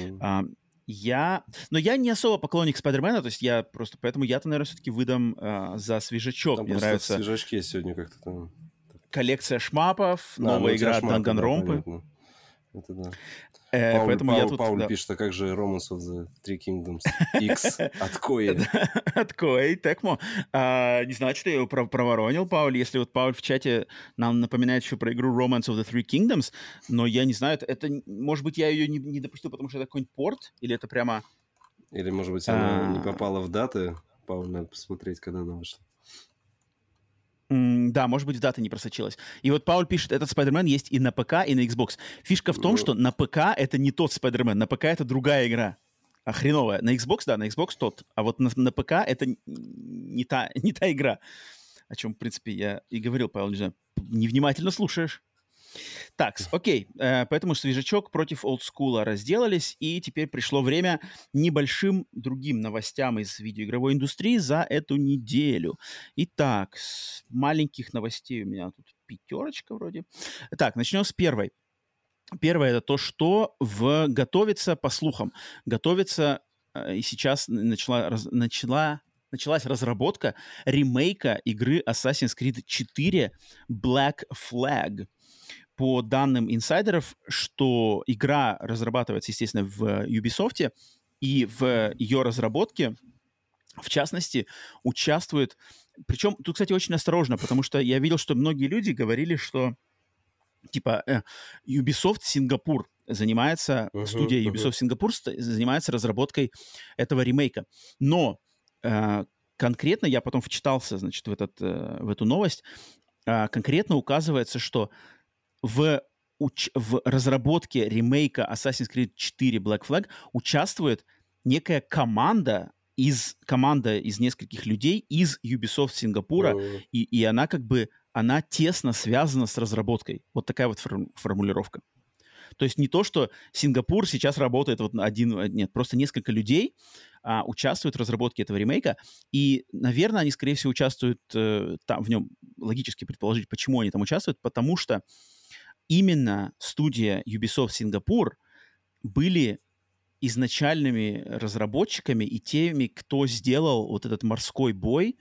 Но я не особо поклонник Спайдермена, то есть поэтому я-то, наверное, все-таки выдам за свежачок. Там мне нравится свежачки сегодня как-то там... Коллекция шмапов, новая игра Данганронпы. Это да. Пауль пишет, а как же Romance of the Three Kingdoms X от Koei? От Koei, Tecmo. Не знаю, что я его проворонил, Пауль. Если Пауль в чате нам напоминает еще про игру Romance of the Three Kingdoms, но я не знаю, это может быть, я ее не допустил, потому что это какой-нибудь порт, или это прямо... Или, может быть, она не попала в даты. Пауль, надо посмотреть, когда она вышла. Да, может быть, в даты не просочилась. И Пауль пишет, этот Spider-Man есть и на ПК, и на Xbox. Фишка в том, что на ПК это не тот Spider-Man, на ПК это другая игра. Хреновая. На Xbox, да, на Xbox тот. А вот на ПК это не та игра. О чем, в принципе, я и говорил, Павел, не знаю, невнимательно слушаешь. Так, окей. Поэтому свежачок против олдскула разделались, и теперь пришло время небольшим другим новостям из видеоигровой индустрии за эту неделю. Итак, с маленьких новостей у меня тут 5 вроде. Так, начнем с первой. Первое — это то, что готовится, по слухам, готовится, и сейчас началась разработка ремейка игры Assassin's Creed 4 Black Flag. По данным инсайдеров, что игра разрабатывается, естественно, в Ubisoft, и в ее разработке, в частности, участвует... Причем тут, кстати, очень осторожно, потому что я видел, что многие люди говорили, что типа Ubisoft Сингапур занимается, студия Ubisoft Сингапур занимается разработкой этого ремейка. Но конкретно, я потом вчитался, значит, в эту новость, конкретно указывается, что в разработке ремейка Assassin's Creed 4 Black Flag участвует некая команда из нескольких людей из Ubisoft Сингапура, и она она тесно связана с разработкой. Вот такая вот формулировка. То есть не то, что Сингапур сейчас работает нет, просто несколько людей участвуют в разработке этого ремейка, и, наверное, они, скорее всего, участвуют там, в нем, логически предположить, почему они там участвуют, потому что именно студия Ubisoft Сингапур были изначальными разработчиками и теми, кто сделал вот этот морской бой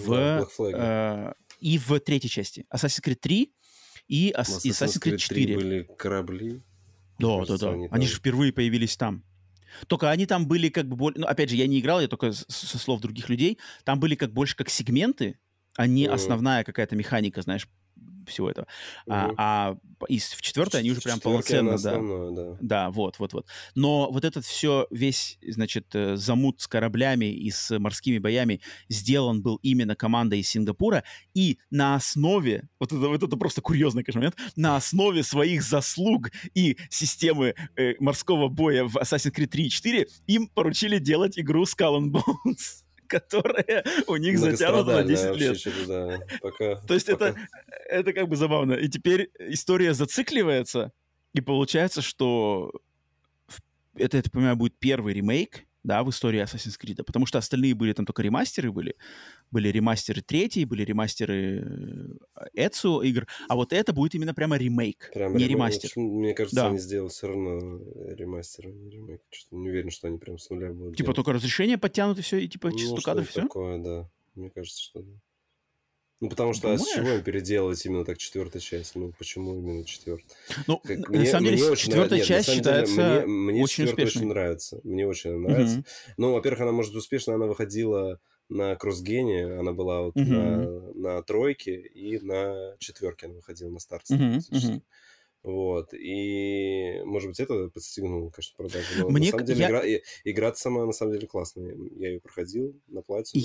и в третьей части. Assassin's Creed 3 и Assassin's Creed 4. 3 были корабли. Да. Они же впервые появились там. Только они там были как бы... Ну, опять же, я не играл, я только со слов других людей. Там были больше как сегменты, а не основная какая-то механика, знаешь, всего этого. В четвертой они уже прям полноценно, да, вот. Но вот этот весь, значит, замут с кораблями и с морскими боями сделан был именно командой из Сингапура, и на основе, вот это просто курьезный, конечно, момент, на основе своих заслуг и системы морского боя в Assassin's Creed 3 и 4 им поручили делать игру Skull and Bones, которая у них затянута на 10 лет. То есть это как бы забавно. И теперь история зацикливается, и получается, что это, я понимаю, будет первый ремейк, да, в истории Assassin's Creed, потому что остальные были там только ремастеры были. Были ремастеры 3, были ремастеры Ezio игр, а вот это будет именно прямо ремейк, не ремастер. Мне кажется, они сделают все равно ремастер, а не ремейк. Что-то не уверен, что они прям с нуля будут делать. Только разрешение подтянут и все, и типа частоту кадров, все? Такое, да. Мне кажется, что да. Ну, потому что с чего им переделать именно так четвертая часть? Ну, почему именно четвертая? Ну, на самом деле, четвертая часть считается мне очень успешной. Очень нравится. Мне очень нравится. Ну, во-первых, она, может, успешно, она выходила на кроссгене, она была вот на тройке, и на четверке она выходила на старте. Вот. И, может быть, это подстегнуло, конечно, продажи. Но на самом деле игра сама, на самом деле, классная. Я ее проходил на платину.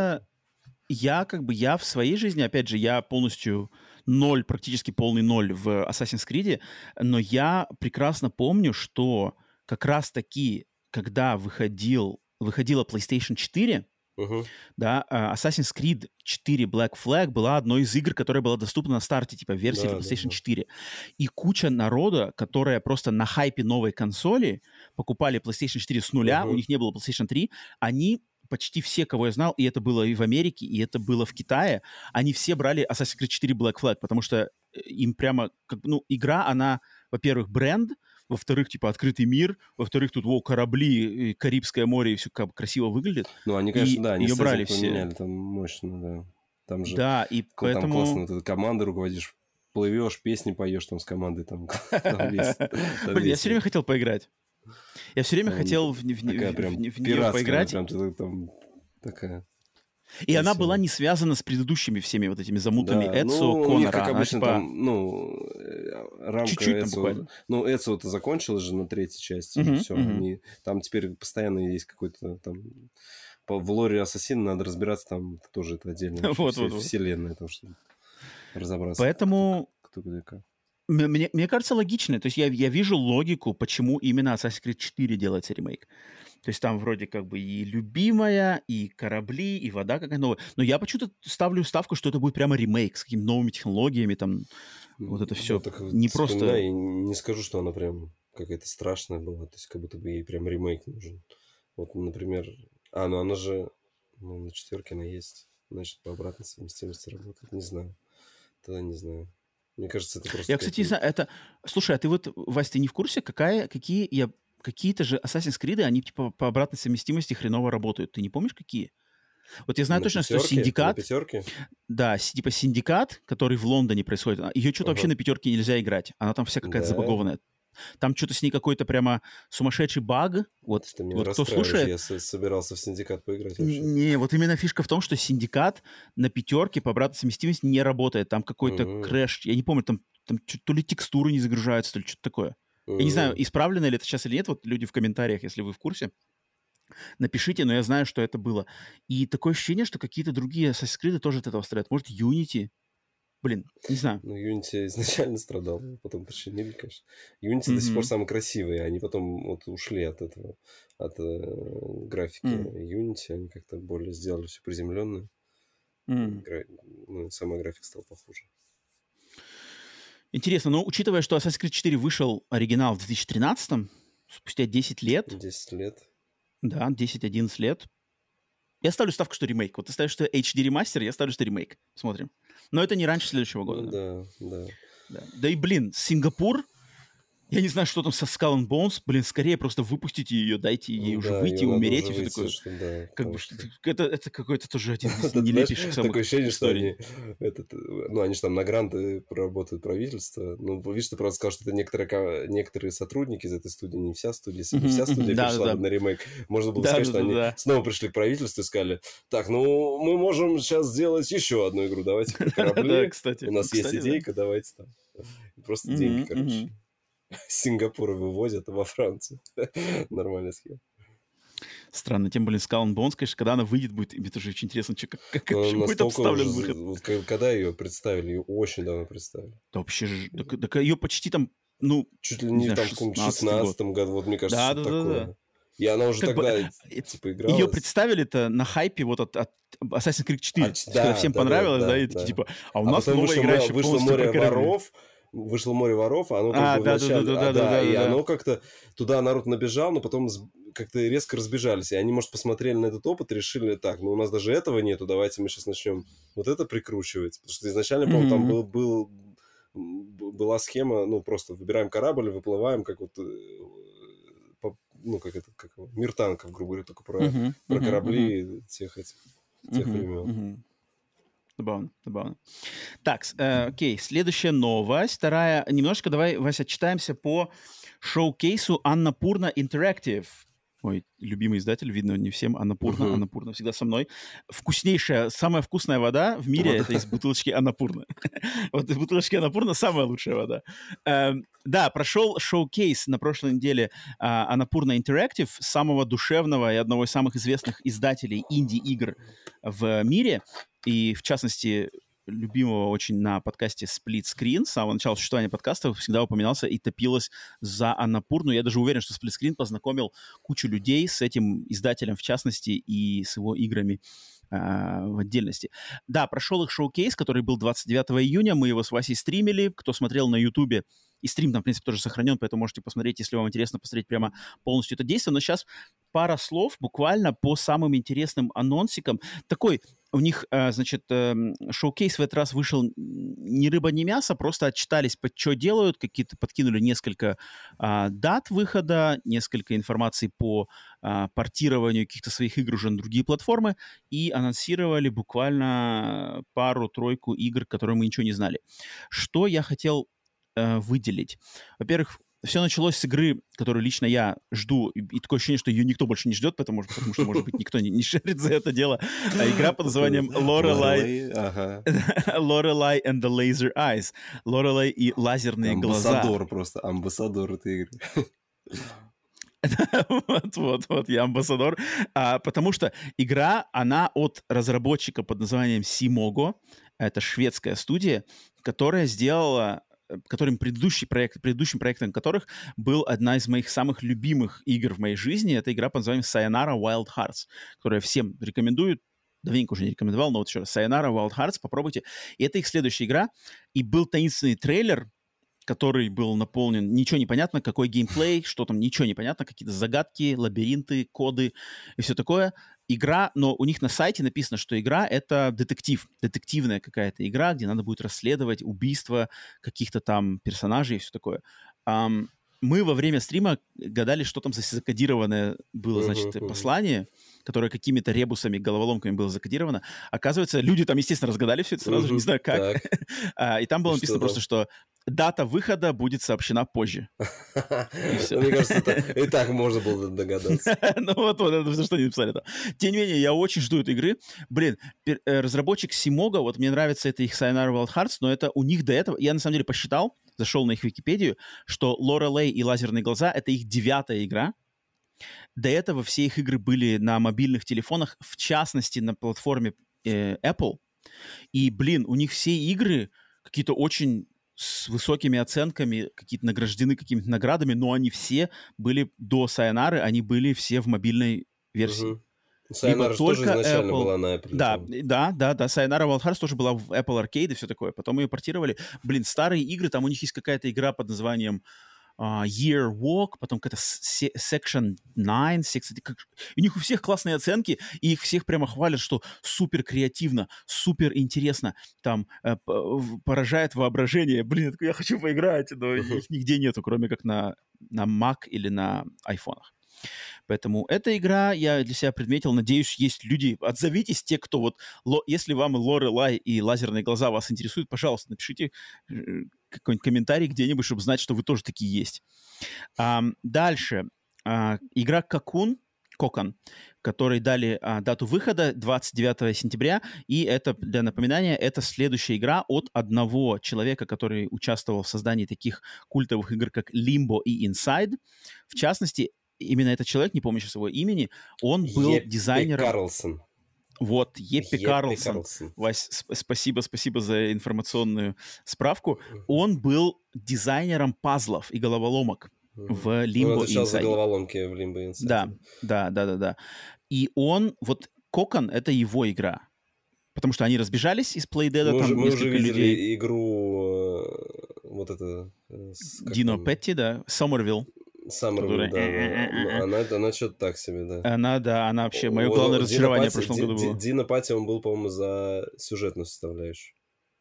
Я в своей жизни, опять же, я полностью практически полный ноль в Assassin's Creed, но я прекрасно помню, что как раз-таки, когда выходила PlayStation 4, да, Assassin's Creed 4 Black Flag была одной из игр, которая была доступна на старте, типа, версии PlayStation 4. И куча народа, которая просто на хайпе новой консоли покупали PlayStation 4 с нуля, у них не было PlayStation 3, они... Почти все, кого я знал, и это было и в Америке, и это было в Китае, они все брали Assassin's Creed 4 Black Flag, потому что им прямо, игра, она, во-первых, бренд, во-вторых, типа, открытый мир, во-вторых, тут, корабли, Карибское море, и все как красиво выглядит. Ну, они, конечно, да, они ее брали все. Поменяли, там мощно, да. Там же да, и там поэтому... классно, ты командой руководишь, плывешь, песни поешь там с командой, там весь. Блин, я все время хотел поиграть. Я все время хотел в нее поиграть. Прям такая. И она была не связана с предыдущими всеми вот этими замутами Эцио, Конора. Как обычно, рамка чуть-чуть там буквально. Ну, Эцио-то закончилась же на третьей части, и все. Там теперь постоянно есть какой-то там... В лоре Ассасина надо разбираться, там тоже это отдельно. Вселенная, там что разобраться. Поэтому... Кто где как. Мне кажется, логично. То есть я вижу логику, почему именно Assassin's Creed 4 делается ремейк. То есть там вроде как бы и любимая, и корабли, и вода какая-то новая. Но я почему-то ставлю ставку, что это будет прямо ремейк с какими-то новыми технологиями, там, вот это все. Не просто... И не скажу, что она прям какая-то страшная была. То есть как будто бы ей прям ремейк нужен. Вот, например... ну она же... на четверке она есть. Значит, по обратной совместимости работает. Не знаю. Тогда не знаю. Мне кажется, это просто... Я, кстати, не знаю, это... Слушай, а ты вот, Вась, ты не в курсе, какие-то же Assassin's Creed, они типа по обратной совместимости хреново работают. Ты не помнишь, какие? Вот я знаю точно, что На Синдикат... пятерке? Да, типа Синдикат, который в Лондоне происходит, ее что-то вообще на пятерке нельзя играть. Она там вся какая-то забагованная. Там что-то с ней какой-то прямо сумасшедший баг. Вот кто слушает... Я собирался в Синдикат поиграть вообще. Не, вот именно фишка в том, что Синдикат на пятерке по обратной совместимости не работает. Там какой-то крэш. Я не помню, там то ли текстуры не загружаются, то ли что-то такое. Я не знаю, исправлено ли это сейчас или нет. Вот люди в комментариях, если вы в курсе, напишите, но я знаю, что это было. И такое ощущение, что какие-то другие Assassin's Creed тоже от этого страдают. Может, Unity? Блин, не знаю. Ну, Unity изначально страдал, потом починили, конечно. Unity до сих пор самый красивый, они потом вот ушли от этого, от графики Unity, они как-то более сделали все приземленное. Сама графика стала похуже. Интересно, но учитывая, что Assassin's Creed 4 вышел оригинал в 2013-м, спустя 10 лет... 10 лет. Да, 10-11 лет. Я ставлю ставку, что ремейк. Вот ты ставишь, что HD ремастер, я ставлю, что ремейк. Смотрим. Но это не раньше следующего года. Ну, да. Да и, блин, Сингапур... Я не знаю, что там со Skull and Bones. Блин, скорее просто выпустите ее, дайте ей уже выйти, умереть. И все такое. Как бы, это какой-то тоже один из нелепейших самых такое ощущение, историй. что они же там на гранты работают правительство. Ну, видишь, ты просто сказал, что это некоторые сотрудники из этой студии, не вся студия. Если бы вся студия пришла на ремейк, можно было сказать, что они снова пришли к правительству и сказали, так, ну, мы можем сейчас сделать еще одну игру, давайте про корабли. У нас есть идейка, давайте там. Просто деньги, короче. Сингапура вывозят во Францию. Нормальная схема. Странно, тем более Skull and Bones, конечно, когда она выйдет, будет, мне тоже очень интересно, как будет обставлен выход. Вот, когда ее представили? Ее очень давно представили. Да вообще же, так ее почти там, ну... Чуть ли не там в 16-м году, вот мне кажется, что такое. Да. И она уже тогда, типа, игралась. Ее представили-то на хайпе вот от Assassin's Creed 4, когда всем понравилось, да, и такие, типа, а у нас новая игра еще вышло «Море воров», вышло «Море воров», а оно как бы вначале... И оно как-то... Туда народ набежал, но потом как-то резко разбежались. И они, может, посмотрели на этот опыт и решили, так, ну у нас даже этого нету, давайте мы сейчас начнем вот это прикручивать. Потому что изначально, по-моему, там была схема, ну, просто выбираем корабль, выплываем, как вот... Ну, как мир танков, грубо говоря, только про корабли тех времен. Забавно. Так, окей, следующая новость. Вторая. Немножко давай, Вася, отчитаемся по шоу-кейсу Annapurna Interactive. Ой, любимый издатель, видно не всем, Annapurna. Annapurna всегда со мной. Вкуснейшая, самая вкусная вода в мире это из бутылочки Annapurna. Вот из бутылочки Annapurna самая лучшая вода. Да, прошел шоу-кейс на прошлой неделе Annapurna Interactive, самого душевного и одного из самых известных издателей инди-игр в мире. И, в частности, любимого очень на подкасте Split Screen. С самого начала существования подкаста всегда упоминался и топилось за Annapurna. Я даже уверен, что Split Screen познакомил кучу людей с этим издателем, в частности, и с его играми в отдельности. Да, прошел их шоу-кейс, который был 29 июня. Мы его с Васей стримили. Кто смотрел на Ютубе, и стрим там, в принципе, тоже сохранен, поэтому можете посмотреть, если вам интересно, посмотреть прямо полностью это действие. Но сейчас пара слов буквально по самым интересным анонсикам. Такой у них, значит, шоу-кейс в этот раз вышел ни рыба, ни мясо, просто отчитались, под что делают, какие-то подкинули несколько дат выхода, несколько информации по портированию каких-то своих игр уже на другие платформы и анонсировали буквально пару-тройку игр, которые мы ничего не знали. Что я хотел выделить? Во-первых, все началось с игры, которую лично я жду, и такое ощущение, что ее никто больше не ждет, потому что, может быть, никто не шарит за это дело. Игра под названием Lorelei and the Laser Eyes. Lorelei и лазерные глаза. Амбассадор этой игры. Вот, я амбассадор. Потому что игра, она от разработчика под названием Simogo. Это шведская студия, которая сделала... предыдущим проектом которых был одна из моих самых любимых игр в моей жизни. Это игра под названием Sayonara Wild Hearts, которую я всем рекомендую. Давненько уже не рекомендовал, но вот еще раз. Sayonara Wild Hearts, попробуйте. И это их следующая игра. И был таинственный трейлер, который был наполнен... Ничего не понятно, какой геймплей, что там, ничего не понятно, какие-то загадки, лабиринты, коды и все такое. Игра, но у них на сайте написано, что игра — это детективная какая-то игра, где надо будет расследовать убийства каких-то там персонажей и все такое. Мы во время стрима гадали, что там за закодированное было, значит, послание, которое какими-то ребусами, головоломками было закодировано. Оказывается, люди там, естественно, разгадали все это сразу же, не знаю как. И там было написано просто, что дата выхода будет сообщена позже. Мне кажется, и так можно было догадаться. Ну вот, за что они написали это. Тем не менее, я очень жду этой игры. Блин, разработчик Симога, вот мне нравится это их Sayonara Wild Hearts, но это у них до этого, я на самом деле посчитал, зашел на их Википедию, что Лорелей и Лазерные глаза — это их 9-я игра. До этого все их игры были на мобильных телефонах, в частности, на платформе Apple. И, блин, у них все игры какие-то очень с высокими оценками, какие-то награждены какими-то наградами, но они все были до Sayonara, они были все в мобильной версии. Sayonara тоже изначально Apple... была на Apple. Да. Sayonara Wild Hearts тоже была в Apple Arcade и все такое. Потом ее портировали. Блин, старые игры, там у них есть какая-то игра под названием Year Walk, потом какая-то Section 9, у них у всех классные оценки, и их всех прямо хвалят, что супер креативно, супер интересно, там поражает воображение. Блин, я хочу поиграть, но их нигде нету, кроме как на Mac или на айфонах. Поэтому эта игра я для себя предметил. Надеюсь, есть люди. Отзовитесь, те, кто вот... Если вам Лорелай и Лазерные глаза вас интересуют, пожалуйста, напишите какой-нибудь комментарий где-нибудь, чтобы знать, что вы тоже такие есть. Дальше. Игра Кокон, которой дали дату выхода 29 сентября. И это, для напоминания, это следующая игра от одного человека, который участвовал в создании таких культовых игр, как Limbo и Inside. В частности, именно этот человек, не помню сейчас его имени, он был дизайнером... Карлсон. Вот, Еппи Карлсон. Вась, спасибо за информационную справку. Он был дизайнером пазлов и головоломок в Limbo и Inside. За головоломки в Limbo и Inside. Да. И он, вот Кокон — это его игра. Потому что они разбежались из Playdead. Мы уже видели игру вот это... Дино Петти, да, Сомервилл. Да. Она что-то так себе, да. Она вообще... Мое главное разочарование в прошлом году было. Дино Патти, он был, по-моему, за сюжетную составляющую.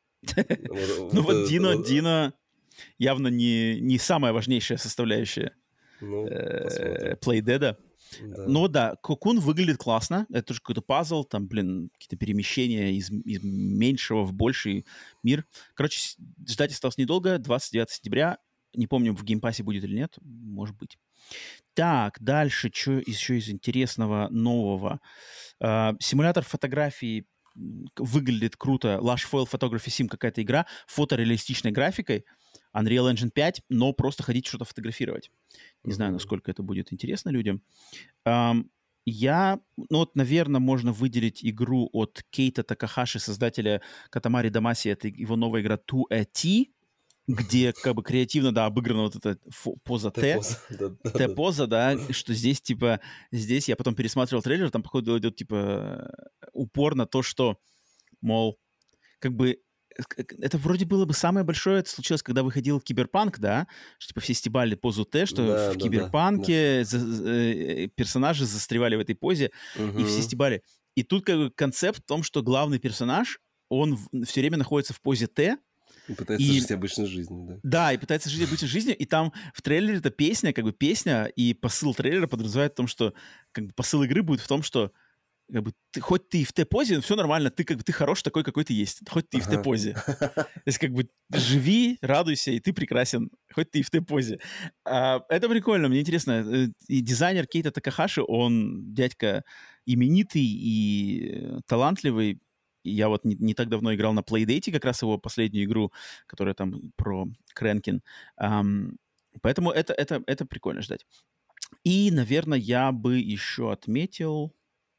Ну вот Дино явно не самая важнейшая составляющая Playdead. Но да, Cocoon выглядит классно. Это тоже какой-то пазл, там, какие-то перемещения из меньшего в больший мир. Короче, ждать осталось недолго. 29 сентября. Не помню, в геймпассе будет или нет. Может быть. Так, дальше, что еще из интересного нового? Симулятор фотографии выглядит круто. Lush Foil Photography Sim какая-то игра. Фотореалистичной графикой. Unreal Engine 5, но просто ходить что-то фотографировать. Не знаю, насколько это будет интересно людям. Наверное, можно выделить игру от Кейта Такахаши, создателя Катамари Дамаси. Это его новая игра To a T, где как бы креативно, обыграна вот эта поза Т. Т-поза, да, что здесь, здесь я потом пересматривал трейлер, там, походу, идет, упор на то, что, мол, как бы это вроде было бы самое большое, это случилось, когда выходил Киберпанк, да, что все стебали позу Т, что в Киберпанке персонажи застревали в этой позе, и все стебали. И тут как бы концепт в том, что главный персонаж, он все время находится в позе Т, и пытается жить обычной жизнью, да? Да, и пытается жить обычной жизнью, и там в трейлере это песня, и посыл трейлера подразумевает в том, что посыл игры будет в том, что хоть ты и в Т-позе, но все нормально, ты хорош такой, какой ты есть, хоть ты и в Т-позе. То есть живи, радуйся, и ты прекрасен, хоть ты и в Т-позе. Это прикольно, мне интересно. И дизайнер Кейта Такахаши, он дядька именитый и талантливый. Я вот не так давно играл на Playdate, как раз его последнюю игру, которая там про Кренкин. Поэтому это прикольно ждать. И, наверное, я бы еще отметил...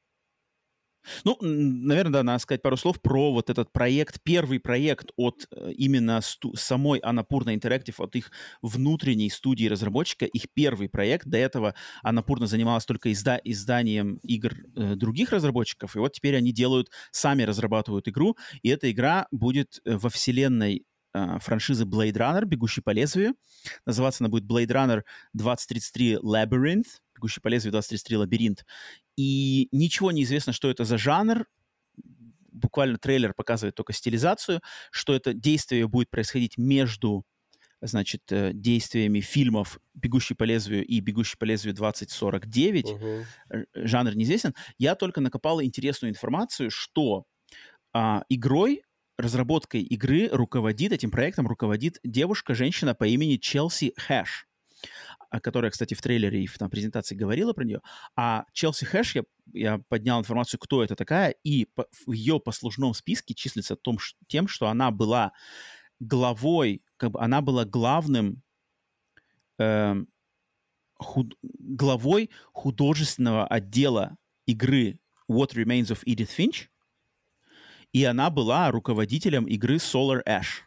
наверное, да, надо сказать пару слов про вот этот проект, первый проект от именно самой Annapurna Interactive, от их внутренней студии разработчика, их первый проект. До этого Annapurna занималась только изданием игр других разработчиков, и вот теперь они сами разрабатывают игру, и эта игра будет во вселенной франшизы Blade Runner, «Бегущий по лезвию». Называться она будет Blade Runner 2033 Labyrinth, «Бегущий по лезвию 2033 Лабиринт». И ничего не известно, что это за жанр. Буквально трейлер показывает только стилизацию, что это действие будет происходить между, значит, действиями фильмов «Бегущий по лезвию» и «Бегущий по лезвию 2049». Жанр неизвестен. Я только накопал интересную информацию, что разработкой игры этим проектом руководит девушка, женщина по имени Челси Хэш, которая, кстати, в трейлере и на презентации говорила про нее. А Челси Хэш, я поднял информацию, кто это такая, и в ее послужном списке числится тем, что она была главой, она была главой художественного отдела игры What Remains of Edith Finch, и она была руководителем игры Solar Ash.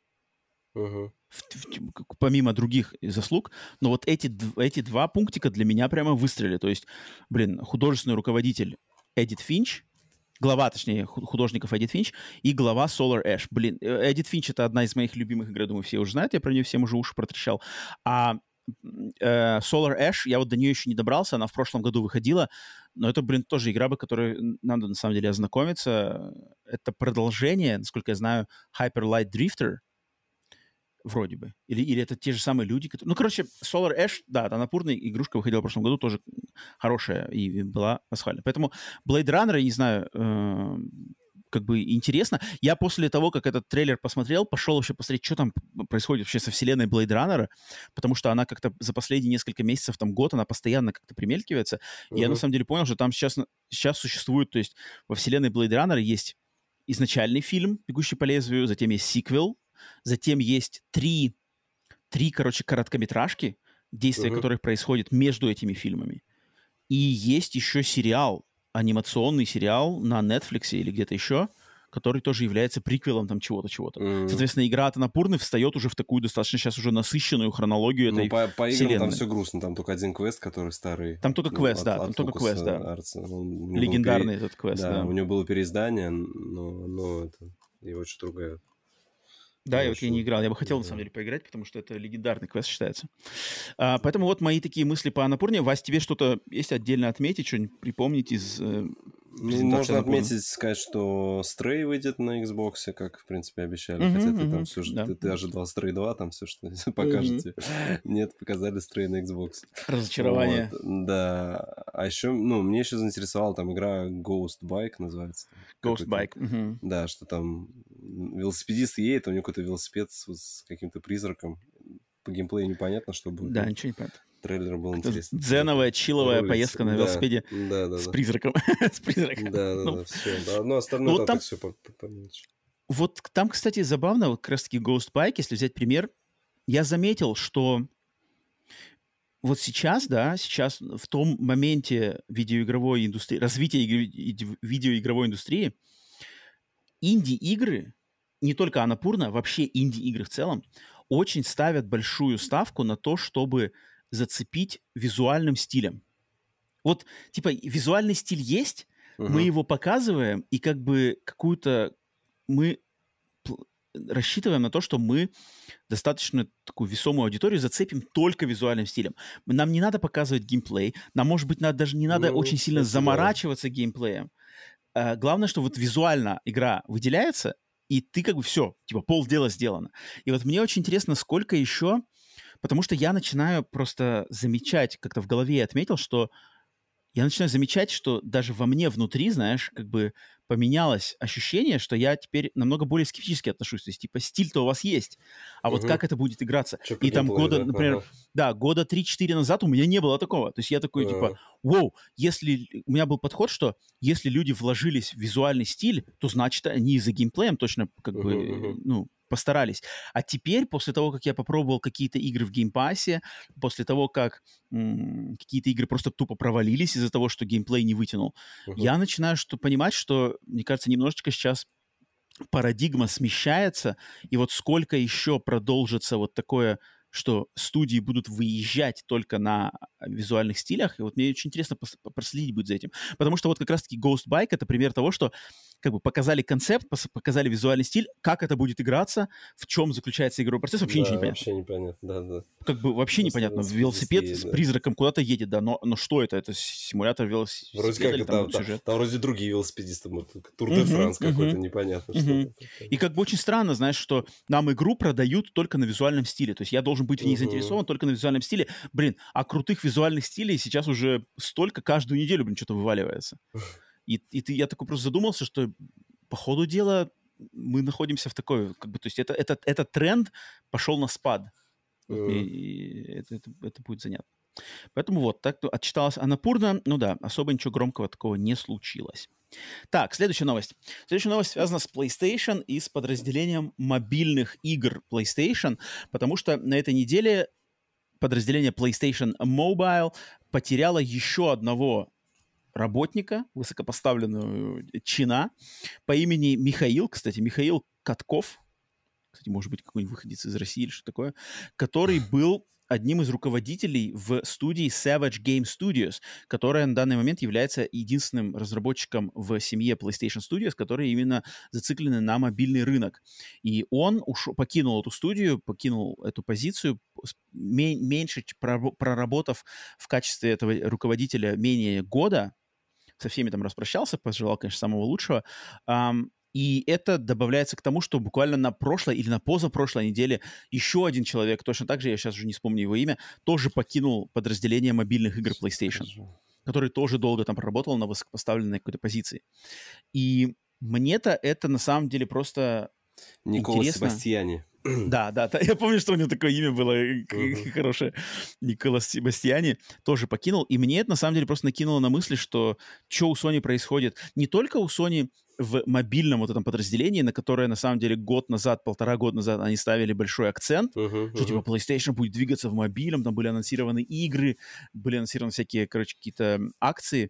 Помимо других заслуг, но вот эти два пунктика для меня прямо выстрелили. То есть, художественный руководитель Эдит Финч, глава, точнее, художников Эдит Финч и глава Solar Ash. Эдит Финч — это одна из моих любимых игр, думаю, все уже знают, я про нее всем уже уши протрещал. А Solar Ash, я вот до нее еще не добрался, она в прошлом году выходила, но это, тоже игра, по которой надо, на самом деле, ознакомиться. Это продолжение, насколько я знаю, Hyper Light Drifter, вроде бы. Или это те же самые люди, которые... Solar Ash, да, напурная игрушка выходила в прошлом году, тоже хорошая и была пасхальная. Поэтому Blade Runner, я не знаю, интересно. Я после того, как этот трейлер посмотрел, пошел вообще посмотреть, что там происходит вообще со вселенной Blade Runner, потому что она как-то за последние несколько месяцев, год, она постоянно как-то примелькивается. И я на самом деле понял, что там сейчас существует, то есть во вселенной Blade Runner есть изначальный фильм «Бегущий по лезвию», затем есть сиквел, затем есть три короткометражки, действия которых происходят между этими фильмами. И есть еще анимационный сериал на Netflix или где-то еще, который тоже является приквелом чего-то. Соответственно, игра от Анапурны встает уже в такую достаточно сейчас уже насыщенную хронологию этой по играм вселенной. Там все грустно, там только один квест, который старый. Там только квест, да. Легендарный этот квест, да. У него было переиздание, но его что-то ругают. Да, я не играл. Я бы хотел, на самом деле, поиграть, потому что это легендарный квест считается. Поэтому вот мои такие мысли по Анапурне. Вась, тебе что-то есть отдельно отметить, что-нибудь припомнить из презентации? Можно отметить, сказать, что Stray выйдет на Xbox, как, в принципе, обещали. Хотя ты там все, что ты ожидал Stray 2, там все, что покажете. Нет, показали Stray на Xbox. Разочарование. Да. А еще, мне еще заинтересовала там игра Ghost Bike называется. Ghost Bike. Да, что там велосипедист едет, у него какой-то велосипед с каким-то призраком. По геймплею непонятно, что будет. Да, ничего не понятно. Трейлер был интересный. Дзеновая, чилловая поездка на велосипеде с призраком. Да, все. Но остальное там все поменьше. Вот там, кстати, забавно, вот как раз-таки Ghost Bike, если взять пример, я заметил, что вот сейчас в том моменте видеоигровой индустрии, развития видеоигровой индустрии, инди-игры, не только Анапурна, вообще инди-игры в целом, очень ставят большую ставку на то, чтобы зацепить визуальным стилем. Вот, визуальный стиль есть, мы его показываем, и мы рассчитываем на то, что мы достаточно такую весомую аудиторию зацепим только визуальным стилем. Нам не надо показывать геймплей, нам, может быть, даже не надо очень сильно заморачиваться геймплеем. Главное, что вот визуально игра выделяется, и ты все, полдела сделано. И вот мне очень интересно, сколько еще... Потому что я начинаю просто замечать, как-то в голове я отметил, что я начинаю замечать, что даже во мне внутри, знаешь, поменялось ощущение, что я теперь намного более скептически отношусь. То есть, стиль-то у вас есть, а вот как это будет играться? И там например, года 3-4 назад у меня не было такого. То есть я такой, вау, если... У меня был подход, что если люди вложились в визуальный стиль, то значит, они и за геймплеем точно постарались. А теперь, после того, как я попробовал какие-то игры в геймпассе, после того, как какие-то игры просто тупо провалились из-за того, что геймплей не вытянул, я начинаю понимать, что, мне кажется, немножечко сейчас парадигма смещается, и вот сколько еще продолжится вот такое, что студии будут выезжать только на визуальных стилях, и вот мне очень интересно проследить будет за этим. Потому что вот как раз-таки Ghost Bike — это пример того, что как бы показали концепт, показали визуальный стиль, как это будет играться, в чем заключается игровой процесс, вообще ничего не понятно. Вообще непонятно, да. Как бы вообще Просто непонятно. Велосипед с призраком куда-то едет, да, но что это? Это симулятор велосипеда? Вроде как или там сюжет? Там вроде другие велосипедисты, Тур-де-Франс какой-то, непонятно что. И как бы очень странно, знаешь, что нам игру продают только на визуальном стиле. То есть я должен быть в ней заинтересован только на визуальном стиле. Блин, а крутых визуальных стилей сейчас уже столько, каждую неделю, блин, что-то вываливается. Я такой просто задумался, что по ходу дела мы находимся в такой, как бы, то есть этот тренд пошел на спад. И это будет занятно. Поэтому вот, так отчиталась Аннапурна. Ну да, особо ничего громкого такого не случилось. Так, следующая новость. Следующая новость связана с PlayStation и с подразделением мобильных игр PlayStation, потому что на этой неделе подразделение PlayStation Mobile потеряло еще одного работника, высокопоставленного чина по имени Михаил, кстати, Михаил Катков, кстати, может быть, какой-нибудь выходец из России или что такое, который был одним из руководителей в студии Savage Game Studios, которая на данный момент является единственным разработчиком в семье PlayStation Studios, которые именно зациклены на мобильный рынок. И он покинул эту студию, покинул эту позицию, меньше проработав в качестве этого руководителя менее года, со всеми там распрощался, пожелал, конечно, самого лучшего. И это добавляется к тому, что буквально на прошлой или на позапрошлой неделе еще один человек, точно так же, я сейчас уже не вспомню его имя, тоже покинул подразделение мобильных игр PlayStation, который тоже долго там проработал на высокопоставленной какой-то позиции. И мне-то это на самом деле просто Никола интересно. Себастьяни. Да, я помню, что у него такое имя было хорошее. Никола Себастьяни тоже покинул. И мне это на самом деле просто накинуло на мысли, что у Sony происходит. Не только у Sony в мобильном вот этом подразделении, на которое на самом деле полтора года назад они ставили большой акцент, что типа PlayStation будет двигаться в мобильном, там были анонсированы игры, были анонсированы всякие, какие-то акции.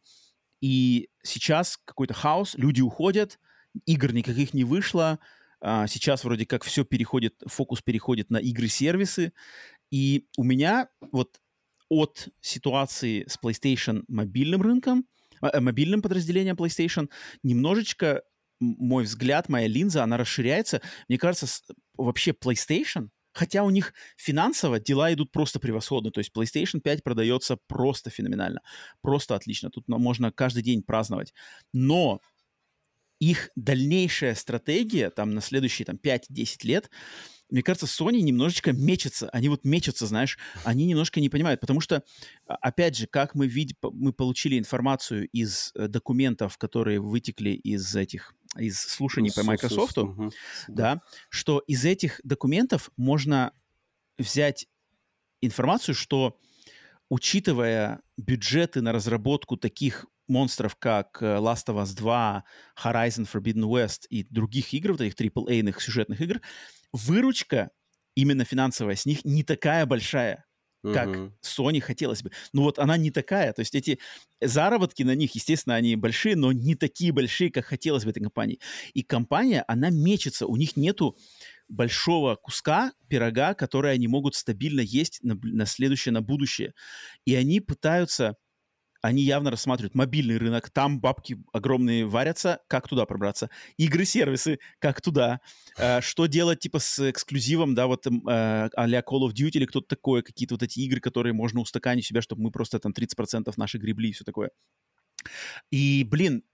И сейчас какой-то хаос, люди уходят, игр никаких не вышло. Сейчас вроде как фокус переходит на игры-сервисы. И у меня вот от ситуации с PlayStation мобильным рынком, мобильным подразделением PlayStation, немножечко мой взгляд, моя линза, она расширяется. Мне кажется, вообще PlayStation, хотя у них финансово дела идут просто превосходно. То есть PlayStation 5 продается просто феноменально. Просто отлично. Тут можно каждый день праздновать. Но их дальнейшая стратегия там на следующие 5-10 лет, мне кажется, Sony немножечко мечется. Они вот мечутся, знаешь, они немножко не понимают. Потому что, опять же, как мы получили информацию из документов, которые вытекли из слушаний по Microsoft, да, что из этих документов можно взять информацию, что, учитывая бюджеты на разработку таких монстров, как Last of Us 2, Horizon Forbidden West и других игр, вот этих AAA-ных сюжетных игр, выручка именно финансовая с них не такая большая, как Sony хотелось бы. Ну вот она не такая. То есть эти заработки на них, естественно, они большие, но не такие большие, как хотелось бы этой компании. И компания, она мечется. У них нету большого куска пирога, который они могут стабильно есть на следующее, на будущее. И они явно рассматривают мобильный рынок, там бабки огромные варятся, как туда пробраться. Игры-сервисы, как туда. Что делать, типа, с эксклюзивом, да, вот а-ля Call of Duty или кто-то такое, какие-то вот эти игры, которые можно устаканить себя, чтобы мы просто там 30% наши гребли и все такое. И, блин,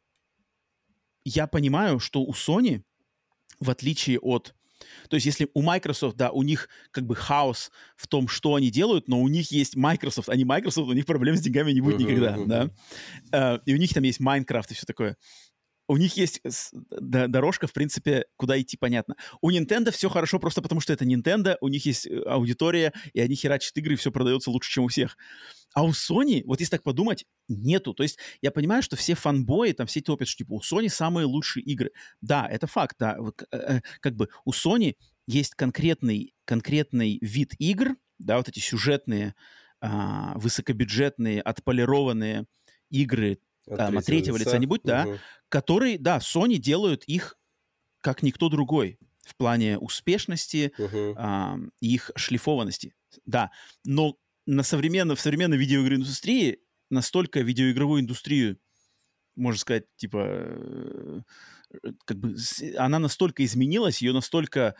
я понимаю, что у Sony, в отличие от... То есть если у Microsoft, да, у них как бы хаос в том, что они делают, но у них есть Microsoft, а не Microsoft, у них проблем с деньгами не будет никогда, да. И у них там есть Minecraft и все такое. У них есть дорожка, в принципе, куда идти, понятно. У Nintendo все хорошо просто потому, что это Nintendo, у них есть аудитория, и они херачат игры, и все продается лучше, чем у всех. А у Sony, вот если так подумать, нету. То есть я понимаю, что все фанбои, там все топят, что типа у Sony самые лучшие игры. Да, это факт, да. Как бы у Sony есть конкретный вид игр, да, вот эти сюжетные, высокобюджетные, отполированные игры от третьего лица, да, которые, да, Sony делают их как никто другой в плане успешности, их шлифованности. Да, но в современной видеоигровой индустрии настолько видеоигровую индустрию можно сказать, типа, как бы она настолько изменилась, ее настолько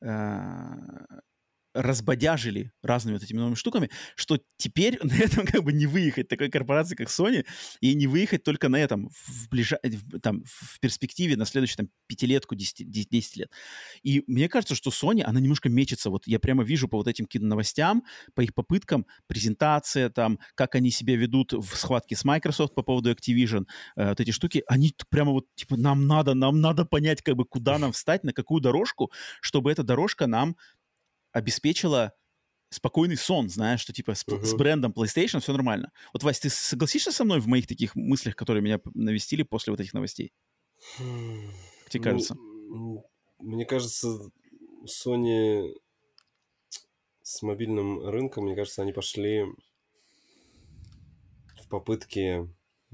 разбодяжили разными вот этими новыми штуками, что теперь на этом как бы не выехать такой корпорации, как Sony, и не выехать только на этом в перспективе на следующую там 5-летку, 10 лет. И мне кажется, что Sony, она немножко мечется. Вот я прямо вижу по вот этим новостям, по их попыткам, презентация там, как они себя ведут в схватке с Microsoft по поводу Activision, вот эти штуки, они прямо вот, типа, нам надо понять, как бы, куда нам встать, на какую дорожку, чтобы эта дорожка нам обеспечила спокойный сон, знаешь, что типа с брендом PlayStation все нормально. Вот, Вась, ты согласишься со мной в моих таких мыслях, которые меня навестили после вот этих новостей? Как тебе кажется? Мне кажется, Sony с мобильным рынком, мне кажется, они пошли в попытке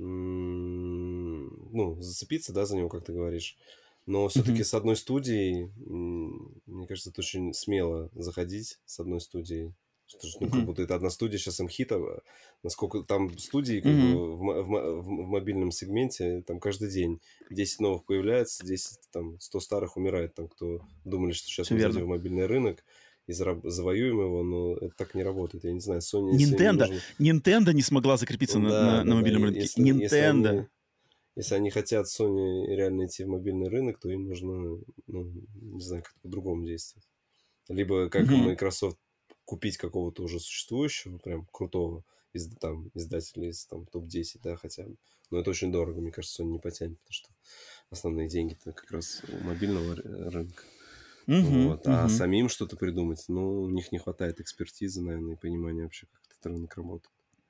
зацепиться, да, за него, как ты говоришь. Но все-таки с одной студией, мне кажется, это очень смело заходить с одной студией. Как будто это одна студия, сейчас им хитова. Насколько там студии как бы, в мобильном сегменте, там каждый день 10 новых появляется, 100 старых умирает. Там, кто думали, что сейчас мы зайдем в мобильный рынок и завоюем его, но это так не работает. Я не знаю, Sony... Nintendo не смогла закрепиться на мобильном рынке. Nintendo... Если они хотят Sony реально идти в мобильный рынок, то им нужно, не знаю, как-то по-другому действовать. Либо, как Microsoft, купить какого-то уже существующего, прям крутого издателя из топ-10, да, хотя бы. Но это очень дорого, мне кажется, Sony не потянет, потому что основные деньги-то как раз у мобильного рынка. А самим что-то придумать, у них не хватает экспертизы, наверное, и понимания вообще, как этот рынок работает.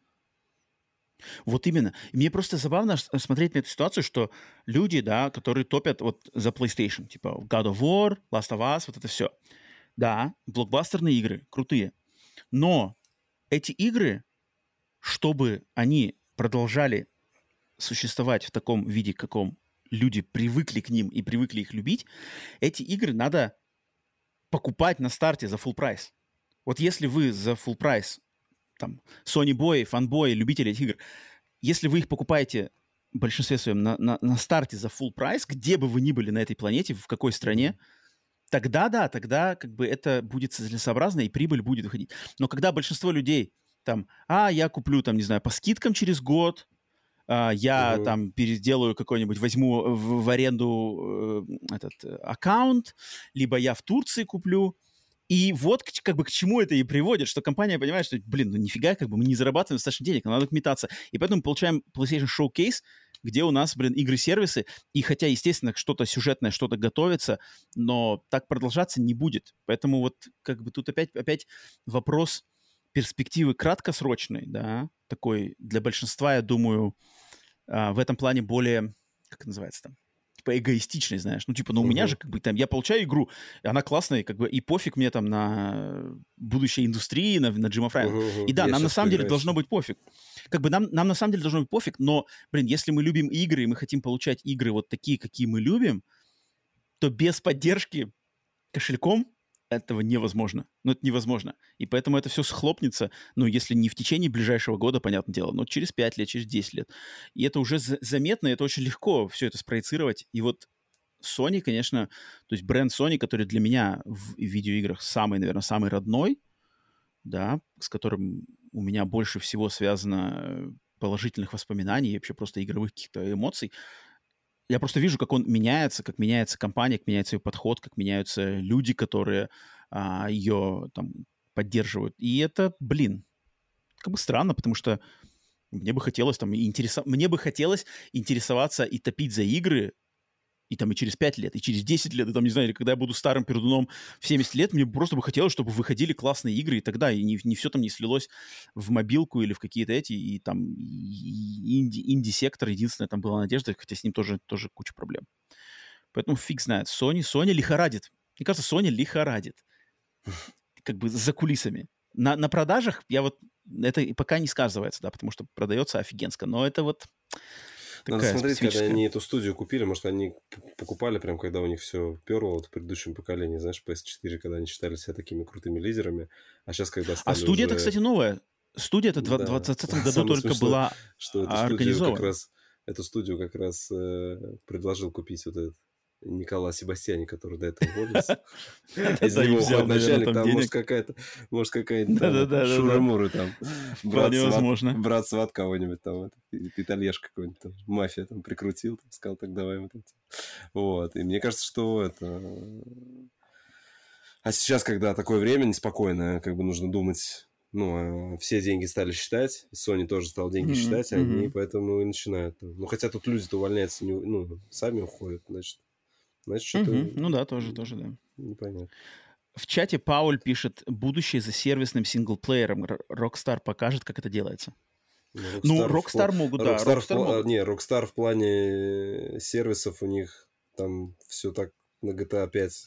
Вот именно. И мне просто забавно смотреть на эту ситуацию, что люди, да, которые топят вот за PlayStation, типа God of War, Last of Us, вот это все. Да, блокбастерные игры, крутые. Но эти игры, чтобы они продолжали существовать в таком виде, каком люди привыкли к ним и привыкли их любить, эти игры надо покупать на старте за full прайс. Вот если вы за full прайс там, Sony Boy, фанбой, любители этих игр, если вы их покупаете в большинстве своем на старте за full прайс, где бы вы ни были на этой планете, в какой стране, тогда как бы это будет целесообразно, и прибыль будет выходить. Но когда большинство людей там, я куплю там, не знаю, по скидкам через год, я там переделаю какой-нибудь, возьму в аренду этот аккаунт, либо я в Турции куплю. И вот как бы к чему это и приводит, что компания понимает, что, нифига, как бы мы не зарабатываем достаточно денег, нам надо метаться. И поэтому получаем PlayStation Showcase, где у нас, игры-сервисы, и хотя, естественно, что-то сюжетное, что-то готовится, но так продолжаться не будет. Поэтому вот как бы тут опять вопрос перспективы краткосрочной, да, такой для большинства, я думаю, в этом плане более, как это называется там, типа эгоистичный, знаешь. У меня же, как бы, там, я получаю игру, и она классная, как бы, и пофиг мне там на будущей индустрии, на Джима Фрайна. И да, нам на самом деле должно быть пофиг. Как бы нам на самом деле должно быть пофиг, но, если мы любим игры, и мы хотим получать игры вот такие, какие мы любим, то без поддержки кошельком этого невозможно. Это невозможно. И поэтому это все схлопнется, если не в течение ближайшего года, понятное дело, но через 5 лет, через 10 лет. И это уже заметно, и это очень легко все это спроецировать. И вот Sony, конечно, то есть бренд Sony, который для меня в видеоиграх наверное, самый родной, да, с которым у меня больше всего связано положительных воспоминаний и вообще просто игровых каких-то эмоций. Я просто вижу, как он меняется, как меняется компания, как меняется ее подход, как меняются люди, которые ее там поддерживают. И это, как бы странно, потому что мне бы хотелось интересоваться и топить за игры и там и через 5 лет, и через 10 лет, и там, не знаю, или когда я буду старым пердуном в 70 лет, мне просто бы хотелось, чтобы выходили классные игры, и тогда и не все там не слилось в мобилку или в какие-то и там инди-сектор, единственная там была надежда, хотя с ним тоже куча проблем. Поэтому фиг знает. Sony лихорадит. Мне кажется, Sony лихорадит. Как бы за кулисами. На продажах это пока не сказывается, да, потому что продается офигенско, но это вот... Надо смотреть, когда они эту студию купили, может, они покупали прям, когда у них все перло в предыдущем поколении, знаешь, PS4, когда они считали себя такими крутыми лидерами, а сейчас, когда стали студия-то, кстати, новая. Студия-то в 2020 году только была что эту организована. Как раз эту студию как раз предложил купить вот этот Никола Себастьяни, который до этого уволился. Из него уходит начальник, там может какая-нибудь шуры-муры там. Брат-сват кого-нибудь там, итальяшка какой-нибудь там, мафия там прикрутил, сказал, так давай вот это. Вот, и мне кажется, что это... А сейчас, когда такое время неспокойное, как бы нужно думать... Ну, все деньги стали считать, Sony тоже стал деньги считать, они поэтому и начинают. Ну, хотя тут люди-то увольняются, сами уходят, значит что-то... Ну да, тоже, да. Непонятно. В чате Пауль пишет, будущее за сервисным синглплеером. Rockstar покажет, как это делается. Rockstar могут, да. Rockstar в плане сервисов у них там все так на GTA 5...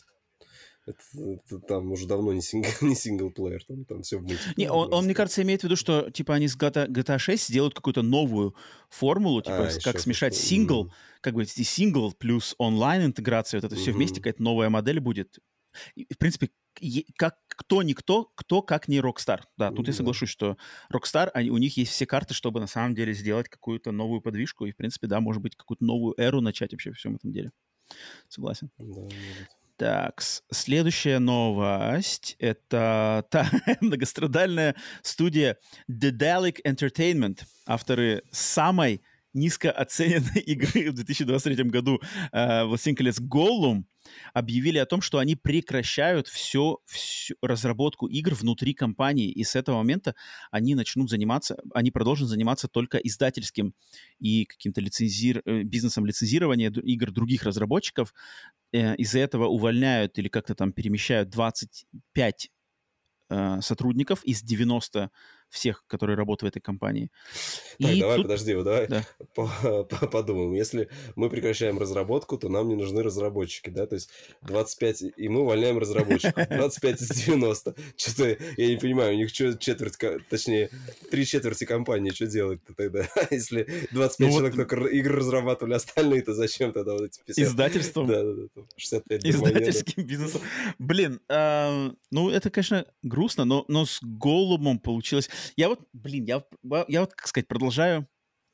Это там уже давно не синглплеер, там все в мультиплеере. Не, он, мне кажется, имеет в виду, что типа они с GTA 6 сделают какую-то новую формулу, типа как смешать сингл, как бы сингл плюс онлайн-интеграция, вот это все вместе, какая-то новая модель будет. И, в принципе, как кто как не Rockstar. Да, тут я соглашусь, что Rockstar, у них есть все карты, чтобы на самом деле сделать какую-то новую подвижку и, в принципе, да, может быть, какую-то новую эру начать вообще во всем этом деле. Согласен. Так, следующая новость — это та многострадальная студия Daedalic Entertainment, авторы самой низкооцененной игры в 2023 году «Властелин колец» Gollum, объявили о том, что они прекращают всю разработку игр внутри компании, и с этого момента они продолжат заниматься только издательским и каким-то бизнесом лицензирования игр других разработчиков. Из-за этого увольняют или как-то там перемещают 25 сотрудников из 90 всех, которые работают в этой компании. Так, давай подумаем. Если мы прекращаем разработку, то нам не нужны разработчики, да? То есть 25, и мы увольняем разработчиков. 25 из 90. Что-то, я не понимаю, у них что точнее, 3/4 компании, что делать-то тогда? Если 25 человек только игры разрабатывали, остальные-то зачем тогда вот эти 50? Издательством. Да. 65 издательским бизнесом. Блин, это, конечно, грустно, но с Голлумом получилось... Я вот, как сказать, продолжаю...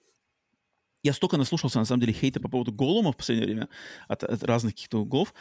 Я столько наслушался, на самом деле, хейта по поводу Голлума в последнее время от разных каких-то углов.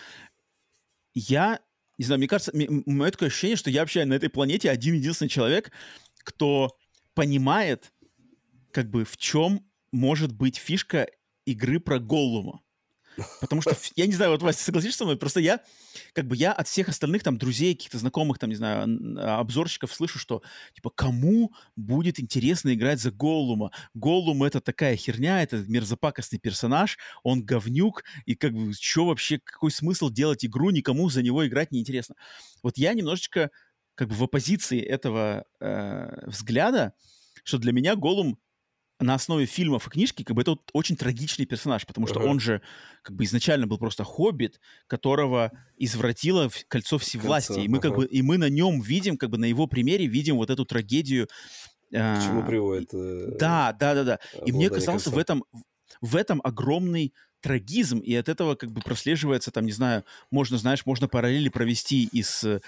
Я, не знаю, мне кажется, мое такое ощущение, что я вообще на этой планете один-единственный человек, кто понимает, как бы, в чем может быть фишка игры про Голлума. Потому что, я не знаю, вот, Вася, согласишься со мной? Просто я от всех остальных там друзей, каких-то знакомых, там, не знаю, обзорщиков слышу, что, типа, кому будет интересно играть за Голлума? Голлум — это такая херня, это мерзопакостный персонаж, он говнюк, и как бы, что вообще, какой смысл делать игру, никому за него играть не интересно. Вот я немножечко, как бы, в оппозиции этого взгляда, что для меня Голлум на основе фильмов и книжки, как бы, это вот очень трагичный персонаж, потому что он же, как бы, изначально был просто хоббит, которого извратило кольцо всевластия. И мы, как бы, и мы на нем видим, как бы, на его примере видим вот эту трагедию. К чему приводит? Да. И мне казалось, в этом огромный трагизм, и от этого, как бы, прослеживается, там, не знаю, можно параллели провести и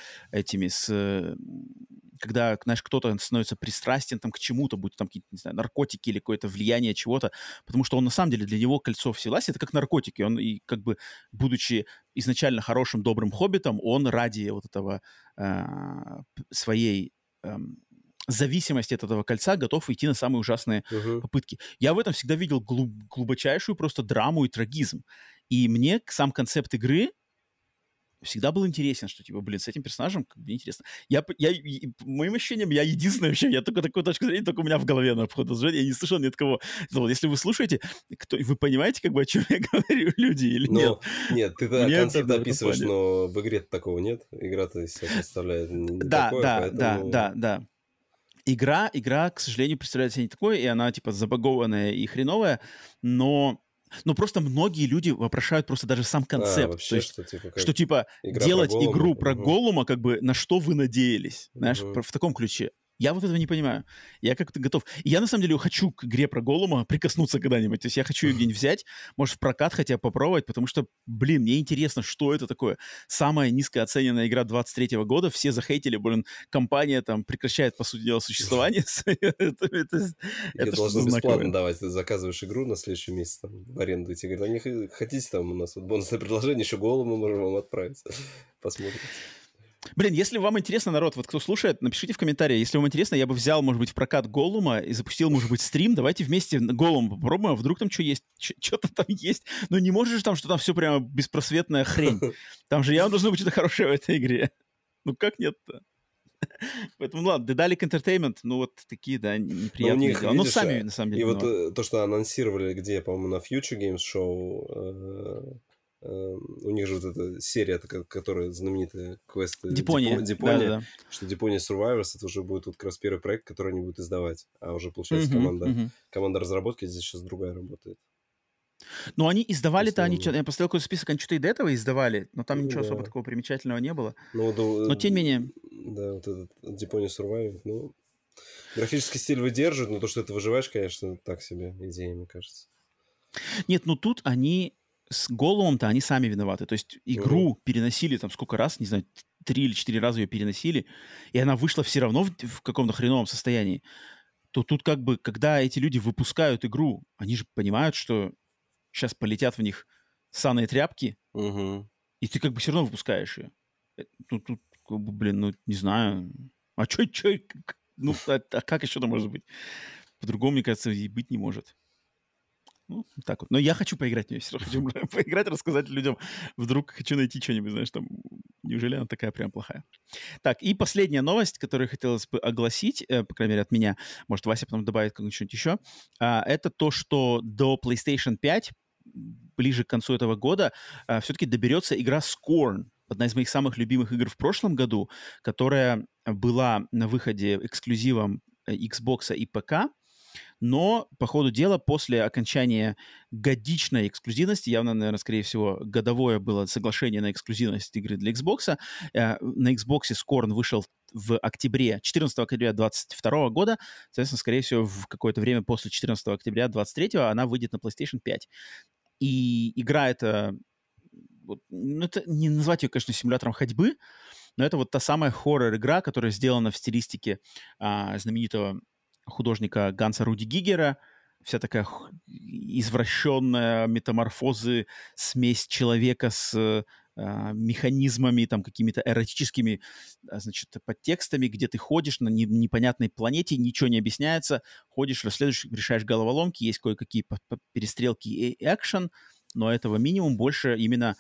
когда, знаешь, кто-то становится пристрастен там к чему-то, будь там какие-то, не знаю, наркотики или какое-то влияние чего-то, потому что он, на самом деле, для него кольцо всевластия — это как наркотики. Он, и как бы, будучи изначально хорошим, добрым хоббитом, он ради вот этого своей зависимости от этого кольца готов идти на самые ужасные попытки. Я в этом всегда видел глубочайшую просто драму и трагизм. И мне сам концепт игры всегда был интересен, что, типа, блин, с этим персонажем как бы интересно. Моим ощущением, я единственный вообще, я только такую точку зрения, только у меня в голове на вход. Я не слышал ни от кого. Вот, если вы слушаете, вы понимаете, как бы, о чем я говорю, люди, или нет? Нет, ты концепт описываешь, но в игре такого нет. Игра-то из себя представляет не такое, поэтому... Да. Игра, к сожалению, представляет себе не такое, и она, типа, забагованная и хреновая, но просто многие люди вопрошают просто даже сам концепт. Вообще, то есть, что, типа делать игру про Голлума, как бы, на что вы надеялись, знаешь, в таком ключе. Я вот этого не понимаю. Я как-то готов. И я, на самом деле, хочу к игре про Голлума прикоснуться когда-нибудь. То есть я хочу ее где-нибудь взять, может, в прокат хотя бы попробовать, потому что, блин, мне интересно, что это такое. Самая низкооцененная игра 23-го года. Все захейтили, блин, компания там прекращает, по сути дела, существование. Это должны бесплатно давать. Ты заказываешь игру на следующий месяц в аренду, и тебе говорят, не хотите там у нас бонусное предложение, еще Голлума можем вам отправить. Посмотрим. Блин, если вам интересно, народ, вот кто слушает, напишите в комментариях. Если вам интересно, я бы взял, может быть, в прокат Голлума и запустил, может быть, стрим. Давайте вместе Голлум попробуем, а вдруг там что есть, что-то там есть. Но не можешь же там, что там все прямо беспросветная хрень. Там же явно должно быть что-то хорошее в этой игре. Ну как нет-то? Поэтому, ладно, Daedalic Entertainment, ну вот такие, да, неприятные дела. Ну, сами, на самом деле. И вот то, что анонсировали, где, по-моему, на Future Games Show... У них же вот эта серия, которая знаменитая, квесты Дипония. Да. Что Deponia Survivors, это уже будет вот как раз первый проект, который они будут издавать. А уже, получается, команда разработки здесь сейчас другая работает. Ну, они издавали-то, я поставил какой-то список, они что-то и до этого издавали, но там ничего особо такого примечательного не было. Но тем не менее... Да, вот этот Deponia Survivors, ну... Графический стиль выдерживает, но то, что ты выживаешь, конечно, так себе идея, мне кажется. Нет, ну тут они... С Голлумом-то они сами виноваты. То есть игру переносили там сколько раз, не знаю, 3 или 4 раза ее переносили, и она вышла все равно в каком-то хреновом состоянии. То тут как бы, когда эти люди выпускают игру, они же понимают, что сейчас полетят в них ссаные тряпки, и ты как бы все равно выпускаешь ее. Ну, тут, как бы, блин, ну, не знаю. А что, ну, а как еще это может быть? По-другому, мне кажется, и быть не может. Ну, так вот. Но я хочу поиграть в нее, все равно хочу поиграть, рассказать людям. Вдруг хочу найти что-нибудь, знаешь, там, неужели она такая прям плохая. Так, и последняя новость, которую хотелось бы огласить, по крайней мере, от меня, может, Вася потом добавит что-нибудь еще, это то, что до PlayStation 5, ближе к концу этого года, все-таки доберется игра Scorn, одна из моих самых любимых игр в прошлом году, которая была на выходе эксклюзивом Xbox и ПК, но, по ходу дела, после окончания годичной эксклюзивности, явно, наверное, скорее всего, годовое было соглашение на эксклюзивность игры для Xbox, на Xbox Scorn вышел в октябре, 14 октября 2022 года, соответственно, скорее всего, в какое-то время после 14 октября 2023 она выйдет на PlayStation 5. И игра эта, ну, это не назвать ее, конечно, симулятором ходьбы, но это вот та самая хоррор-игра, которая сделана в стилистике знаменитого художника Ганса Руди Гигера, вся такая извращенная метаморфозы, смесь человека с механизмами, там, какими-то эротическими, значит, подтекстами, где ты ходишь на непонятной планете, ничего не объясняется, ходишь, расследуешь, решаешь головоломки, есть кое-какие перестрелки и экшен, но этого минимум, больше именно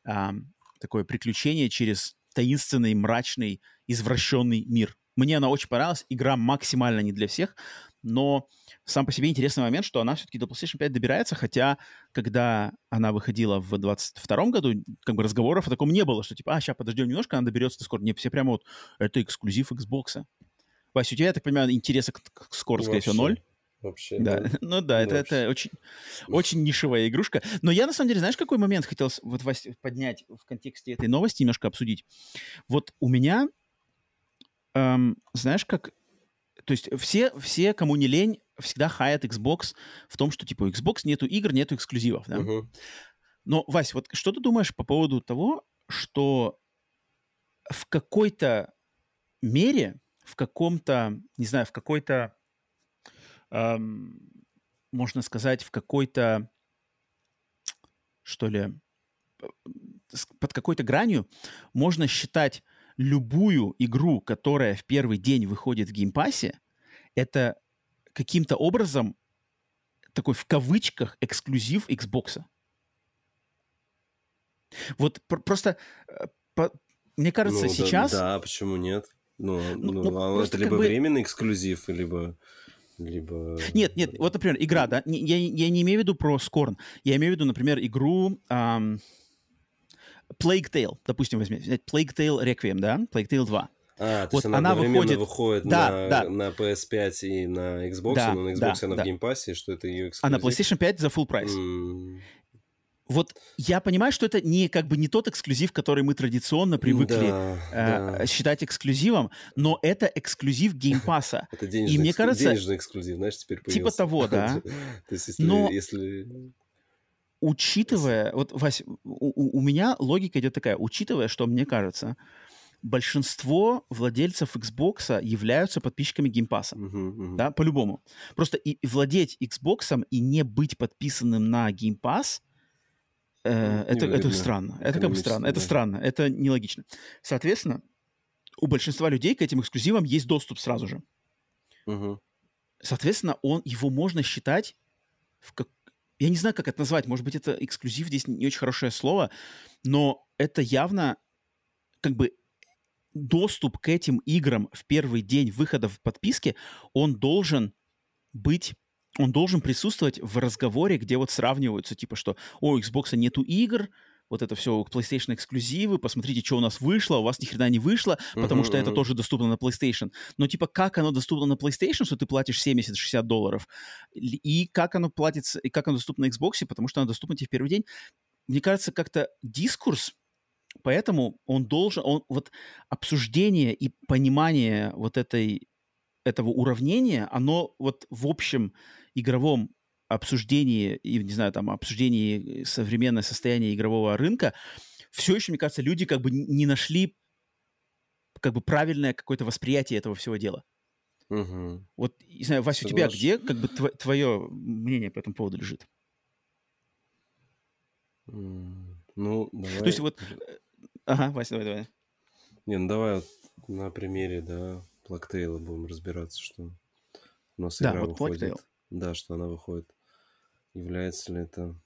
такое приключение через таинственный, мрачный, извращенный мир. Мне она очень понравилась. Игра максимально не для всех, но сам по себе интересный момент, что она все-таки до PlayStation 5 добирается, хотя, когда она выходила в 2022 году, как бы разговоров о таком не было, что типа, сейчас подождем немножко, она доберется скоро. Не, все прямо вот, это эксклюзив Xbox. Вася, у тебя, я так понимаю, интереса к скоро, скорее всего, ноль? Вообще. Да, ну да, это очень, очень нишевая игрушка. Но я, на самом деле, знаешь, какой момент хотел вот, Вася, поднять в контексте этой новости, немножко обсудить? Вот у меня... знаешь, как... То есть все, кому не лень, всегда хаят Xbox в том, что, типа, у Xbox нету игр, нету эксклюзивов, да? Но, Вась, вот что ты думаешь по поводу того, что в какой-то мере, в каком-то, не знаю, в какой-то, можно сказать, в какой-то, что ли, под какой-то гранью можно считать любую игру, которая в первый день выходит в геймпассе, это каким-то образом такой в кавычках эксклюзив Xbox. Вот просто мне кажется, сейчас... Да, почему нет? Это либо временный эксклюзив, либо... Нет, вот, например, игра, да, я не имею в виду про Scorn, я имею в виду, например, игру... Plague Tale, допустим, возьмите. Plague Tale Requiem, да? Plague Tale 2. То есть она одновременно выходит на PS5 и на Xbox, но на Xbox она в геймпассе, что это ее эксклюзив. А на PlayStation 5 за full прайс. Вот я понимаю, что это не как бы не тот эксклюзив, который мы традиционно привыкли считать эксклюзивом, но это эксклюзив геймпасса. Это и мне кажется, денежный эксклюзив, знаешь, теперь появился. Типа того, да. То есть, но если... учитывая... Вот, Вась, у меня логика идет такая. Учитывая, что мне кажется, большинство владельцев Xbox являются подписчиками геймпасса. Да, по-любому. Просто и владеть Xbox и не быть подписанным на геймпасс это странно. Это как бы странно. Это странно. Это нелогично. Соответственно, у большинства людей к этим эксклюзивам есть доступ сразу же. Соответственно, его можно считать я не знаю, как это назвать. Может быть, это эксклюзив здесь не очень хорошее слово, но это явно как бы доступ к этим играм в первый день выхода в подписке, он должен присутствовать в разговоре, где вот сравниваются, типа, что у Xbox нету игр, вот это все PlayStation эксклюзивы, посмотрите, что у нас вышло, у вас ни хрена не вышло, потому что это тоже доступно на PlayStation. Но типа как оно доступно на PlayStation, что ты платишь $70-60, и как оно платится, и как оно доступно на Xbox, потому что оно доступно тебе в первый день. Мне кажется, как-то дискурс, поэтому вот обсуждение и понимание вот этого уравнения, оно вот в общем игровом обсуждении, и, не знаю, там, обсуждении современного состояния игрового рынка, все еще, мне кажется, люди как бы не нашли как бы правильное какое-то восприятие этого всего дела. Вот, не знаю, Вася, у тебя где как бы твое мнение по этому поводу лежит? Ну, давай. То есть вот... Ага, Вася, давай. Не, ну давай вот на примере, да, Plague Tale будем разбираться, что у нас игра выходит. Да, что она выходит. Является ли это...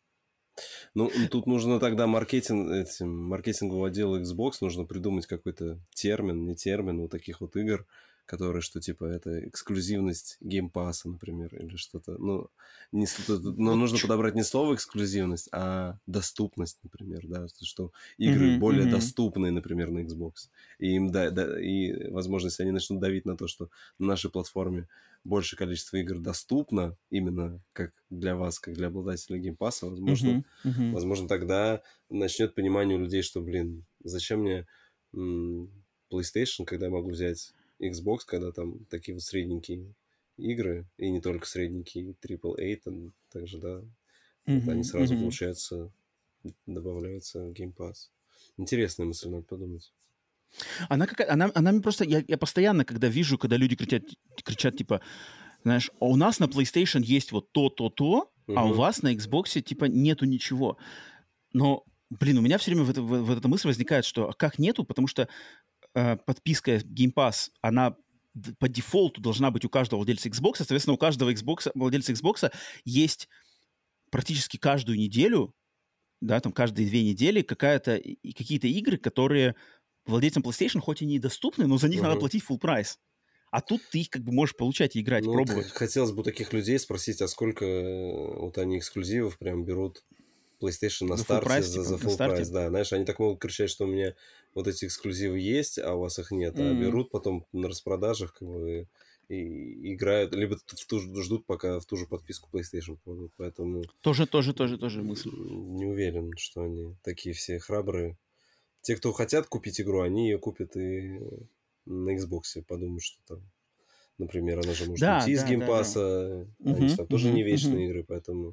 Ну, тут нужно тогда маркетинговому отделу Xbox нужно придумать какой-то термин, не термин, у таких вот игр, которые, что типа это эксклюзивность геймпасса, например, или что-то. Ну, нужно подобрать не слово эксклюзивность, а доступность, например, да, что игры более доступные, например, на Xbox. И им и, возможно, если они начнут давить на то, что на нашей платформе большее количество игр доступно именно как для вас, как для обладателя геймпасса, возможно, тогда начнет понимание у людей, что, блин, зачем мне PlayStation, когда я могу взять Xbox, когда там такие вот средненькие игры, и не только средненькие, AAA, там также, да, они сразу, получается, добавляются в Game Pass. Интересная мысль, надо подумать. Она мне просто... Я постоянно, когда вижу, когда люди кричат типа, знаешь, у нас на PlayStation есть вот то, а у вас на Xbox, типа, нету ничего. Но, блин, у меня все время в эта мысль возникает, что как нету, потому что подписка Game Pass, она по дефолту должна быть у каждого владельца Xbox, соответственно, у каждого владельца Xbox есть практически каждую неделю, да, там каждые 2 недели какие-то игры, которые владельцам PlayStation хоть и недоступны, но за них надо платить full прайс. А тут ты их как бы можешь получать и играть, пробовать. Хотелось бы у таких людей спросить, а сколько вот они эксклюзивов прям берут PlayStation на старте за full прайс. Да, знаешь, они так могут кричать, что у меня вот эти эксклюзивы есть, а у вас их нет. А берут потом на распродажах как бы и играют, либо ждут, пока в ту же подписку PlayStation кладут. Поэтому... Тоже мысль. Не уверен, что они такие все храбрые. Те, кто хотят купить игру, они ее купят и на Xbox. Подумают, что там, например, она же может уйти из геймпасса. Они же там тоже не вечные игры, поэтому...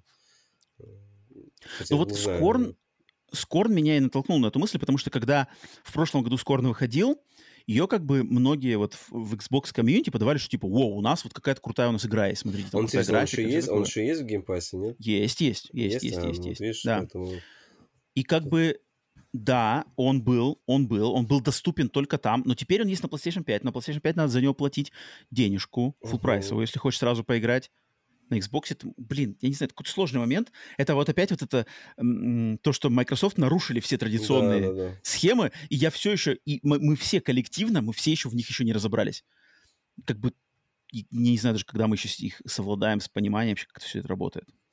Ну вот Scorn меня и натолкнул на эту мысль, потому что когда в прошлом году Scorn выходил, ее как бы многие вот в Xbox комьюнити подавали, что типа, у нас вот какая-то крутая у нас игра есть, смотрите, там крутая графика. Он еще есть в геймпассе, нет? Есть. Видишь, да. Поэтому... И как бы, да, он был доступен только там, но теперь он есть на PlayStation 5. На PlayStation 5 надо за него платить денежку, full прайсовую, если хочешь сразу поиграть. На Xbox, это, блин, я не знаю, это какой-то сложный момент. Это вот опять вот это, то, что Microsoft нарушили все традиционные схемы, и я все еще, и мы все коллективно, мы все еще в них еще не разобрались. Как бы, не знаю даже, когда мы еще их совладаем с пониманием, вообще, как это все это работает.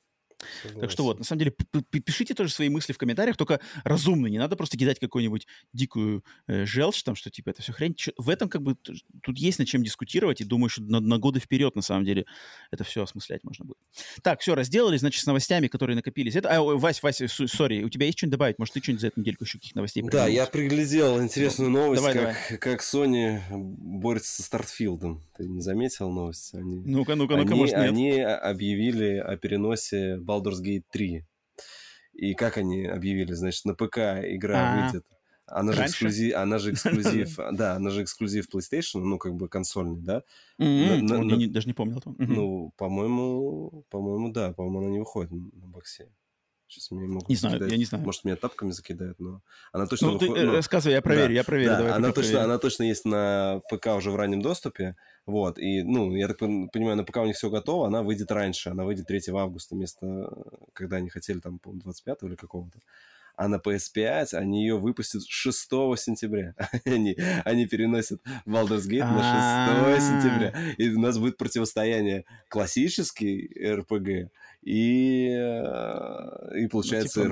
Так что вот, на самом деле, пишите тоже свои мысли в комментариях, только разумно, не надо просто кидать какую-нибудь дикую желчь, там, что типа это все хрень. В этом как бы тут есть над чем дискутировать, и думаю, что на годы вперед, на самом деле, это все осмыслять можно будет. Так, все, разделались, значит, с новостями, которые накопились. Вась, сори, у тебя есть что-нибудь добавить? Может, ты что-нибудь за эту недельку еще каких новостей Да, я приглядел интересную новость, давай. Как Sony борется со Starfield'ом. Ты не заметил новость? Ну-ка, может, нет. Они объявили о переносе Baldur's Gate 3. И как они объявили? Значит, на ПК игра выйдет. Она же эксклюзив, да, она же эксклюзив PlayStation, ну, как бы консольный, да? Я даже не помнил этого. Ну, по-моему, да, по-моему, она не выходит на боксе. Сейчас мне могут не знаю, я не знаю. Может, меня тапками закидают, но она точно выходит. Ну, рассказывай, я проверю, Да, давай она точно есть на ПК уже в раннем доступе, вот, и, ну, я так понимаю, на ПК у них все готово, она выйдет раньше, она выйдет 3 августа вместо, когда они хотели, там, по-моему, 25 или какого-то. А на PS5 они ее выпустят 6 сентября. Они переносят Baldur's Gate на 6 сентября. И у нас будет противостояние классический RPG и получается,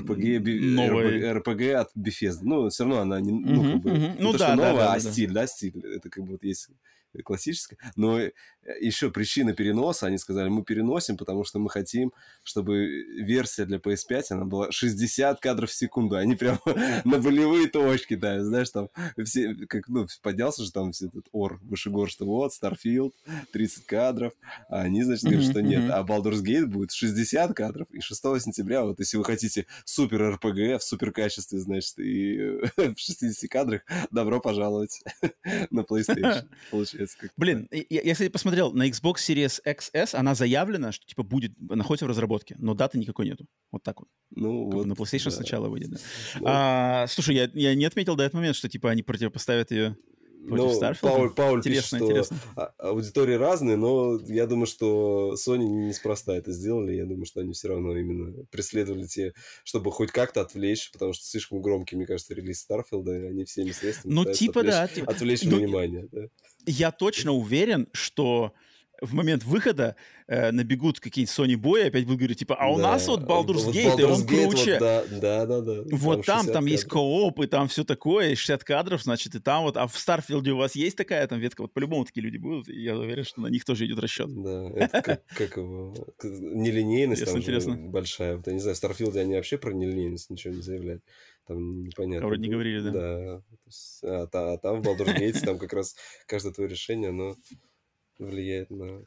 RPG от Bethesda. Ну, все равно она не... Ну, как бы, не то, что новая, а стиль, да, стиль. Это как бы вот есть классическая. Но еще причина переноса, они сказали, мы переносим, потому что мы хотим, чтобы версия для PS5, она была 60 кадров в секунду. Они прям на болевые точки, да, знаешь, там все, как, ну, поднялся же там все этот ор выше гор, что вот, Starfield, 30 кадров, а они, значит, говорят, что нет. А Baldur's Gate будет 60 кадров, и 6 сентября, вот, если вы хотите супер RPG в супер качестве, значит, и в 60 кадрах, добро пожаловать на PlayStation, получается. Блин, я, кстати, посмотрел, на Xbox Series XS она заявлена, что, типа, находится в разработке, но даты никакой нету. Вот так вот. Ну, вот, на PlayStation сначала выйдет, да. Слушай, я не отметил до этого момента, что, типа, они противопоставят ее против Starfield. Пауль пишет, что аудитории разные, но я думаю, что Sony неспроста это сделали. Я думаю, что они все равно именно преследовали чтобы хоть как-то отвлечь, потому что слишком громкий, мне кажется, релиз Starfield, и они всеми средствами пытаются отвлечь внимание. Да. Я точно уверен, что в момент выхода набегут какие-то Sony бои, опять будут говорить, типа, у нас вот Baldur's Gate, и он круче. Да. Вот там есть кооп, и там все такое, и 60 кадров, значит, и там вот. А в Starfield у вас есть такая там ветка? Вот по-любому такие люди будут, и я уверен, что на них тоже идет расчет. Да, это как его... Нелинейность там же большая. Вот, я не знаю, в Starfield они вообще про нелинейность ничего не заявляют. Там непонятно. Вроде не говорили, да? Да. А там в Baldur's Gate там как раз каждое твое решение, оно влияет на...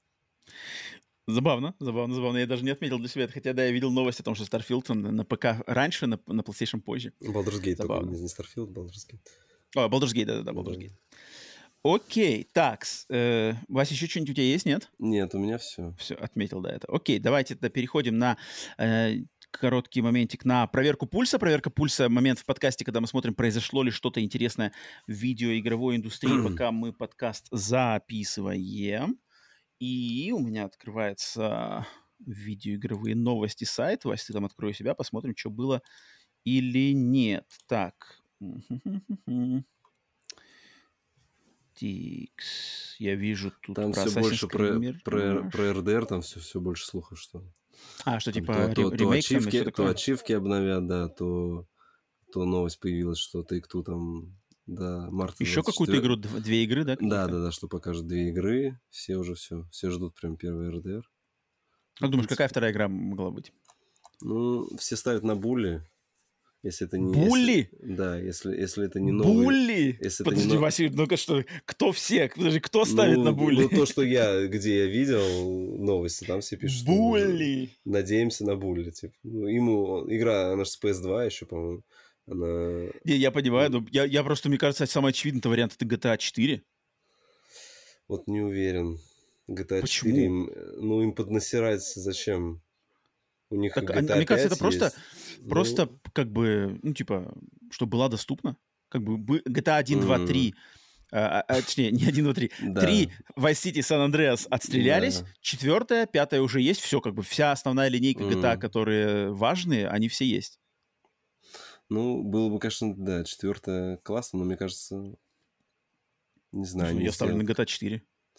Забавно. Я даже не отметил для себя это, хотя, да, я видел новость о том, что Starfield на ПК раньше, на PlayStation позже. Baldur's Gate, только не Starfield, Baldur's Gate. Baldur's Gate, да, Baldur's Gate. Окей, так, Вася, еще что-нибудь у тебя есть, нет? Нет, у меня все. Все, отметил, да, это. Окей, давайте тогда переходим на короткий моментик на проверку пульса. Проверка пульса — момент в подкасте, когда мы смотрим, произошло ли что-то интересное в видеоигровой индустрии, пока мы подкаст записываем. И у меня открывается видеоигровые новости сайт. Вася, ты там открой себя, посмотрим, что было или нет. Так. Тикс. Я вижу тут там про все больше про Mirage. РДР, там все больше слухов, что... что типа ремейк там и все такое? То ачивки обновят, да, то новость появилась, что Take-Two там... Да, марта еще какую-то игру, 2 игры, да? Да, что покажут 2 игры. Все уже все ждут прям первый РДР. Как думаешь, какая вторая игра могла быть? Ну, все ставят на Булли. Если это не... Булли? Если это не новый... Булли? Подожди, Василий, ну-ка что? Кто все? Подожди, кто ставит на Булли? Ну, то, что где я видел новости, там все пишут, Булли! Что надеемся на Булли. Типа. Ну, игра, она же с PS2 еще, по-моему. Она... Не, я понимаю, но я просто, мне кажется, самый очевидный вариант — это GTA 4. Вот не уверен. GTA Почему? 4, им поднасирать зачем? У них GTA мне кажется, это есть. просто как бы, ну, типа, чтобы была доступна. Как бы GTA 1, 2, 3... точнее, не 1, 2, 3. Да. 3 Vice City, San Andreas отстрелялись. Да. 4, 5 уже есть. Все, как бы вся основная линейка GTA, которые важные, они все есть. Ну, было бы, конечно, да, 4 классно, но мне кажется, не знаю. Я ставлю на GTA 4.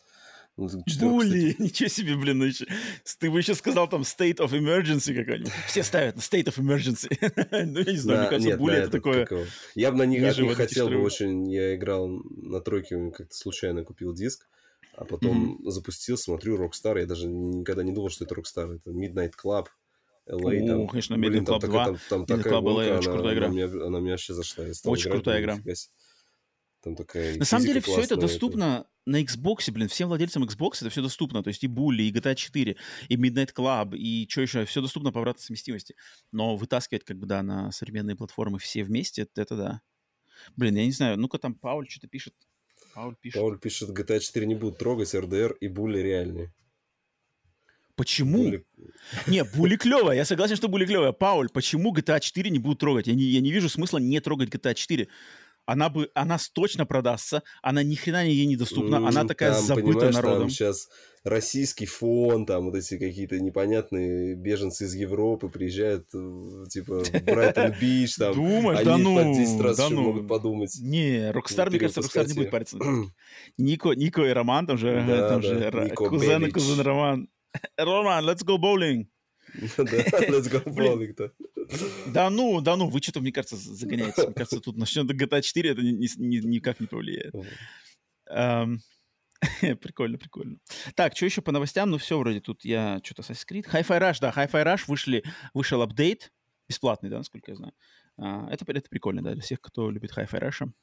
Булли! Ничего себе, блин. Ты бы еще сказал там State of Emergency какой-нибудь. Все ставят на State of Emergency. Ну, я не знаю, мне кажется, Булли это такое... Я бы на них хотел бы очень... Я играл на тройке, как-то случайно купил диск, а потом запустил, смотрю, Rockstar. Я даже никогда не думал, что это Rockstar. Это Midnight Club, LA. Там, конечно, Midnight Club 2. Там такая гонка, очень крутая игра. Она мне вообще зашла. Очень крутая игра. Там такая на самом деле все это доступно на Xbox, блин, всем владельцам Xbox это все доступно, то есть и Bully, и GTA 4, и Midnight Club, и что еще, все доступно по обратной совместимости. Но вытаскивать, как бы, да, на современные платформы все вместе, это да. Блин, я не знаю, ну-ка там Пауль что-то пишет. Пауль пишет, GTA 4 не будут трогать, RDR и Bully реальные. Почему? Не, Булли клевая, я согласен, что Булли клевая. Пауль, почему GTA 4 не будут трогать? Я не вижу смысла не трогать GTA 4. Она точно продастся, она ни хрена ей недоступна, она такая там, забытая народом. Там сейчас российский фон, там вот эти какие-то непонятные беженцы из Европы приезжают, типа, в Брайтон-Бич, там. Думаешь? Они да ну, по 10 раз еще могут подумать. Не, Rockstar, мне кажется, Rockstar не будет париться. Нико и Роман, там же кузен Роман. Роман, let's go bowling. Да, let's go bowling. Да ну, вы что-то, мне кажется, загоняетесь. Мне кажется, тут насчет GTA 4 это никак не повлияет. Прикольно. Так, что еще по новостям? Ну, все, вроде тут я что-то Assassin's Creed. Hi-Fi Rush, да, Hi-Fi Rush вышел апдейт. Бесплатный, да, насколько я знаю. Это прикольно, да, для всех, кто любит Hi-Fi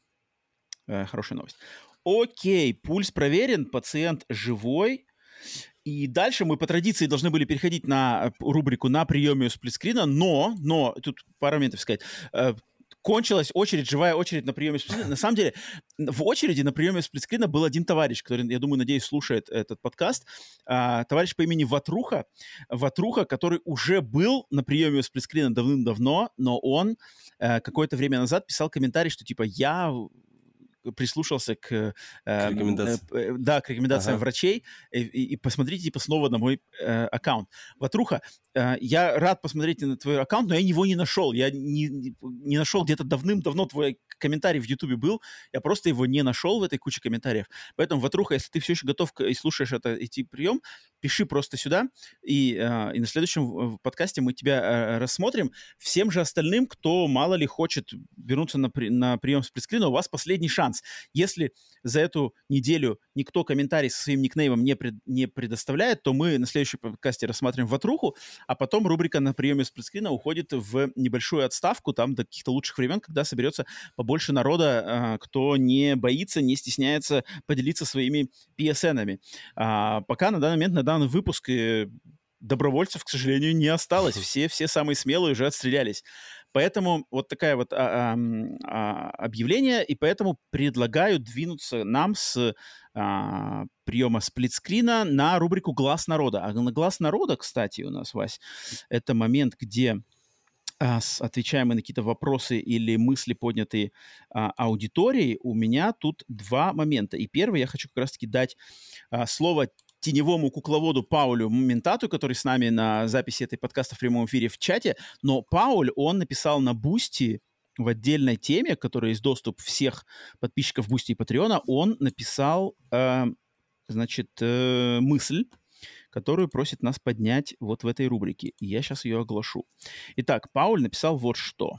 Rush. Хорошая новость. Окей, пульс проверен, пациент живой. И дальше мы по традиции должны были переходить на рубрику «На приеме у сплитскрина», но тут пару моментов сказать. Кончилась живая очередь на приеме сплитскрина. На самом деле, в очереди на приеме сплитскрина был один товарищ, который, я думаю, надеюсь, слушает этот подкаст. Товарищ по имени Ватруха, который уже был на приеме у сплитскрина давным-давно, но он какое-то время назад писал комментарий, что типа я прислушался к рекомендациям врачей, и посмотрите, типа, снова на мой аккаунт. Ватруха, я рад посмотреть на твой аккаунт, но я его не нашел. Я не нашел где-то давным-давно твой комментарий в Ютубе был, я просто его не нашел в этой куче комментариев. Поэтому, Ватруха, если ты все еще готов и слушаешь эти прием, пиши просто сюда, и на следующем подкасте мы тебя рассмотрим. Всем же остальным, кто, мало ли, хочет вернуться на прием сплитскрина, у вас последний шанс. Если за эту неделю никто комментарий со своим никнеймом не предоставляет, то мы на следующем подкасте рассматриваем Ватруху, а потом рубрика на приеме сплитскрина уходит в небольшую отставку, там до каких-то лучших времен, когда соберется побольше народа, кто не боится, не стесняется поделиться своими PSN-ами. Пока на данный момент, на данный выпуск добровольцев, к сожалению, не осталось. Все самые смелые уже отстрелялись. Поэтому вот такое вот объявление, и поэтому предлагаю двинуться нам с приема сплитскрина на рубрику «Глаз народа». А на «Глаз народа», кстати, у нас, Вась, это момент, где отвечаем мы на какие-то вопросы или мысли, поднятые аудиторией. У меня тут два момента. И первый, я хочу как раз-таки дать слово теневому кукловоду Паулю Ментату, который с нами на записи этой подкаста в прямом эфире в чате. Но Пауль, он написал на Бусти в отдельной теме, которая есть доступ всех подписчиков Бусти и Патреона, он написал, мысль, которую просит нас поднять вот в этой рубрике. И я сейчас ее оглашу. Итак, Пауль написал вот что.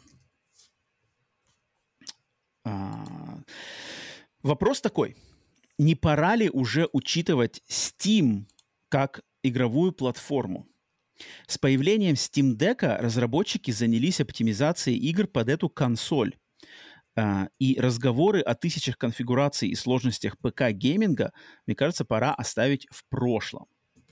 Вопрос такой. Не пора ли уже учитывать Steam как игровую платформу? С появлением Steam Deck'а разработчики занялись оптимизацией игр под эту консоль. И разговоры о тысячах конфигураций и сложностях ПК-гейминга, мне кажется, пора оставить в прошлом.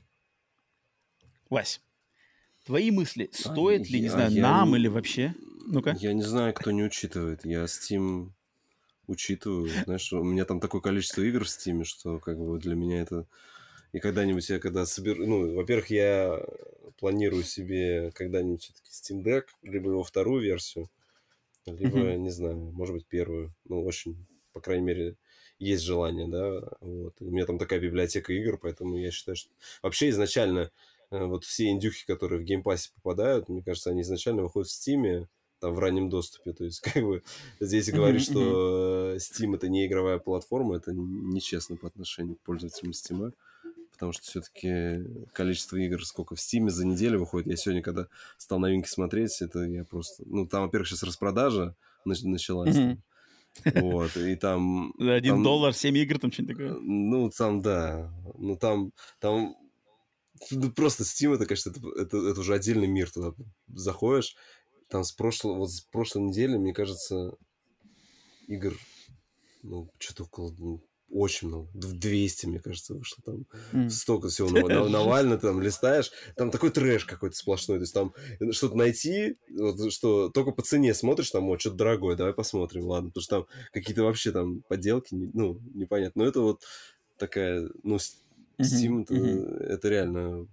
Вась, твои мысли, стоит ли, не знаю, нам или вообще? Ну-ка. Я не знаю, кто не учитывает. Я Steam учитываю. Знаешь, у меня там такое количество игр в Steam, что как бы для меня это... И когда-нибудь я когда соберу... Ну, во-первых, я планирую себе когда-нибудь все-таки Steam Deck, либо его вторую версию, либо, не знаю, может быть, первую. Ну, очень, по крайней мере, есть желание, да. Вот. У меня там такая библиотека игр, поэтому я считаю, что... Вообще, изначально, вот все индюхи, которые в геймпассе попадают, мне кажется, они изначально выходят в Steam, там, в раннем доступе. То есть, как бы, здесь говорить, что Steam — это не игровая платформа, это нечестно по отношению к пользователям Steam. потому что все-таки количество игр, сколько в Steam за неделю выходит. Я сегодня, когда стал новинки смотреть, это я просто... Ну, там, во-первых, сейчас распродажа началась. Там. Вот, и там... За $1, 7 игр, там что-нибудь такое? Ну, там, да. Ну, там просто Steam, это, конечно, это уже отдельный мир. Туда заходишь, там с прошлой недели, мне кажется, игр, ну, что-то около... очень много. 200, мне кажется, вышло там. Столько всего Навально там листаешь. Там такой трэш какой-то сплошной. То есть там что-то найти, вот, что только по цене смотришь, там, вот, что-то дорогое, давай посмотрим, ладно. Потому что там какие-то вообще там подделки, ну, непонятно. Но это вот такая, ну, Steam, это реально...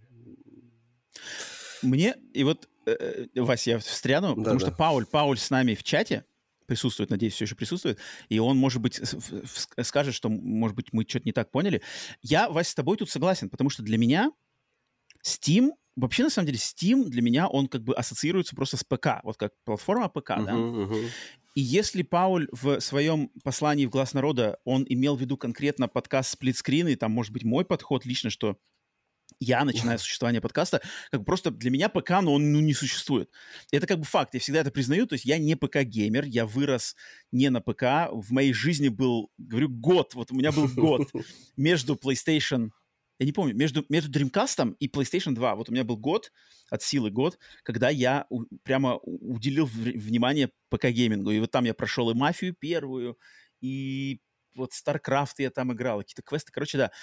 Мне, и вот, Вася, я встряну, потому что Пауль с нами в чате присутствует, надеюсь, все еще присутствует, и он, может быть, скажет, что, может быть, мы что-то не так поняли. Я, Вася, с тобой тут согласен, потому что для меня Steam, вообще, на самом деле, Steam для меня, он как бы ассоциируется просто с ПК, вот как платформа ПК, да? И если Пауль в своем послании в «Глаз народа», он имел в виду конкретно подкаст «Сплитскрин», и там, может быть, мой подход лично, что я, начиная существование подкаста, как бы просто для меня ПК, но он не существует. Это как бы факт, я всегда это признаю, то есть я не ПК-геймер, я вырос не на ПК, в моей жизни был, говорю, год, вот у меня был год между PlayStation, я не помню, между Dreamcast и PlayStation 2, вот у меня был год, от силы год, когда я прямо уделил внимание ПК-геймингу, и вот там я прошел и «Мафию» первую, и вот StarCraft я там играл, какие-то квесты, короче, да.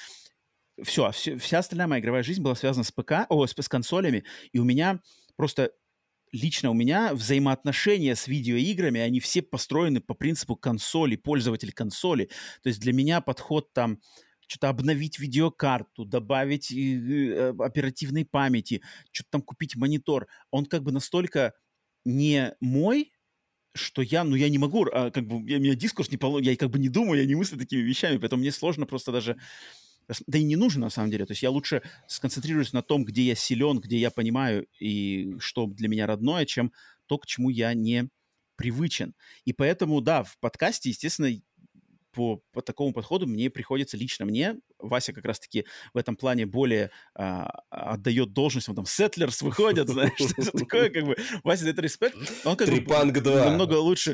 Вся остальная моя игровая жизнь была связана с ПК, с консолями, и у меня просто лично у меня взаимоотношения с видеоиграми, они все построены по принципу консоли, пользователь консоли. То есть для меня подход там что-то обновить видеокарту, добавить оперативной памяти, что-то там купить монитор, он как бы настолько не мой, что я не могу, как бы, у меня дискурс не полон, я как бы не думаю, я не мыслю такими вещами, поэтому мне сложно просто даже... Да и не нужно, на самом деле. То есть я лучше сконцентрируюсь на том, где я силен, где я понимаю и что для меня родное, чем то, к чему я не привычен. И поэтому, да, в подкасте, естественно, по такому подходу мне приходится лично мне, Вася как раз-таки в этом плане более отдает должность, он там Settlers выходят, знаешь, что такое, как бы, Вася, это респект, он как Трипанк бы 2. намного лучше.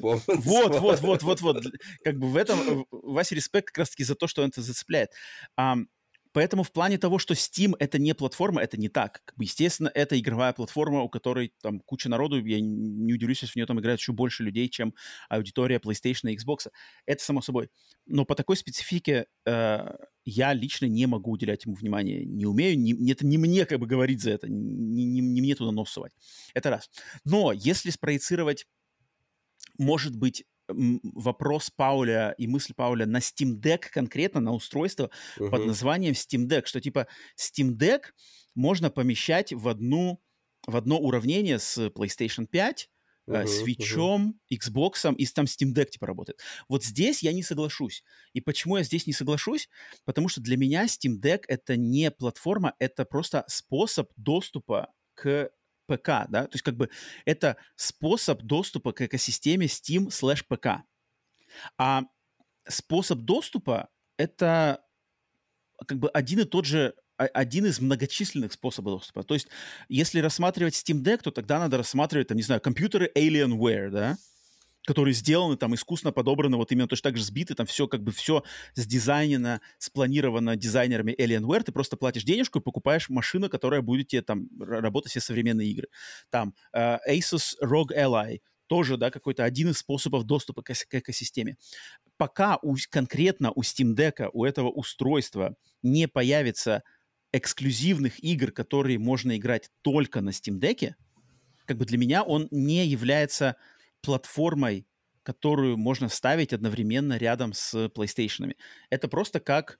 Вот, как бы в этом Вася респект как раз-таки за то, что он это зацепляет. Поэтому в плане того, что Steam — это не платформа, это не так. Как бы, естественно, это игровая платформа, у которой там куча народу, я не удивлюсь, если в нее там играет еще больше людей, чем аудитория PlayStation и Xbox. Это само собой. Но по такой специфике я лично не могу уделять ему внимания. Не умею, это не мне как бы говорить за это, не мне туда нос совать. Это раз. Но если спроецировать, может быть, вопрос Пауля и мысль Пауля на Steam Deck конкретно, на устройство под названием Steam Deck, что типа Steam Deck можно помещать в одно уравнение с PlayStation 5, Switch'ом, Xbox'ом, и там Steam Deck типа работает. Вот здесь я не соглашусь. И почему я здесь не соглашусь? Потому что для меня Steam Deck — это не платформа, это просто способ доступа к ПК, да, то есть как бы это способ доступа к экосистеме Steam/ПК. А способ доступа — это как бы один из многочисленных способов доступа. То есть если рассматривать Steam Deck, то тогда надо рассматривать, там, не знаю, компьютеры Alienware, да, которые сделаны, там, искусно подобраны, вот именно точно так же сбиты, там все как бы все сдизайнено, спланировано дизайнерами Alienware, ты просто платишь денежку и покупаешь машину, которая будет тебе там работать все современные игры. Там Asus ROG Ally, тоже, да, какой-то один из способов доступа к экосистеме. Пока конкретно у Steam Deck, у этого устройства не появится эксклюзивных игр, которые можно играть только на Steam Deck, как бы для меня он не является платформой, которую можно ставить одновременно рядом с PlayStation. Это просто как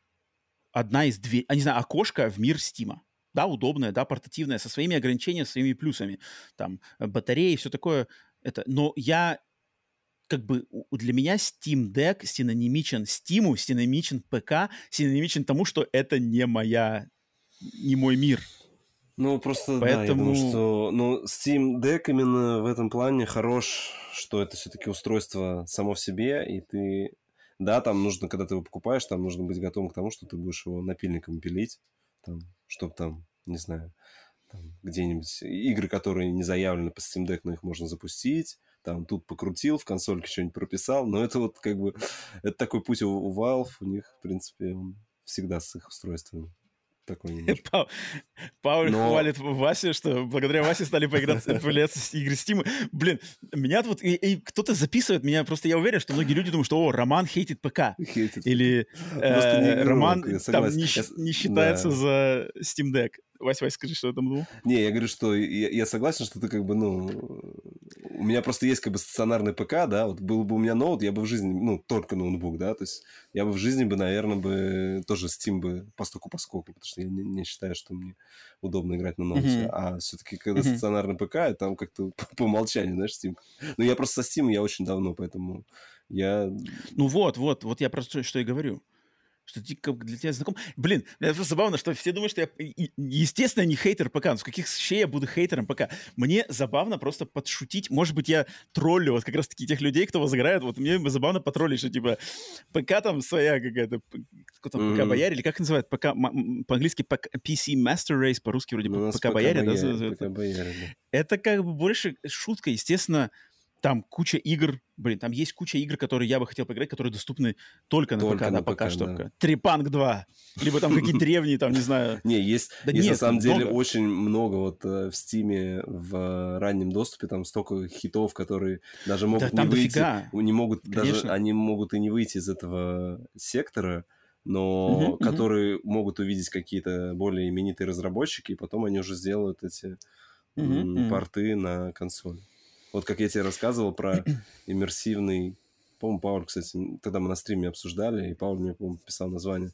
одна из окошко в мир Steam. Да, удобное, да, портативное, со своими ограничениями, своими плюсами. Там батареи, все такое. Но как бы для меня Steam Deck синонимичен Steam, синонимичен ПК, синонимичен тому, что это не мой мир. Ну, просто, поэтому... да, я думаю, что Steam Deck именно в этом плане хорош, что это все-таки устройство само в себе, и ты Да, там нужно, когда ты его покупаешь, там нужно быть готовым к тому, что ты будешь его напильником пилить, там, чтобы там, не знаю, там, где-нибудь игры, которые не заявлены по Steam Deck, но их можно запустить, там тут покрутил, в консольке что-нибудь прописал, но это вот как бы, это такой путь у Valve, у них, в принципе, он всегда с их устройствами такой немножко. Пауль Но... хвалит Васю, что благодаря Васе стали появляться игры Steam. Блин, меня вот кто-то записывает меня, просто я уверен, что многие люди думают, что Роман хейтит ПК. Или Роман там не считается за Steam Deck. Вась, скажи, что я там думал? Не, я говорю, что я согласен, что ты как бы, ну... У меня просто есть как бы стационарный ПК, да, вот был бы у меня ноут, я бы в жизни, ну, только ноутбук, да, то есть я бы в жизни бы, наверное, бы тоже Steam бы поскольку, потому что я не считаю, что мне удобно играть на ноуте. А все-таки, когда стационарный ПК, там как-то по умолчанию, знаешь, Steam. Ну, я просто со Steam я очень давно, поэтому я... Ну вот я просто что и говорю. Что для тебя знаком. Блин, это просто забавно, что все думают, что я, естественно, не хейтер ПК. Но с каких щей я буду хейтером ПК? Мне забавно просто подшутить. Может быть, я троллю вот как раз-таки тех людей, кто возгорает. Вот мне забавно потроллить, что типа ПК там своя какая-то, кто там, ПК-бояре, или как называют? ПК, по-английски PC Master Race, по-русски вроде ПК-бояре, да? ПК-бояре, да. Это как бы больше шутка, естественно. Там куча игр, там есть куча игр, которые я бы хотел поиграть, которые доступны только на ПК, да, пока что. Да. Трипанк 2, либо там какие-то древние, там, не знаю. Не, есть на самом деле очень много вот в Стиме в раннем доступе, там столько хитов, которые даже могут не выйти, не могут даже, они могут и не выйти из этого сектора, но которые могут увидеть какие-то более именитые разработчики, и потом они уже сделают эти порты на консоль. Вот как я тебе рассказывал про иммерсивный... По-моему, Пауль, кстати, тогда мы на стриме обсуждали, и Пауль мне, по-моему, писал название.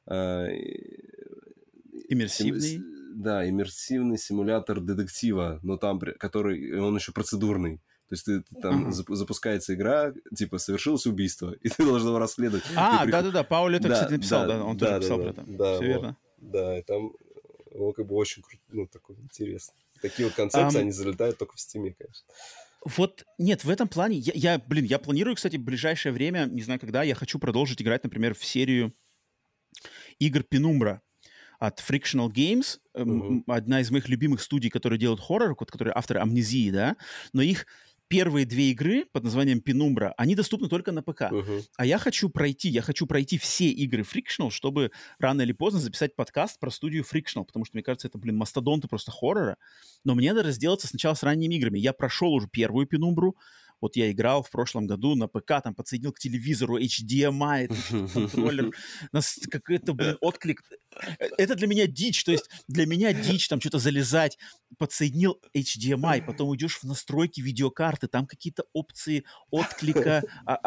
Иммерсивный? Да, иммерсивный симулятор детектива, но там, который... Он еще процедурный. То есть ты там запускается игра, типа, совершилось убийство, и ты должен его расследовать. Да-да-да, Пауль это, кстати, написал, да, он тоже писал про это. Да, все верно. Да, и там он как бы очень круто, ну, такой интересный. Такие вот концепции, они залетают только в Стиме, конечно. Вот, нет, в этом плане, я планирую, кстати, в ближайшее время, не знаю когда, я хочу продолжить играть, например, в серию игр Penumbra от Frictional Games, одна из моих любимых студий, которые делают хоррор, которые авторы Амнезии, да, но их первые 2 игры под названием Penumbra, они доступны только на ПК. А я хочу пройти все игры Frictional, чтобы рано или поздно записать подкаст про студию Frictional, потому что, мне кажется, это, мастодонты просто хоррора. Но мне надо разделаться сначала с ранними играми. Я прошел уже первую Penumbra. Вот я играл в прошлом году на ПК, там подсоединил к телевизору HDMI, контроллер, какой-то, отклик. Это для меня дичь, то есть для меня дичь там что-то залезать. Подсоединил HDMI, потом идешь в настройки видеокарты, там какие-то опции отклика,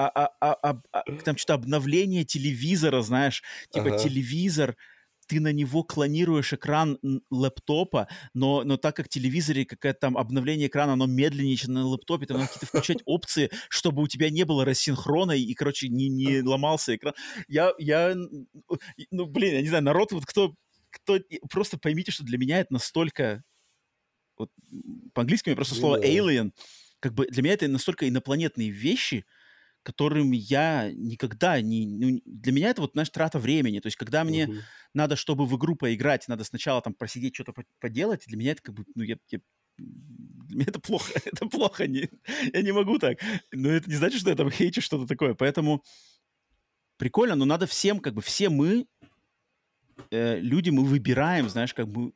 там что-то обновление телевизора, знаешь, типа телевизор, ты на него клонируешь экран лэптопа, но так как в телевизоре какое-то там обновление экрана, оно медленнее, чем на лэптопе, там надо какие-то включать опции, чтобы у тебя не было рассинхрона и, короче, не ломался экран. Я не знаю, народ, вот кто просто поймите, что для меня это настолько... Вот, по-английски у меня просто слово alien, как бы для меня это настолько инопланетные вещи, которым я никогда не... Для меня это вот, знаешь, трата времени. То есть, когда мне надо, чтобы в игру поиграть, надо сначала там просидеть, что-то поделать, для меня это как бы... для меня это плохо. Это плохо. Я не могу так. Но это не значит, что я там хейчу что-то такое. Поэтому прикольно, но надо всем, как бы, все мы, люди, мы выбираем, знаешь, как бы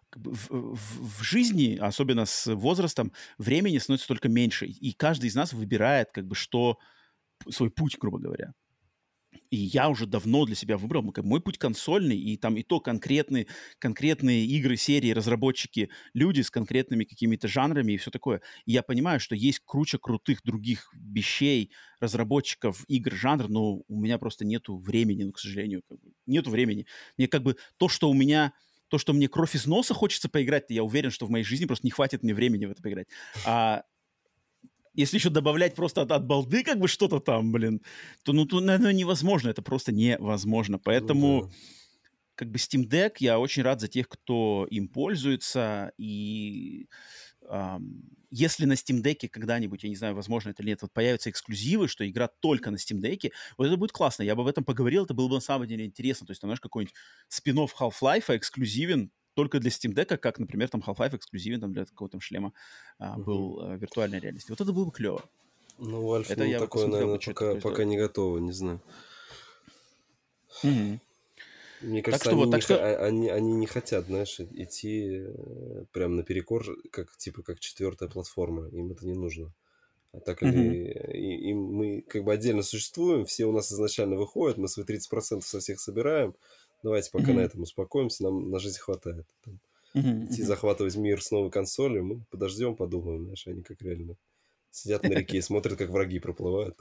в жизни, особенно с возрастом, времени становится только меньше. И каждый из нас выбирает, как бы, свой путь, грубо говоря. И я уже давно для себя выбрал, мой путь консольный, и там и то конкретные игры, серии, разработчики, люди с конкретными какими-то жанрами и все такое. И я понимаю, что есть куча крутых других вещей, разработчиков игр, жанр, но у меня просто нету времени, к сожалению. Нету времени. Мне как бы то, что мне кровь из носа хочется поиграть, я уверен, что в моей жизни просто не хватит мне времени в это поиграть. А если еще добавлять просто от балды как бы что-то там, то, наверное, невозможно. Это просто невозможно. Поэтому, как бы, Steam Deck, я очень рад за тех, кто им пользуется. И если на Steam Deck когда-нибудь, я не знаю, возможно это или нет, вот появятся эксклюзивы, что игра только на Steam Deck, вот это будет классно. Я бы об этом поговорил, это было бы на самом деле интересно. То есть, там, знаешь, какой-нибудь спин-офф Half-Life эксклюзивен только для Steam Deck, как, например, там Half-Life эксклюзивен там, для какого-то там шлема был виртуальной реальности. Вот это было бы клево. Ну, Valve, Это я такое, посмотрел, наверное, пока не готово, не знаю. Мне кажется, они не хотят, знаешь, идти прям наперекор, как четвертая платформа. Им это не нужно. А так как мы как бы отдельно существуем, все у нас изначально выходят, мы свои 30% со всех собираем. Давайте пока на этом успокоимся, нам на жизнь хватает. Идти захватывать мир с новой консолью, мы подождем, подумаем, знаешь, они как реально сидят на реке и смотрят, как враги проплывают.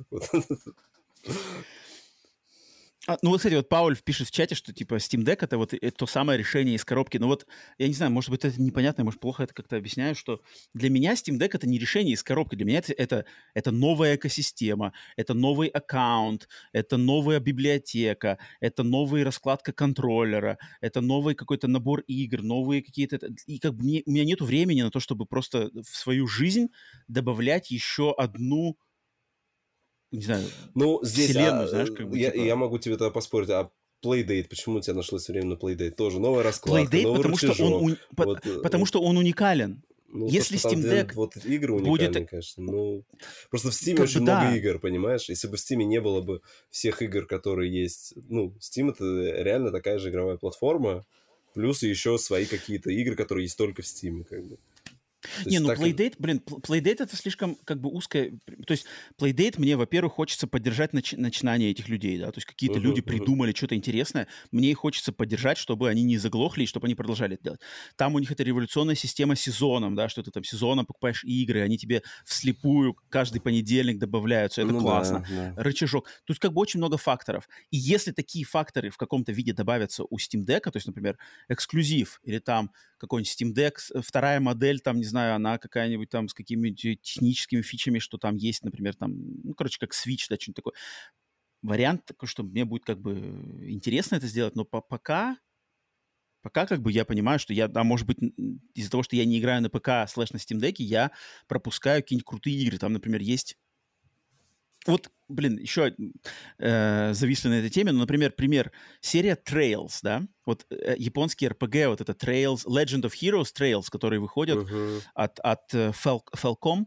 Ну вот, кстати, вот Пауль пишет в чате, что типа Steam Deck это вот то самое решение из коробки. Но вот, я не знаю, может быть, это непонятно, может, плохо это как-то объясняю, что для меня Steam Deck это не решение из коробки. Для меня это новая экосистема, это новый аккаунт, это новая библиотека, это новая раскладка контроллера, это новый какой-то набор игр, новые какие-то... И как бы у меня нету времени на то, чтобы просто в свою жизнь добавлять еще одну... не знаю, здесь, вселенную, знаешь, как бы, я могу тебе тогда поспорить, а Playdate, почему у тебя нашлось время на Playdate? Тоже новая раскладка, Playdate, новый рычажок. Потому что он уникален. Ну, если Steam Deck вот игры уникальные, будет... конечно. Ну, просто в Steam очень много игр, понимаешь? Если бы в Steam не было бы всех игр, которые есть... Ну, Steam — это реально такая же игровая платформа, плюс еще свои какие-то игры, которые есть только в Steam, как бы. Не, ну Playdate, Playdate это слишком как бы узкое... То есть Playdate мне, во-первых, хочется поддержать начинание этих людей, да, то есть какие-то люди придумали что-то интересное, мне их хочется поддержать, чтобы они не заглохли и чтобы они продолжали это делать. Там у них это революционная система сезоном, да, что ты там сезоном покупаешь игры, они тебе вслепую каждый понедельник добавляются, это классно. Да. Рычажок. Тут как бы очень много факторов. И если такие факторы в каком-то виде добавятся у Steam Deck, то есть, например, эксклюзив или там какой-нибудь Steam Deck, вторая модель, там, не знаю, она какая-нибудь там с какими-нибудь техническими фичами, что там есть, например, там, ну, короче, как Switch, да, что-нибудь такое. Вариант такой, что мне будет как бы интересно это сделать, но пока как бы я понимаю, что я, может быть, из-за того, что я не играю на ПК / на Steam Deck, я пропускаю какие-нибудь крутые игры. Там, например, есть... Вот, блин, еще зависли на этой теме, но, например, серия Trails, да, вот японский RPG, вот это Trails, Legend of Heroes Trails, которые выходят от Falcom.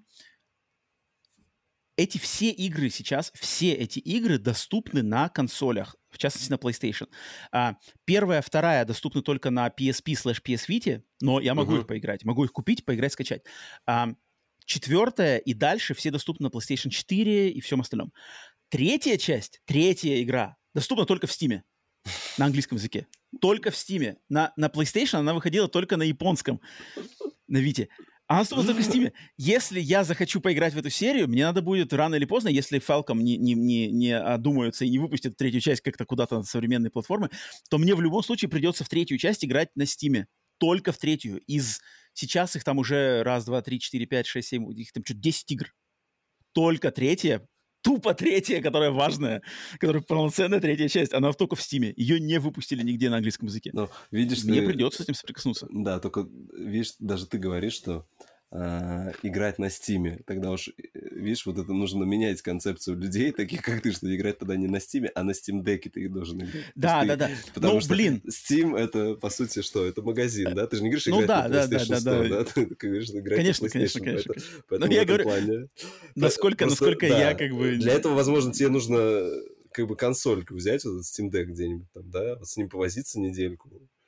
Все эти игры доступны на консолях, в частности, на PlayStation. Первая, вторая доступны только на PSP / PS Vita, но я могу их поиграть, могу их купить, поиграть, скачать. Четвертая и дальше все доступны на PlayStation 4 и всем остальном. Третья игра доступна только в Steam, на английском языке. Только в Steam. На PlayStation она выходила только на японском, на Vita. Она доступна только в Steam. Если я захочу поиграть в эту серию, мне надо будет рано или поздно, если Falcom не одумаются и не выпустят третью часть как-то куда-то на современные платформы, то мне в любом случае придется в третью часть играть на Steam. Только в третью. Сейчас их там уже 1, 2, 3, 4, 5, 6, 7, их там что-то 10 игр. Только третья, тупо третья, которая важная, которая полноценная третья часть, она только в Steam. Ее не выпустили нигде на английском языке. Но, видишь, мне придется с этим соприкоснуться. Да, только, видишь, даже ты говоришь, что играть на Steam. Тогда уж, видишь, вот это нужно менять концепцию людей, таких как ты, что играть тогда не на Steam, а на Steam Deck ты их должен играть. Да. Потому что Steam — это, по сути, что? Это магазин, да? Ты же не говоришь играть на PlayStation 100, да? Ты говоришь играть на PlayStation. Конечно. Поэтому я говорю, насколько я как бы... Для этого, возможно, тебе нужно как бы консольку взять, вот этот Steam Deck где-нибудь там, да? Вот с ним повозиться недельку.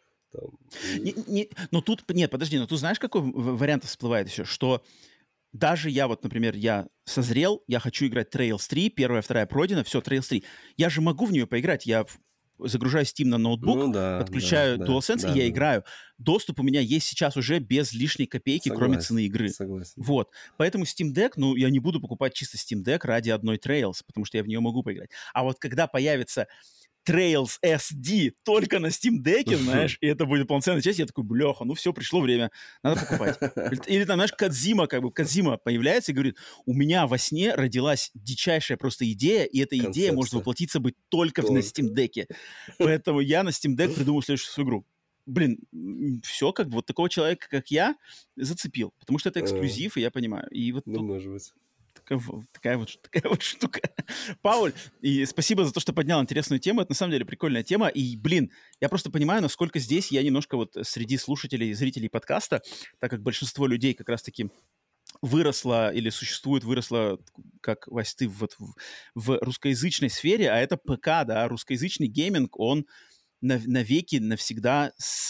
Но тут, нет, подожди, но тут знаешь, какой вариант всплывает еще? Что даже я вот, например, я созрел, я хочу играть Trails 3, первая, вторая пройдена, все, Trails 3. Я же могу в нее поиграть, я загружаю Steam на ноутбук, подключаю DualSense, и я играю. Доступ у меня есть сейчас уже без лишней копейки, кроме цены игры. Согласен. Вот. Поэтому Steam Deck, я не буду покупать чисто Steam Deck ради одной Trails, потому что я в нее могу поиграть. А вот когда появится Trails SD только на Steam Deck, знаешь, и это будет полноценная часть, я такой, бляха, все, пришло время, надо покупать. Или там, знаешь, Кодзима появляется и говорит, у меня во сне родилась дичайшая просто идея, и эта идея может воплотиться быть только на Steam Deck. Поэтому я на Steam Deck придумал следующую игру. блин, все как бы вот такого человека, как я, зацепил. Потому что это эксклюзив, и я понимаю. И вот Ну, тут может быть. такая вот штука. Пауль, и спасибо за то, что поднял интересную тему. Это на самом деле прикольная тема. И, блин, я просто понимаю, насколько здесь я немножко вот среди слушателей и зрителей подкаста, так как большинство людей как раз-таки выросло или существует, выросло, как, Вась, ты вот в русскоязычной сфере, а это ПК, да, русскоязычный гейминг, он навеки, навсегда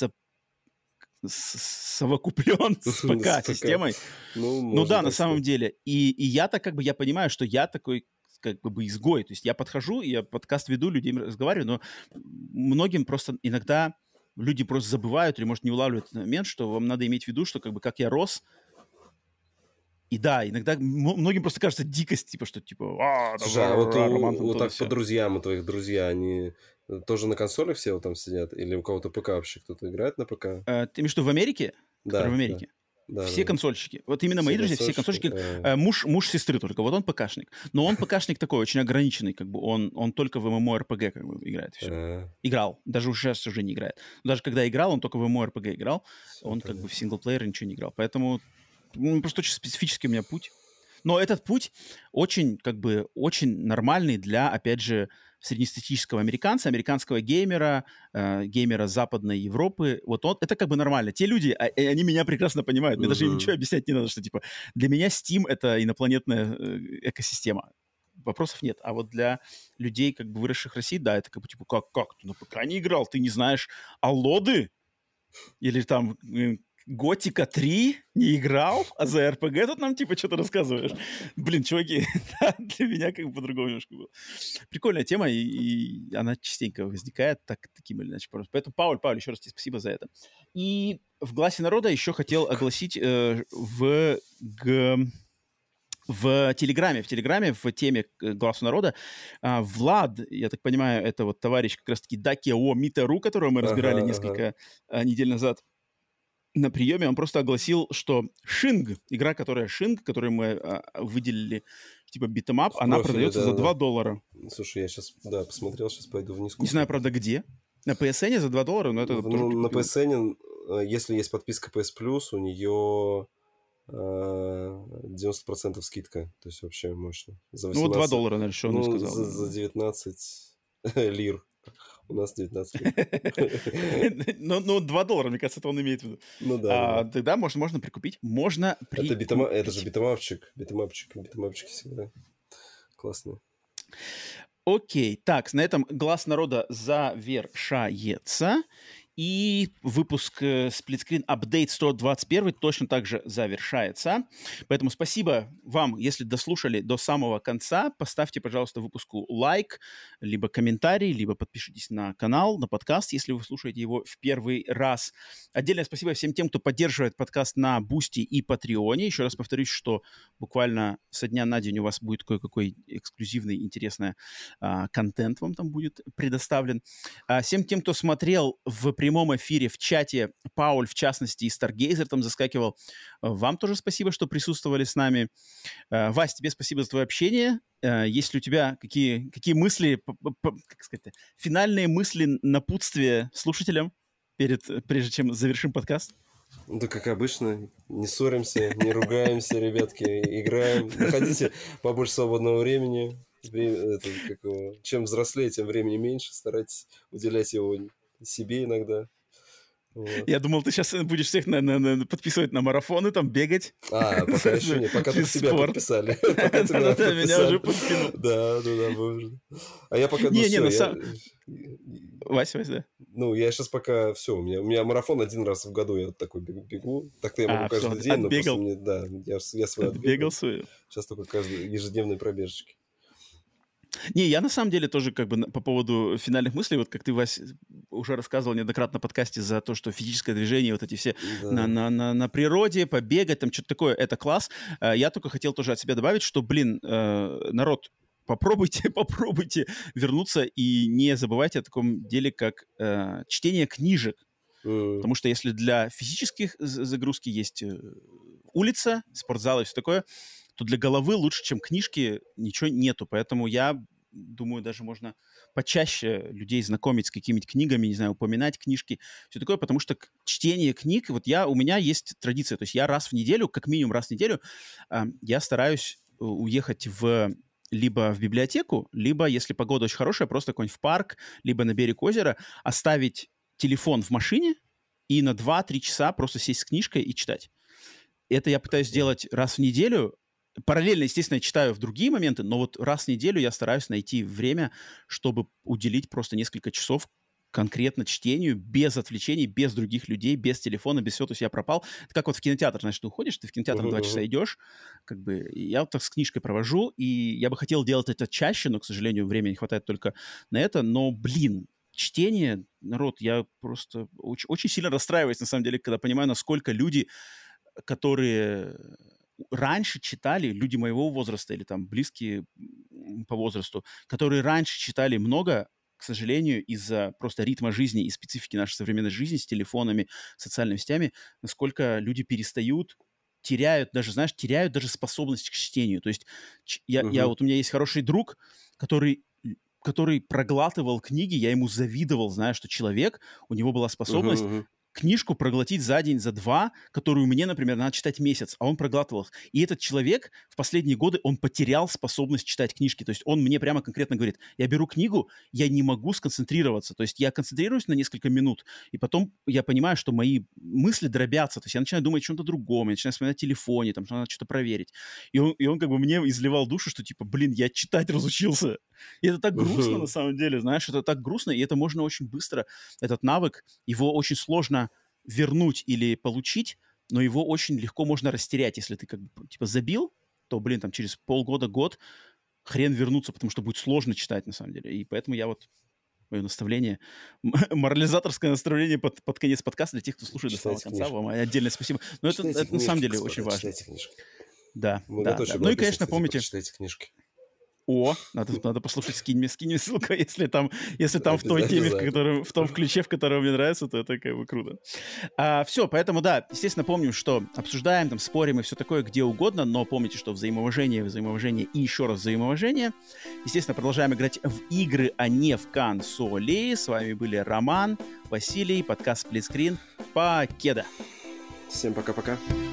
совокуплен с ПК-системой. Ну да, на самом деле. И я-то как бы, я понимаю, что я такой как бы изгой. То есть я подхожу, я подкаст веду, людям разговариваю, но многим просто иногда люди просто забывают или, может, не улавливают этот момент, что вам надо иметь в виду, что как бы как я рос. И да, иногда многим просто кажется дикость, типа, что типа... Слушай, а вот так по друзьям, у твоих друзья, они тоже на консолях все вот там сидят? Или у кого-то ПК вообще? Кто-то играет на ПК? Ты имеешь в виду в Америке? Да, в Америке? Да, все консольщики. Вот именно мои друзья, все консольщики. Муж сестры только. Вот он ПКшник. Но он ПКшник такой, очень ограниченный. Как бы он только в MMORPG как бы играет. Все. Играл. Даже сейчас уже не играет. Но даже когда играл, он только в MMORPG играл. Он как бы в синглплеер ничего не играл. Поэтому просто очень специфический у меня путь. Но этот путь очень, как бы, очень нормальный для, опять же, среднестатистического американца, американского геймера, геймера Западной Европы. Вот он, это как бы нормально. Те люди, они меня прекрасно понимают. Мне даже им ничего объяснять не надо, что, типа, для меня Steam — это инопланетная экосистема. Вопросов нет. А вот для людей, как бы, выросших в России, да, это как бы, типа, как? Ты на ПК не играл? Ты не знаешь Аллоды? Или там... Готика 3 не играл, а за РПГ тут нам типа что-то рассказываешь. Блин, чуваки, для меня как бы по-другому немножко было. Прикольная тема, и она частенько возникает таким или иначе. Поэтому, Пауль, еще раз тебе спасибо за это. И в «Гласе народа» еще хотел огласить в Телеграме, в теме «Гласу народа», Влад, я так понимаю, это вот товарищ как раз-таки Дакио Митару, которого мы разбирали несколько недель назад, на приеме он просто огласил, что Шинг, игра, которую мы выделили, типа битэмап, она продается за $2. Слушай, я сейчас, посмотрел, сейчас пойду вниз. Не знаю, правда, где. На PSN за $2, но это... На PSN, если есть подписка PS Plus, у нее 90% скидка. То есть вообще мощно. За 18... Ну, вот $2, наверное, что он сказал. За 19 лир. У нас 19 лет. Ну, $2, мне кажется, это он имеет в виду. Ну да. Тогда можно прикупить. Это же битэмапчик. Битэмапчики всегда классные. Окей. Так, на этом «Глас народа» завершается. И выпуск Сплитскрин Update 121 точно так же завершается. Поэтому спасибо вам, если дослушали до самого конца. Поставьте, пожалуйста, выпуску лайк, либо комментарий, либо подпишитесь на канал, на подкаст, если вы слушаете его в первый раз. Отдельное спасибо всем тем, кто поддерживает подкаст на Бусти и Патреоне. Еще раз повторюсь, что буквально со дня на день у вас будет кое-какой эксклюзивный, интересный контент вам там будет предоставлен. Всем тем, кто смотрел в прямом эфире в чате, Пауль, в частности, и Stargazer там заскакивал. Вам тоже спасибо, что присутствовали с нами. Вась, тебе спасибо за твое общение. Есть ли у тебя какие мысли, как сказать, финальные мысли, напутствия слушателям, прежде чем завершим подкаст? Да, как обычно, не ссоримся, не ругаемся, ребятки, играем. Находите побольше свободного времени. Чем взрослее, тем времени меньше. Старайтесь уделять его себе иногда. Вот. Я думал, ты сейчас будешь всех подписывать на марафоны, там, бегать. Пока еще нет. Пока только тебя подписали. Пока ты меня уже подкинул. Да, можно. А я пока... Вася, да. Ну, я сейчас пока... Все, у меня марафон один раз в году, я такой бегу. Так-то я могу каждый день, но просто мне... Да, я свой отбегал. Сейчас только каждый ежедневные пробежечки. Не, я на самом деле тоже как бы по поводу финальных мыслей, вот как ты, Вась, уже рассказывал неоднократно на подкасте за то, что физическое движение, вот эти все на природе, побегать, там что-то такое, это класс. Я только хотел тоже от себя добавить, что, народ, попробуйте вернуться и не забывайте о таком деле, как чтение книжек. Потому что если для физических загрузки есть улица, спортзал и все такое, то для головы лучше, чем книжки, ничего нету. Поэтому я думаю, даже можно почаще людей знакомить с какими-то книгами, не знаю, упоминать книжки, все такое, потому что чтение книг, вот у меня есть традиция, то есть я раз в неделю, как минимум раз в неделю, я стараюсь уехать либо в библиотеку, либо, если погода очень хорошая, просто какой-нибудь в парк, либо на берег озера, оставить телефон в машине и на 2-3 часа просто сесть с книжкой и читать. Это я пытаюсь сделать раз в неделю. Параллельно, естественно, я читаю в другие моменты, но вот раз в неделю я стараюсь найти время, чтобы уделить просто несколько часов конкретно чтению, без отвлечений, без других людей, без телефона, без всего. То есть я пропал. Это как вот в кинотеатр, знаешь, ты уходишь, ты в кинотеатр 2 часа идешь, как бы, я вот так с книжкой провожу, и я бы хотел делать это чаще, но, к сожалению, времени не хватает только на это. Но, блин, чтение, народ, я просто очень, очень сильно расстраиваюсь, на самом деле, когда понимаю, насколько люди, которые раньше читали, люди моего возраста или там близкие по возрасту, которые раньше читали много, к сожалению, из-за просто ритма жизни и специфики нашей современной жизни с телефонами, социальными сетями, насколько люди теряют даже способность к чтению. То есть вот у меня есть хороший друг, который проглатывал книги, я ему завидовал, зная, что человек, у него была способность книжку проглотить за день, за два, которую мне, например, надо читать месяц, а он проглатывал. И этот человек в последние годы, он потерял способность читать книжки. То есть он мне прямо конкретно говорит, я беру книгу, я не могу сконцентрироваться. То есть я концентрируюсь на несколько минут, и потом я понимаю, что мои мысли дробятся. То есть я начинаю думать о чем-то другом, я начинаю вспоминать о телефоне, там, что надо что-то проверить. И он как бы мне изливал душу, что типа, блин, я читать разучился. И это так грустно, на самом деле, знаешь, это так грустно, и это можно очень быстро, этот навык, его очень сложно вернуть или получить, но его очень легко можно растерять, если ты как бы типа забил, то, блин, там через полгода, год хрен вернуться, потому что будет сложно читать, на самом деле. И поэтому я вот, мое наставление, морализаторское наставление под конец подкаста для тех, кто слушает до самого конца, вам отдельное спасибо. Но это на самом деле очень важно. Читайте книжки. Да. Ну и, конечно, помните... Читайте книжки. О, надо послушать, скинь мне ссылку, если там в той теме, в том ключе, в котором мне нравится, то это как бы круто. Все, поэтому, да, естественно, помним, что обсуждаем, там, спорим и все такое где угодно, но помните, что взаимоуважение и еще раз взаимоуважение. Естественно, продолжаем играть в игры, а не в консоли. С вами были Роман, Василий, подкаст Splitscreen. Покеда. Всем пока-пока.